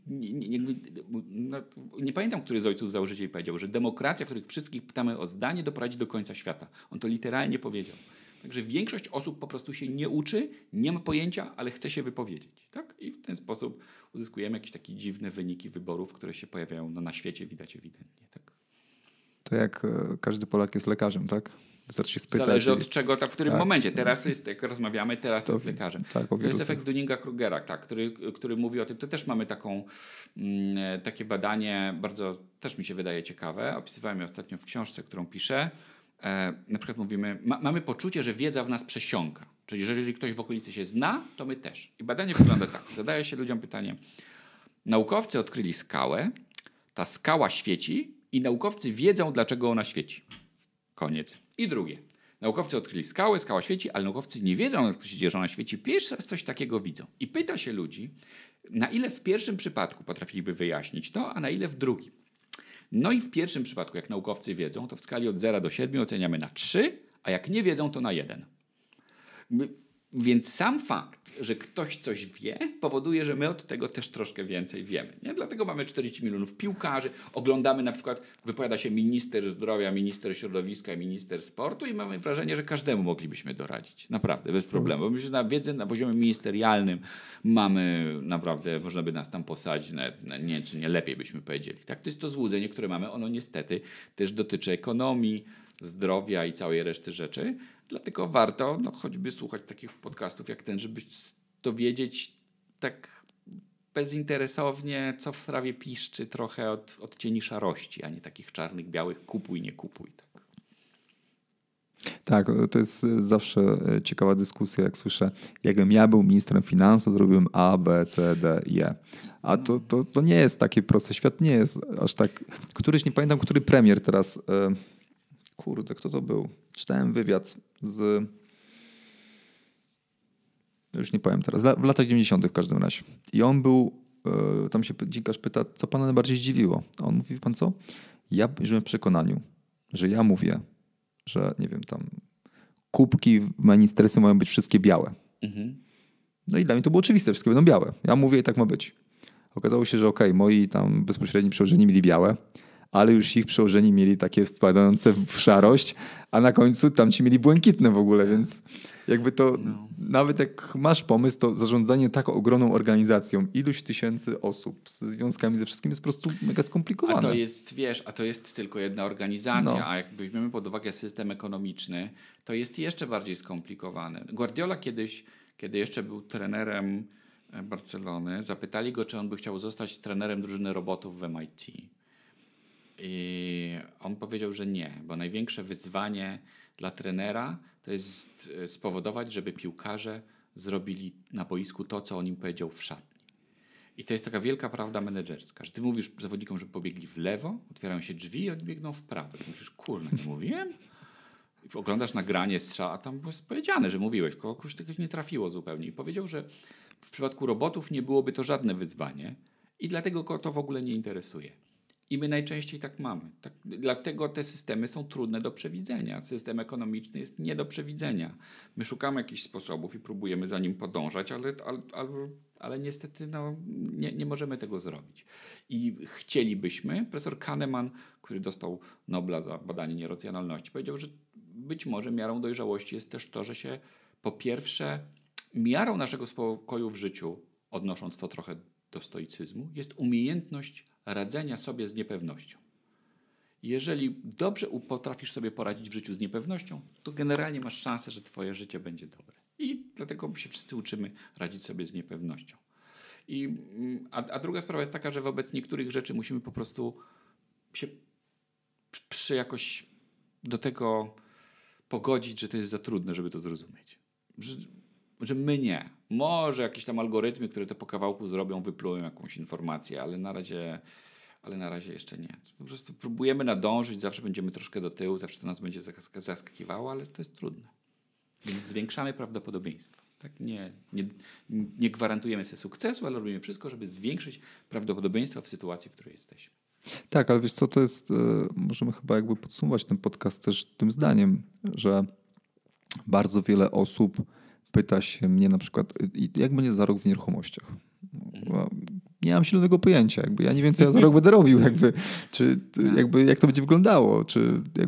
Nie pamiętam, który z ojców założycieli powiedział, że demokracja, w której wszystkich pytamy o zdanie, doprowadzi do końca świata. On to literalnie powiedział. Także większość osób po prostu się nie uczy, nie ma pojęcia, ale chce się wypowiedzieć. Tak? I w ten sposób uzyskujemy jakieś takie dziwne wyniki wyborów, które się pojawiają na świecie, widać ewidentnie. Tak? To jak każdy Polak jest lekarzem, tak? Wystarczy się spytać. Zależy od czego, w którym tak. momencie. Teraz jest, jak rozmawiamy, teraz jest lekarzem. Tak, to jest efekt Dunninga-Krugera, tak, który mówi o tym. To też mamy takie badanie, bardzo też mi się wydaje ciekawe. Opisywałem je ostatnio w książce, którą piszę. Na przykład mówimy, mamy poczucie, że wiedza w nas przesiąka. Czyli że jeżeli ktoś w okolicy się zna, to my też. I badanie wygląda tak. Zadaje się ludziom pytanie. Naukowcy odkryli skałę, ta skała świeci i naukowcy wiedzą, dlaczego ona świeci. Koniec. I drugie. Naukowcy odkryli skałę, skała świeci, ale naukowcy nie wiedzą, jak to się dzieje, że ona świeci. Pierwszy raz coś takiego widzą. I pyta się ludzi, na ile w pierwszym przypadku potrafiliby wyjaśnić to, a na ile w drugim. No i w pierwszym przypadku, jak naukowcy wiedzą, to w skali od 0 do 7 oceniamy na 3, a jak nie wiedzą, to na 1. Więc sam fakt, że ktoś coś wie, powoduje, że my od tego też troszkę więcej wiemy. Nie? Dlatego mamy 40 milionów piłkarzy, oglądamy na przykład, wypowiada się minister zdrowia, minister środowiska i minister sportu i mamy wrażenie, że każdemu moglibyśmy doradzić. Naprawdę, bez problemu. Bo myślę, że na wiedzę na poziomie ministerialnym mamy naprawdę, można by nas tam posadzić, nie, czy nie lepiej byśmy powiedzieli. Tak? To jest to złudzenie, które mamy. Ono niestety też dotyczy ekonomii, zdrowia i całej reszty rzeczy. Dlatego warto choćby słuchać takich podcastów jak ten, żeby dowiedzieć tak bezinteresownie, co w trawie piszczy, trochę od cieni szarości, a nie takich czarnych, białych, kupuj, nie kupuj. Tak, to jest zawsze ciekawa dyskusja, jak słyszę, jakbym ja był ministrem finansów, zrobiłbym A, B, C, D, E. A to nie jest takie proste. Świat nie jest aż tak... nie pamiętam, który premier teraz... Kurde, kto to był? Czytałem wywiad z... Już nie powiem teraz. W latach 90. w każdym razie. I on był... Tam się dziennikarz pyta, co pana najbardziej zdziwiło? A on mówi, pan co? Ja żyłem w przekonaniu, że ja mówię, że nie wiem, tam kubki w ministerstwie mają być wszystkie białe. Mhm. No i dla mnie to było oczywiste, wszystkie będą białe. Ja mówię i tak ma być. Okazało się, że moi tam bezpośredni przełożeni mieli białe, ale już ich przełożeni mieli takie wpadające w szarość, a na końcu tamci mieli błękitne w ogóle, więc jakby to nawet jak masz pomysł, to zarządzanie taką ogromną organizacją, iluś tysięcy osób ze związkami, ze wszystkim jest po prostu mega skomplikowane. A to jest tylko jedna organizacja, a jak weźmiemy pod uwagę system ekonomiczny, to jest jeszcze bardziej skomplikowane. Guardiola kiedyś, kiedy jeszcze był trenerem Barcelony, zapytali go, czy on by chciał zostać trenerem drużyny robotów w MIT. I on powiedział, że nie, bo największe wyzwanie dla trenera to jest spowodować, żeby piłkarze zrobili na boisku to, co on im powiedział w szatni. I to jest taka wielka prawda menedżerska, że ty mówisz zawodnikom, żeby pobiegli w lewo, otwierają się drzwi i oni biegną w prawo. I mówisz, kurna, nie mówiłem? I oglądasz nagranie strzału, a tam było powiedziane, że mówiłeś, kogoś tego nie trafiło zupełnie. I powiedział, że w przypadku robotów nie byłoby to żadne wyzwanie i dlatego go to w ogóle nie interesuje. I my najczęściej tak mamy. Dlatego te systemy są trudne do przewidzenia. System ekonomiczny jest nie do przewidzenia. My szukamy jakichś sposobów i próbujemy za nim podążać, ale niestety nie możemy tego zrobić. I chcielibyśmy, profesor Kahneman, który dostał Nobla za badanie nieracjonalności, powiedział, że być może miarą dojrzałości jest też to, że się po pierwsze miarą naszego spokoju w życiu, odnosząc to trochę do stoicyzmu, jest umiejętność radzenia sobie z niepewnością. Jeżeli dobrze potrafisz sobie poradzić w życiu z niepewnością, to generalnie masz szansę, że twoje życie będzie dobre. I dlatego się wszyscy uczymy radzić sobie z niepewnością. A druga sprawa jest taka, że wobec niektórych rzeczy musimy po prostu się jakoś do tego pogodzić, że to jest za trudne, żeby to zrozumieć. Że my nie. Może jakieś tam algorytmy, które to po kawałku zrobią, wyplują jakąś informację, ale na razie jeszcze nie. Po prostu próbujemy nadążyć, zawsze będziemy troszkę do tyłu, zawsze to nas będzie zaskakiwało, ale to jest trudne. Więc zwiększamy prawdopodobieństwo. Tak? Nie gwarantujemy sobie sukcesu, ale robimy wszystko, żeby zwiększyć prawdopodobieństwo w sytuacji, w której jesteśmy. Tak, ale wiesz co, to jest, możemy chyba jakby podsumować ten podcast też tym zdaniem, że bardzo wiele osób pyta się mnie na przykład, jak będzie za rok w nieruchomościach? Nie mam zielonego pojęcia. Ja nie wiem, co ja za rok będę robił. Jak to będzie wyglądało. Czy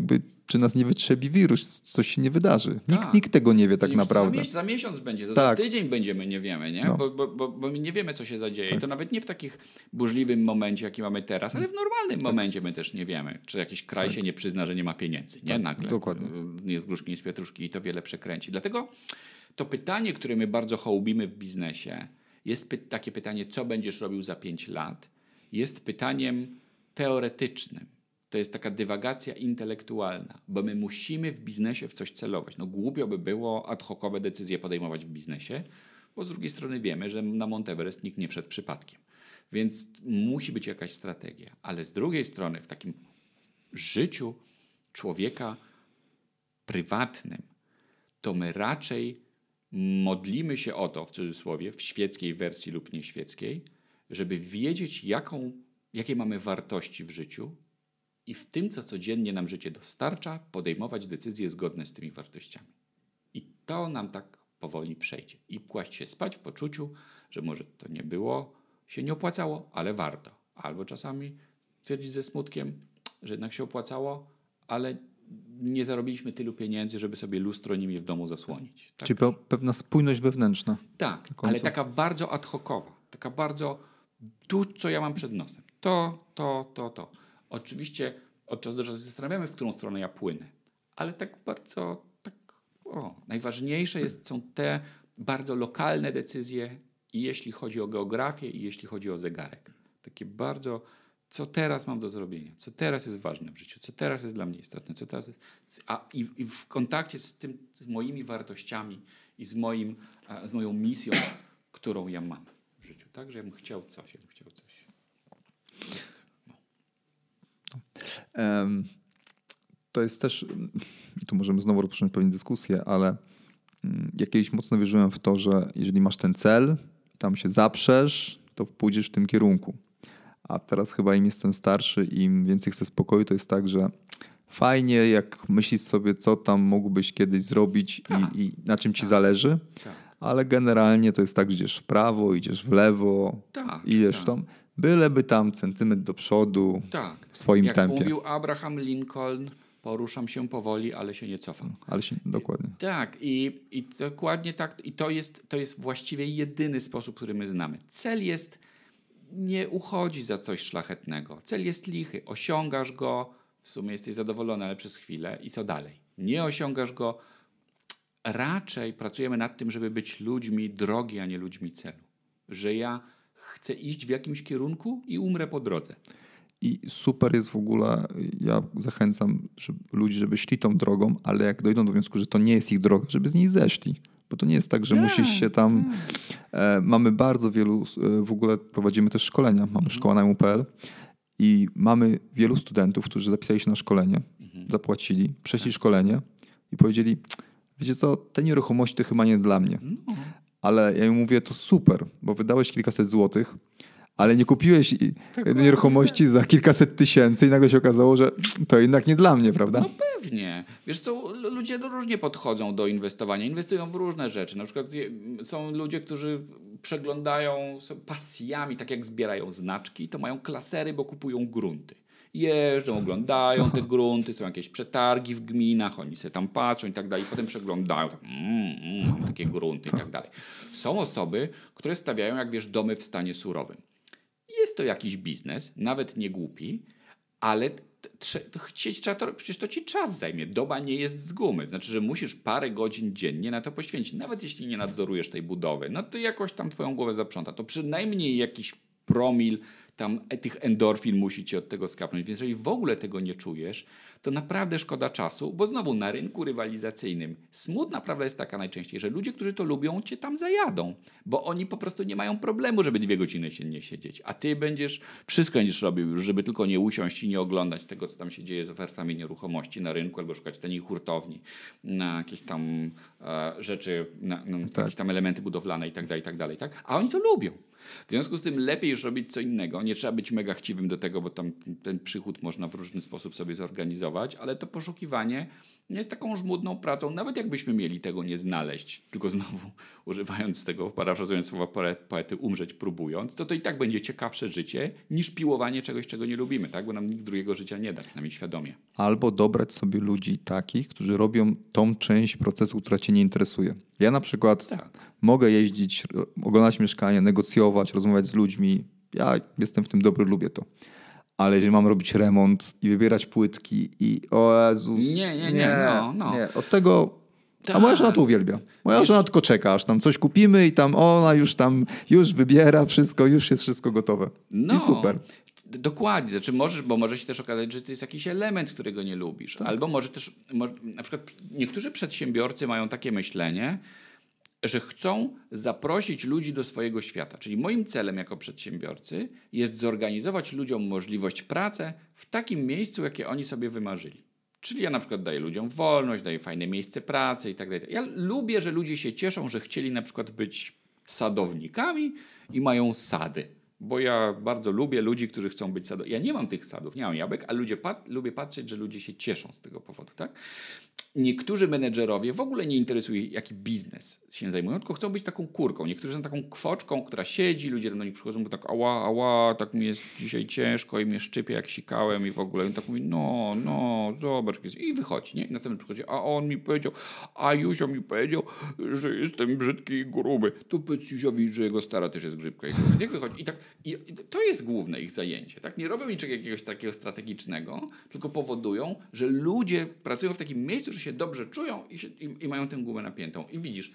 czy nas nie wytrzebi wirus, coś się nie wydarzy. Tak. Nikt tego nie wie To tak nie naprawdę. Za miesiąc będzie, Tak. za tydzień będziemy, nie wiemy, nie? No. Bo my nie wiemy, co się zadzieje. Tak. I to nawet nie w takich burzliwym momencie, jaki mamy teraz, ale w normalnym momencie my też nie wiemy. Czy jakiś kraj się nie przyzna, że nie ma pieniędzy. Nie nagle. dokładnie. Nie z gruszki, nie z pietruszki i to wiele przekręci. Dlatego to pytanie, które my bardzo hołbimy w biznesie, jest takie pytanie, co będziesz robił za 5 lat, jest pytaniem teoretycznym. To jest taka dywagacja intelektualna, bo my musimy w biznesie w coś celować. No głupio by było ad hocowe decyzje podejmować w biznesie, bo z drugiej strony wiemy, że na Monteverest nikt nie wszedł przypadkiem. Więc musi być jakaś strategia. Ale z drugiej strony w takim życiu człowieka prywatnym, to my raczej modlimy się o to, w cudzysłowie, w świeckiej wersji lub nieświeckiej, żeby wiedzieć, jakie mamy wartości w życiu i w tym, co codziennie nam życie dostarcza, podejmować decyzje zgodne z tymi wartościami. I to nam tak powoli przejdzie. I kłaść się spać w poczuciu, że może to się nie opłacało, ale warto. Albo czasami stwierdzić ze smutkiem, że jednak się opłacało, ale nie zarobiliśmy tylu pieniędzy, żeby sobie lustro nimi w domu zasłonić. Tak? Czyli pewna spójność wewnętrzna. Tak, ale taka bardzo ad hocowa. Taka bardzo tu, co ja mam przed nosem. To. Oczywiście od czasu do czasu zastanawiamy, w którą stronę ja płynę. Ale tak bardzo, najważniejsze są te bardzo lokalne decyzje i jeśli chodzi o geografię i jeśli chodzi o zegarek. Takie bardzo, co teraz mam do zrobienia, co teraz jest ważne w życiu, co teraz jest dla mnie istotne, co teraz jest... I w kontakcie z moimi wartościami i z moją misją, którą ja mam w życiu. Tak, że ja bym chciał coś. To jest też, tu możemy znowu rozpocząć pewną dyskusję, ale ja kiedyś mocno wierzyłem w to, że jeżeli masz ten cel, tam się zaprzesz, to pójdziesz w tym kierunku. A teraz chyba im jestem starszy, im więcej chcę spokoju, to jest tak, że fajnie jak myślisz sobie, co tam mógłbyś kiedyś zrobić i na czym ci zależy, ale generalnie to jest tak, że idziesz w prawo, idziesz w lewo, idziesz tam, byleby tam centymetr do przodu w swoim tempie. Jak mówił Abraham Lincoln, poruszam się powoli, ale się nie cofam. Dokładnie. Tak, i dokładnie tak. I to jest właściwie jedyny sposób, który my znamy. Cel nie uchodzi za coś szlachetnego. Cel jest lichy. Osiągasz go, w sumie jesteś zadowolony, ale przez chwilę i co dalej? Nie osiągasz go. Raczej pracujemy nad tym, żeby być ludźmi drogi, a nie ludźmi celu. Że ja chcę iść w jakimś kierunku i umrę po drodze. I super jest w ogóle, ja zachęcam ludzi, żeby szli tą drogą, ale jak dojdą do wniosku, że to nie jest ich droga, żeby z niej zeszli. Bo to nie jest tak, że musisz się tam... Mamy bardzo wielu, w ogóle prowadzimy też szkolenia. Mamy szkoła najmu.pl i mamy wielu studentów, którzy zapisali się na szkolenie, zapłacili, przeszli szkolenie i powiedzieli, wiecie co, te nieruchomości to chyba nie dla mnie. Ale ja im mówię, to super, bo wydałeś kilkaset złotych, ale nie kupiłeś nieruchomości za kilkaset tysięcy i nagle się okazało, że to jednak nie dla mnie, prawda? No pewnie. Wiesz co, ludzie różnie podchodzą do inwestowania. Inwestują w różne rzeczy. Na przykład są ludzie, którzy są pasjami, tak jak zbierają znaczki, to mają klasery, bo kupują grunty. Jeżdżą, oglądają te grunty, są jakieś przetargi w gminach, oni sobie tam patrzą i tak dalej, potem przeglądają, takie grunty i tak dalej. Są osoby, które stawiają, jak wiesz, domy w stanie surowym. Jest to jakiś biznes, nawet nie głupi, ale przecież to ci czas zajmie. Doba nie jest z gumy. Znaczy, że musisz parę godzin dziennie na to poświęcić. Nawet jeśli nie nadzorujesz tej budowy, no to jakoś tam twoją głowę zaprząta. To przynajmniej jakiś promil tam tych endorfin musi cię od tego skapnąć. Więc jeżeli w ogóle tego nie czujesz, to naprawdę szkoda czasu, bo znowu na rynku rywalizacyjnym smutna prawda jest taka najczęściej, że ludzie, którzy to lubią, cię tam zajadą, bo oni po prostu nie mają problemu, żeby 2 godziny się nie siedzieć, a ty wszystko będziesz robił już, żeby tylko nie usiąść i nie oglądać tego, co tam się dzieje z ofertami nieruchomości na rynku, albo szukać taniej hurtowni na jakieś tam rzeczy, jakieś tam elementy budowlane i tak dalej, tak? A oni to lubią. W związku z tym lepiej już robić co innego, nie trzeba być mega chciwym do tego, bo tam ten przychód można w różny sposób sobie zorganizować, ale to poszukiwanie nie jest taką żmudną pracą, nawet jakbyśmy mieli tego nie znaleźć, tylko znowu używając tego, parafrazując słowa poety, umrzeć próbując, to i tak będzie ciekawsze życie niż piłowanie czegoś, czego nie lubimy, tak? Bo nam nikt drugiego życia nie da, przynajmniej świadomie. Albo dobrać sobie ludzi takich, którzy robią tą część procesu, która cię nie interesuje. Ja na przykład mogę jeździć, oglądać mieszkania, negocjować, rozmawiać z ludźmi. Ja jestem w tym dobry, lubię to. Ale jeżeli mam robić remont i wybierać płytki i o Jezus... Nie. Od tego... A moja żona to uwielbia. Moja żona tylko czeka, aż tam coś kupimy i tam ona już wybiera wszystko, już jest wszystko gotowe. I super. Dokładnie. Znaczy bo może się też okazać, że to jest jakiś element, którego nie lubisz. Tak. Albo może też, na przykład niektórzy przedsiębiorcy mają takie myślenie, że chcą zaprosić ludzi do swojego świata. Czyli moim celem jako przedsiębiorcy jest zorganizować ludziom możliwość pracy w takim miejscu, jakie oni sobie wymarzyli. Czyli ja na przykład daję ludziom wolność, daję fajne miejsce pracy i tak dalej. Ja lubię, że ludzie się cieszą, że chcieli na przykład być sadownikami i mają sady. Bo ja bardzo lubię ludzi, którzy chcą być sadownikami. Ja nie mam tych sadów, nie mam jabłek, ale lubię patrzeć, że ludzie się cieszą z tego powodu, tak? Niektórzy menedżerowie w ogóle nie interesuje, jaki biznes się zajmują, tylko chcą być taką kurką. Niektórzy są taką kwoczką, która siedzi, ludzie do nich przychodzą, bo tak ała, tak mi jest dzisiaj ciężko i mnie szczypie jak sikałem i w ogóle. I on tak mówi, no, zobacz. I wychodzi, nie? I następnie przychodzi, a on mi powiedział, a Józio mi powiedział, że jestem brzydki i gruby. To powiedz Józiowi, że jego stara też jest grzybka i gruby. Niech wychodzi. I to jest główne ich zajęcie, tak? Nie robią niczego jakiegoś takiego strategicznego, tylko powodują, że ludzie pracują w takim miejscu, że się dobrze czują i mają tę gumę napiętą. I widzisz,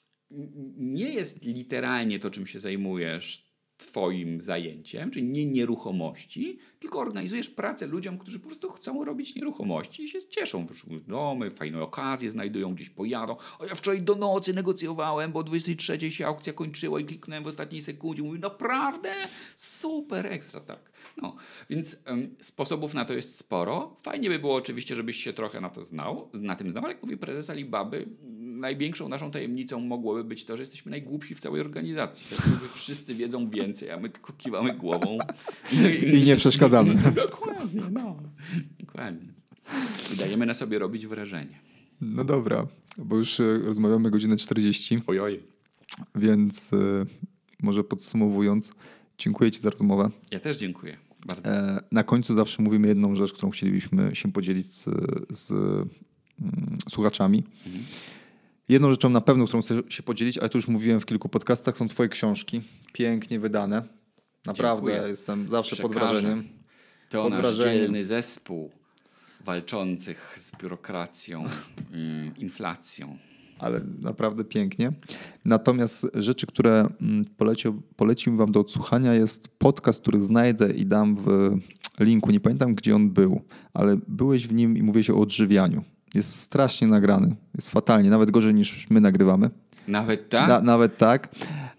nie jest literalnie to, czym się zajmujesz, twoim zajęciem, czyli nie nieruchomości, tylko organizujesz pracę ludziom, którzy po prostu chcą robić nieruchomości i się cieszą. Wyszukują domy, fajne okazje znajdują, gdzieś pojadą. A ja wczoraj do nocy negocjowałem, bo o 23 się aukcja kończyła i kliknąłem w ostatniej sekundzie. Mówię, naprawdę? Super, ekstra, tak. No, więc sposobów na to jest sporo. Fajnie by było oczywiście, żebyś się trochę na tym znał, ale jak mówi prezes Alibaby, największą naszą tajemnicą mogłoby być to, że jesteśmy najgłupsi w całej organizacji. Tak, wszyscy wiedzą więcej, a my tylko kiwamy głową. I nie przeszkadzamy. Dokładnie, dokładnie. I dajemy na sobie robić wrażenie. No dobra, bo już rozmawiamy godzinę 40. Ojoj. Więc może podsumowując, dziękuję ci za rozmowę. Ja też dziękuję bardzo. Na końcu zawsze mówimy jedną rzecz, którą chcielibyśmy się podzielić z słuchaczami. Jedną rzeczą na pewno, którą chcę się podzielić, ale to już mówiłem w kilku podcastach, są twoje książki. Pięknie wydane. Naprawdę dziękuję. Jestem zawsze pod wrażeniem. To nasz dzielny zespół walczących z biurokracją, inflacją. Ale naprawdę pięknie. Natomiast rzeczy, które poleciłbym wam do odsłuchania, jest podcast, który znajdę i dam w linku. Nie pamiętam, gdzie on był, ale byłeś w nim i mówiłeś o odżywianiu. Jest strasznie nagrany. Jest fatalnie. Nawet gorzej niż my nagrywamy. Nawet tak? Nawet tak.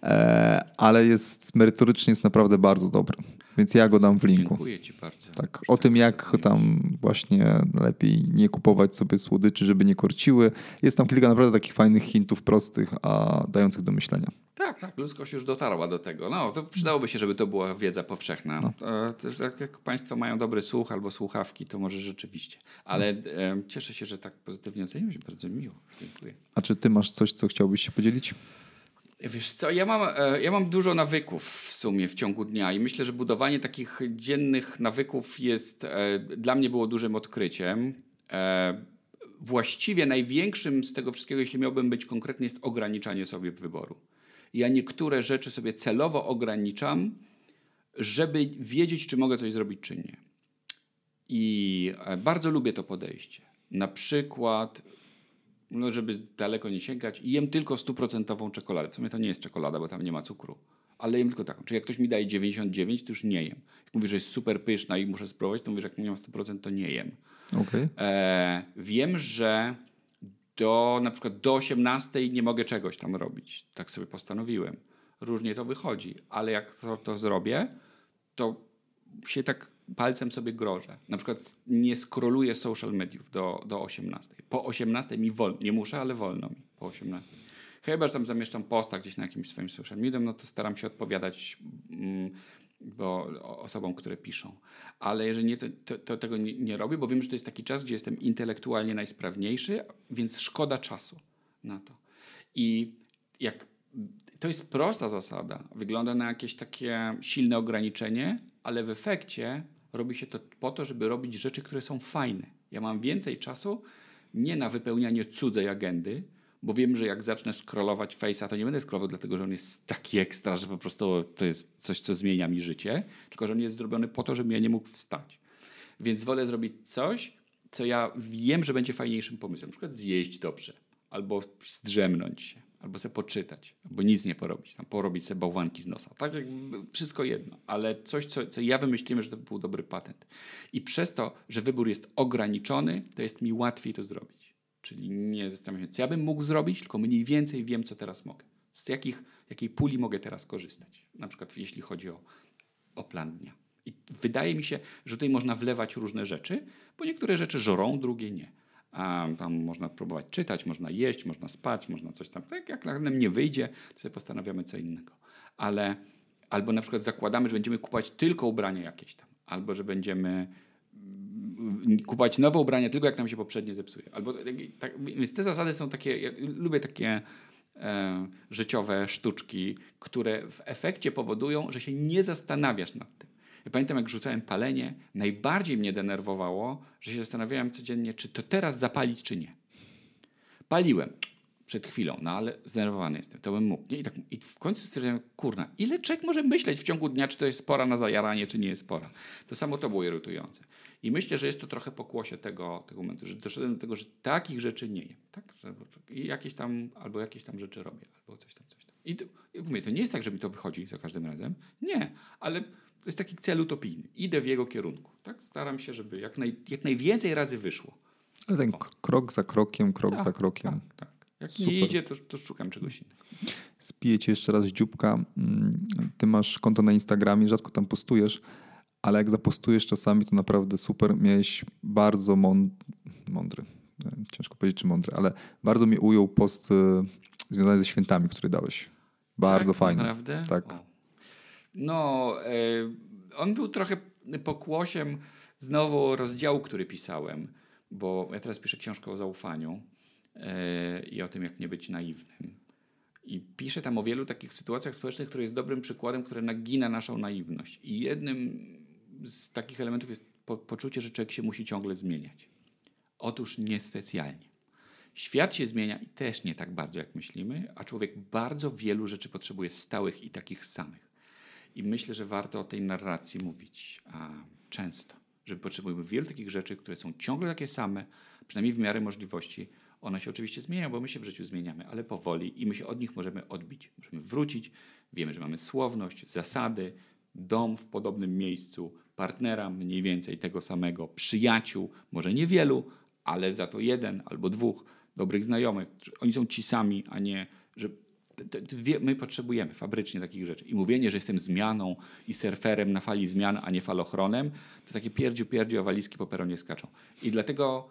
Ale merytorycznie jest naprawdę bardzo dobry. Więc ja go dam w linku. Dziękuję ci bardzo. Tak, o tym, jak tam właśnie lepiej nie kupować sobie słodyczy, żeby nie korciły. Jest tam kilka naprawdę takich fajnych hintów prostych, a dających do myślenia. Tak, ludzkość już dotarła do tego. No, to przydałoby się, żeby to była wiedza powszechna. No. Tak jak państwo mają dobry słuch albo słuchawki, to może rzeczywiście. Ale cieszę się, że tak pozytywnie oceniłeś. Bardzo miło. Dziękuję. A czy ty masz coś, co chciałbyś się podzielić? Wiesz co, ja mam dużo nawyków w sumie w ciągu dnia i myślę, że budowanie takich dziennych nawyków dla mnie było dużym odkryciem. Właściwie największym z tego wszystkiego, jeśli miałbym być konkretny, jest ograniczanie sobie wyboru. Ja niektóre rzeczy sobie celowo ograniczam, żeby wiedzieć, czy mogę coś zrobić, czy nie. I bardzo lubię to podejście. Na przykład, żeby daleko nie sięgać, jem tylko 100% czekoladę. W sumie to nie jest czekolada, bo tam nie ma cukru. Ale jem tylko taką. Czyli jak ktoś mi daje 99, to już nie jem. Jak mówi, że jest super pyszna i muszę spróbować, to mówię, że jak nie mam 100%, to nie jem. Okay. Wiem, że na przykład do 18 nie mogę czegoś tam robić. Tak sobie postanowiłem. Różnie to wychodzi, ale jak to zrobię, to się tak palcem sobie grożę. Na przykład nie scrolluję social mediów do 18. Po 18 mi wolno. Nie muszę, ale wolno mi po 18. Chyba, że tam zamieszczam posta gdzieś na jakimś swoim social medium, no to staram się odpowiadać osobom, które piszą. Ale jeżeli nie, to tego nie robię, bo wiem, że to jest taki czas, gdzie jestem intelektualnie najsprawniejszy, więc szkoda czasu na to. I to jest prosta zasada. Wygląda na jakieś takie silne ograniczenie, ale w efekcie robi się to po to, żeby robić rzeczy, które są fajne. Ja mam więcej czasu nie na wypełnianie cudzej agendy, bo wiem, że jak zacznę scrollować Face'a, to nie będę scrollował dlatego, że on jest taki ekstra, że po prostu to jest coś, co zmienia mi życie, tylko że on jest zrobiony po to, żebym ja nie mógł wstać. Więc wolę zrobić coś, co ja wiem, że będzie fajniejszym pomysłem. Na przykład zjeść dobrze, albo zdrzemnąć się, albo sobie poczytać, albo nic nie porobić, tam porobić sobie bałwanki z nosa. Tak jakby wszystko jedno, ale coś, co ja wymyśliłem, że to był dobry patent. I przez to, że wybór jest ograniczony, to jest mi łatwiej to zrobić. Czyli nie zastanawiam się, co ja bym mógł zrobić, tylko mniej więcej wiem, co teraz mogę. Z jakiej puli mogę teraz korzystać. Na przykład jeśli chodzi o plan dnia. I wydaje mi się, że tutaj można wlewać różne rzeczy, bo niektóre rzeczy żorą, drugie nie. A tam można próbować czytać, można jeść, można spać, można coś tam. Tak jak nam nie wyjdzie, to sobie postanawiamy co innego. Albo na przykład zakładamy, że będziemy kupować tylko ubrania jakieś tam. Albo że będziemy kupować nowe ubrania tylko jak nam się poprzednie zepsuje. Więc te zasady są takie, ja lubię takie życiowe sztuczki, które w efekcie powodują, że się nie zastanawiasz nad tym. Ja pamiętam, jak rzucałem palenie, najbardziej mnie denerwowało, że się zastanawiałem codziennie, czy to teraz zapalić, czy nie. Paliłem przed chwilą, no ale zdenerwowany jestem, to bym mógł. I w końcu stwierdziłem, kurna, ile człowiek może myśleć w ciągu dnia, czy to jest pora na zajaranie, czy nie jest pora. To samo to było irytujące. I myślę, że jest to trochę pokłosie tego momentu, że doszedłem do tego, że takich rzeczy nie jem. Tak? I jakieś tam rzeczy robię, albo coś tam. I mówię, to nie jest tak, że mi to wychodzi za każdym razem. Nie, ale to jest taki cel utopijny. Idę w jego kierunku. Tak? Staram się, żeby jak najwięcej razy wyszło. Ale ten krok za krokiem, za krokiem. Tak. Jak nie idzie, to szukam czegoś innego. Spiję cię jeszcze raz z dzióbka. Ty masz konto na Instagramie, rzadko tam postujesz, ale jak zapostujesz czasami, to naprawdę super. Miałeś bardzo mądry, ciężko powiedzieć czy mądry, ale bardzo mi ujął post związany ze świętami, który dałeś. Bardzo fajny. Naprawdę? Tak. No, on był trochę pokłosiem znowu rozdziału, który pisałem, bo ja teraz piszę książkę o zaufaniu i o tym, jak nie być naiwnym. I piszę tam o wielu takich sytuacjach społecznych, które jest dobrym przykładem, które nagina naszą naiwność. I jednym z takich elementów jest poczucie, że człowiek się musi ciągle zmieniać. Otóż niespecjalnie. Świat się zmienia i też nie tak bardzo, jak myślimy, a człowiek bardzo wielu rzeczy potrzebuje stałych i takich samych. I myślę, że warto o tej narracji mówić często. Że potrzebujemy wielu takich rzeczy, które są ciągle takie same, przynajmniej w miarę możliwości. One się oczywiście zmieniają, bo my się w życiu zmieniamy, ale powoli i my się od nich możemy odbić. Możemy wrócić, wiemy, że mamy słowność, zasady, dom w podobnym miejscu, partnera mniej więcej tego samego, przyjaciół, może niewielu, ale za to jeden albo dwóch dobrych znajomych. Oni są ci sami, a nie, że my potrzebujemy fabrycznie takich rzeczy. I mówienie, że jestem zmianą i surferem na fali zmian, a nie falochronem, to takie pierdziu, a walizki po peronie skaczą. I dlatego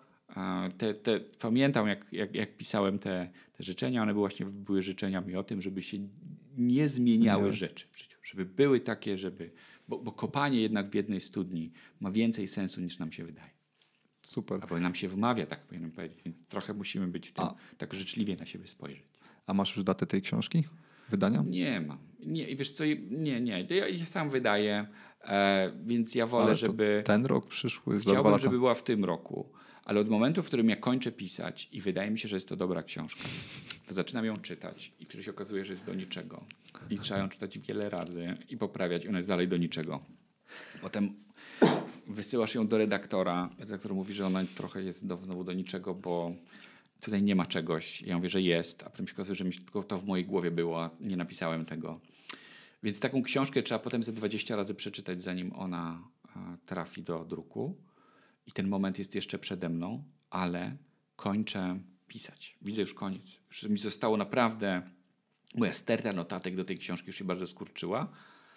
pamiętam, jak pisałem te życzenia, one były życzeniami o tym, żeby się nie zmieniały rzeczy w życiu. Żeby były takie, bo kopanie jednak w jednej studni ma więcej sensu, niż nam się wydaje. Super. Albo nam się wmawia, tak powinienem powiedzieć. Więc trochę musimy być w tym, tak życzliwie na siebie spojrzeć. A masz już datę tej książki? Wydania? Nie mam. Nie, i wiesz co, nie. To ja sam wydaję, więc ja wolę, żeby... ten rok przyszły, za 2 Chciałbym, lata. żeby była w tym roku. Ale od momentu, w którym ja kończę pisać i wydaje mi się, że jest to dobra książka, to zaczynam ją czytać i wtedy się okazuje, że jest do niczego. I trzeba ją czytać wiele razy i poprawiać. I ona jest dalej do niczego. Potem wysyłasz ją do redaktora. Redaktor mówi, że ona trochę jest znowu do niczego, bo tutaj nie ma czegoś. Ja mówię, że jest, a potem się okazuje, że tylko to w mojej głowie było, a nie napisałem tego. Więc taką książkę trzeba potem ze 20 razy przeczytać, zanim ona trafi do druku. I ten moment jest jeszcze przede mną, ale kończę pisać. Widzę już koniec. Już mi zostało naprawdę... Moja sterta notatek do tej książki już się bardzo skurczyła.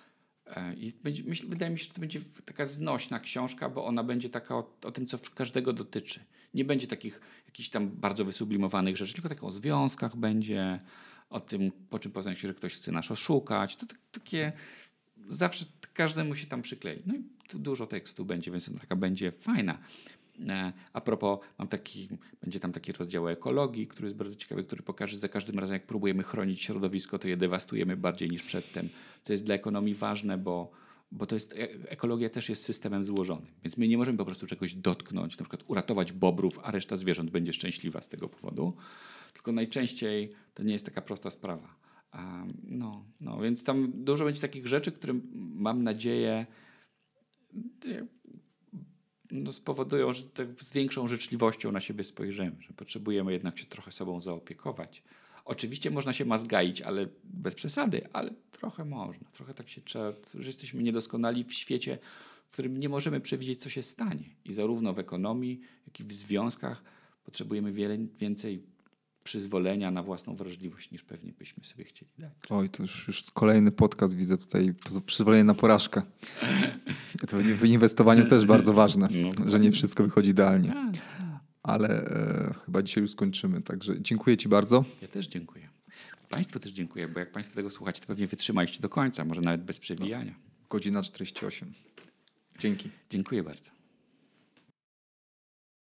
I wydaje mi się, że to będzie taka znośna książka, bo ona będzie taka o tym, co każdego dotyczy. Nie będzie takich jakichś tam bardzo wysublimowanych rzeczy, tylko taka o związkach będzie, o tym, po czym poznać się, że ktoś chce nas oszukać. To takie zawsze każdemu się tam przyklei. No i tu dużo tekstu będzie, więc taka będzie fajna. A propos, będzie tam taki rozdział o ekologii, który jest bardzo ciekawy, który pokaże, że za każdym razem jak próbujemy chronić środowisko, to je dewastujemy bardziej niż przedtem. To jest dla ekonomii ważne, bo to jest, ekologia też jest systemem złożonym. Więc my nie możemy po prostu czegoś dotknąć, na przykład uratować bobrów, a reszta zwierząt będzie szczęśliwa z tego powodu. Tylko najczęściej to nie jest taka prosta sprawa. Więc tam dużo będzie takich rzeczy, które mam nadzieję spowodują, że z większą życzliwością na siebie spojrzymy, że potrzebujemy jednak się trochę sobą zaopiekować. Oczywiście można się mazgaić, ale bez przesady, ale trochę można. Trochę tak się trzeba, że jesteśmy niedoskonali w świecie, w którym nie możemy przewidzieć, co się stanie. I zarówno w ekonomii, jak i w związkach potrzebujemy więcej przyzwolenia na własną wrażliwość, niż pewnie byśmy sobie chcieli dać. Oj, to już kolejny podcast widzę tutaj, przyzwolenie na porażkę. To w inwestowaniu też bardzo ważne, że nie wszystko wychodzi idealnie. Ale chyba dzisiaj już skończymy, także dziękuję Ci bardzo. Ja też dziękuję. Państwu też dziękuję, bo jak Państwo tego słuchacie, to pewnie wytrzymaliście do końca, może nawet bez przewijania. Godzina 48. Dzięki. Dziękuję bardzo.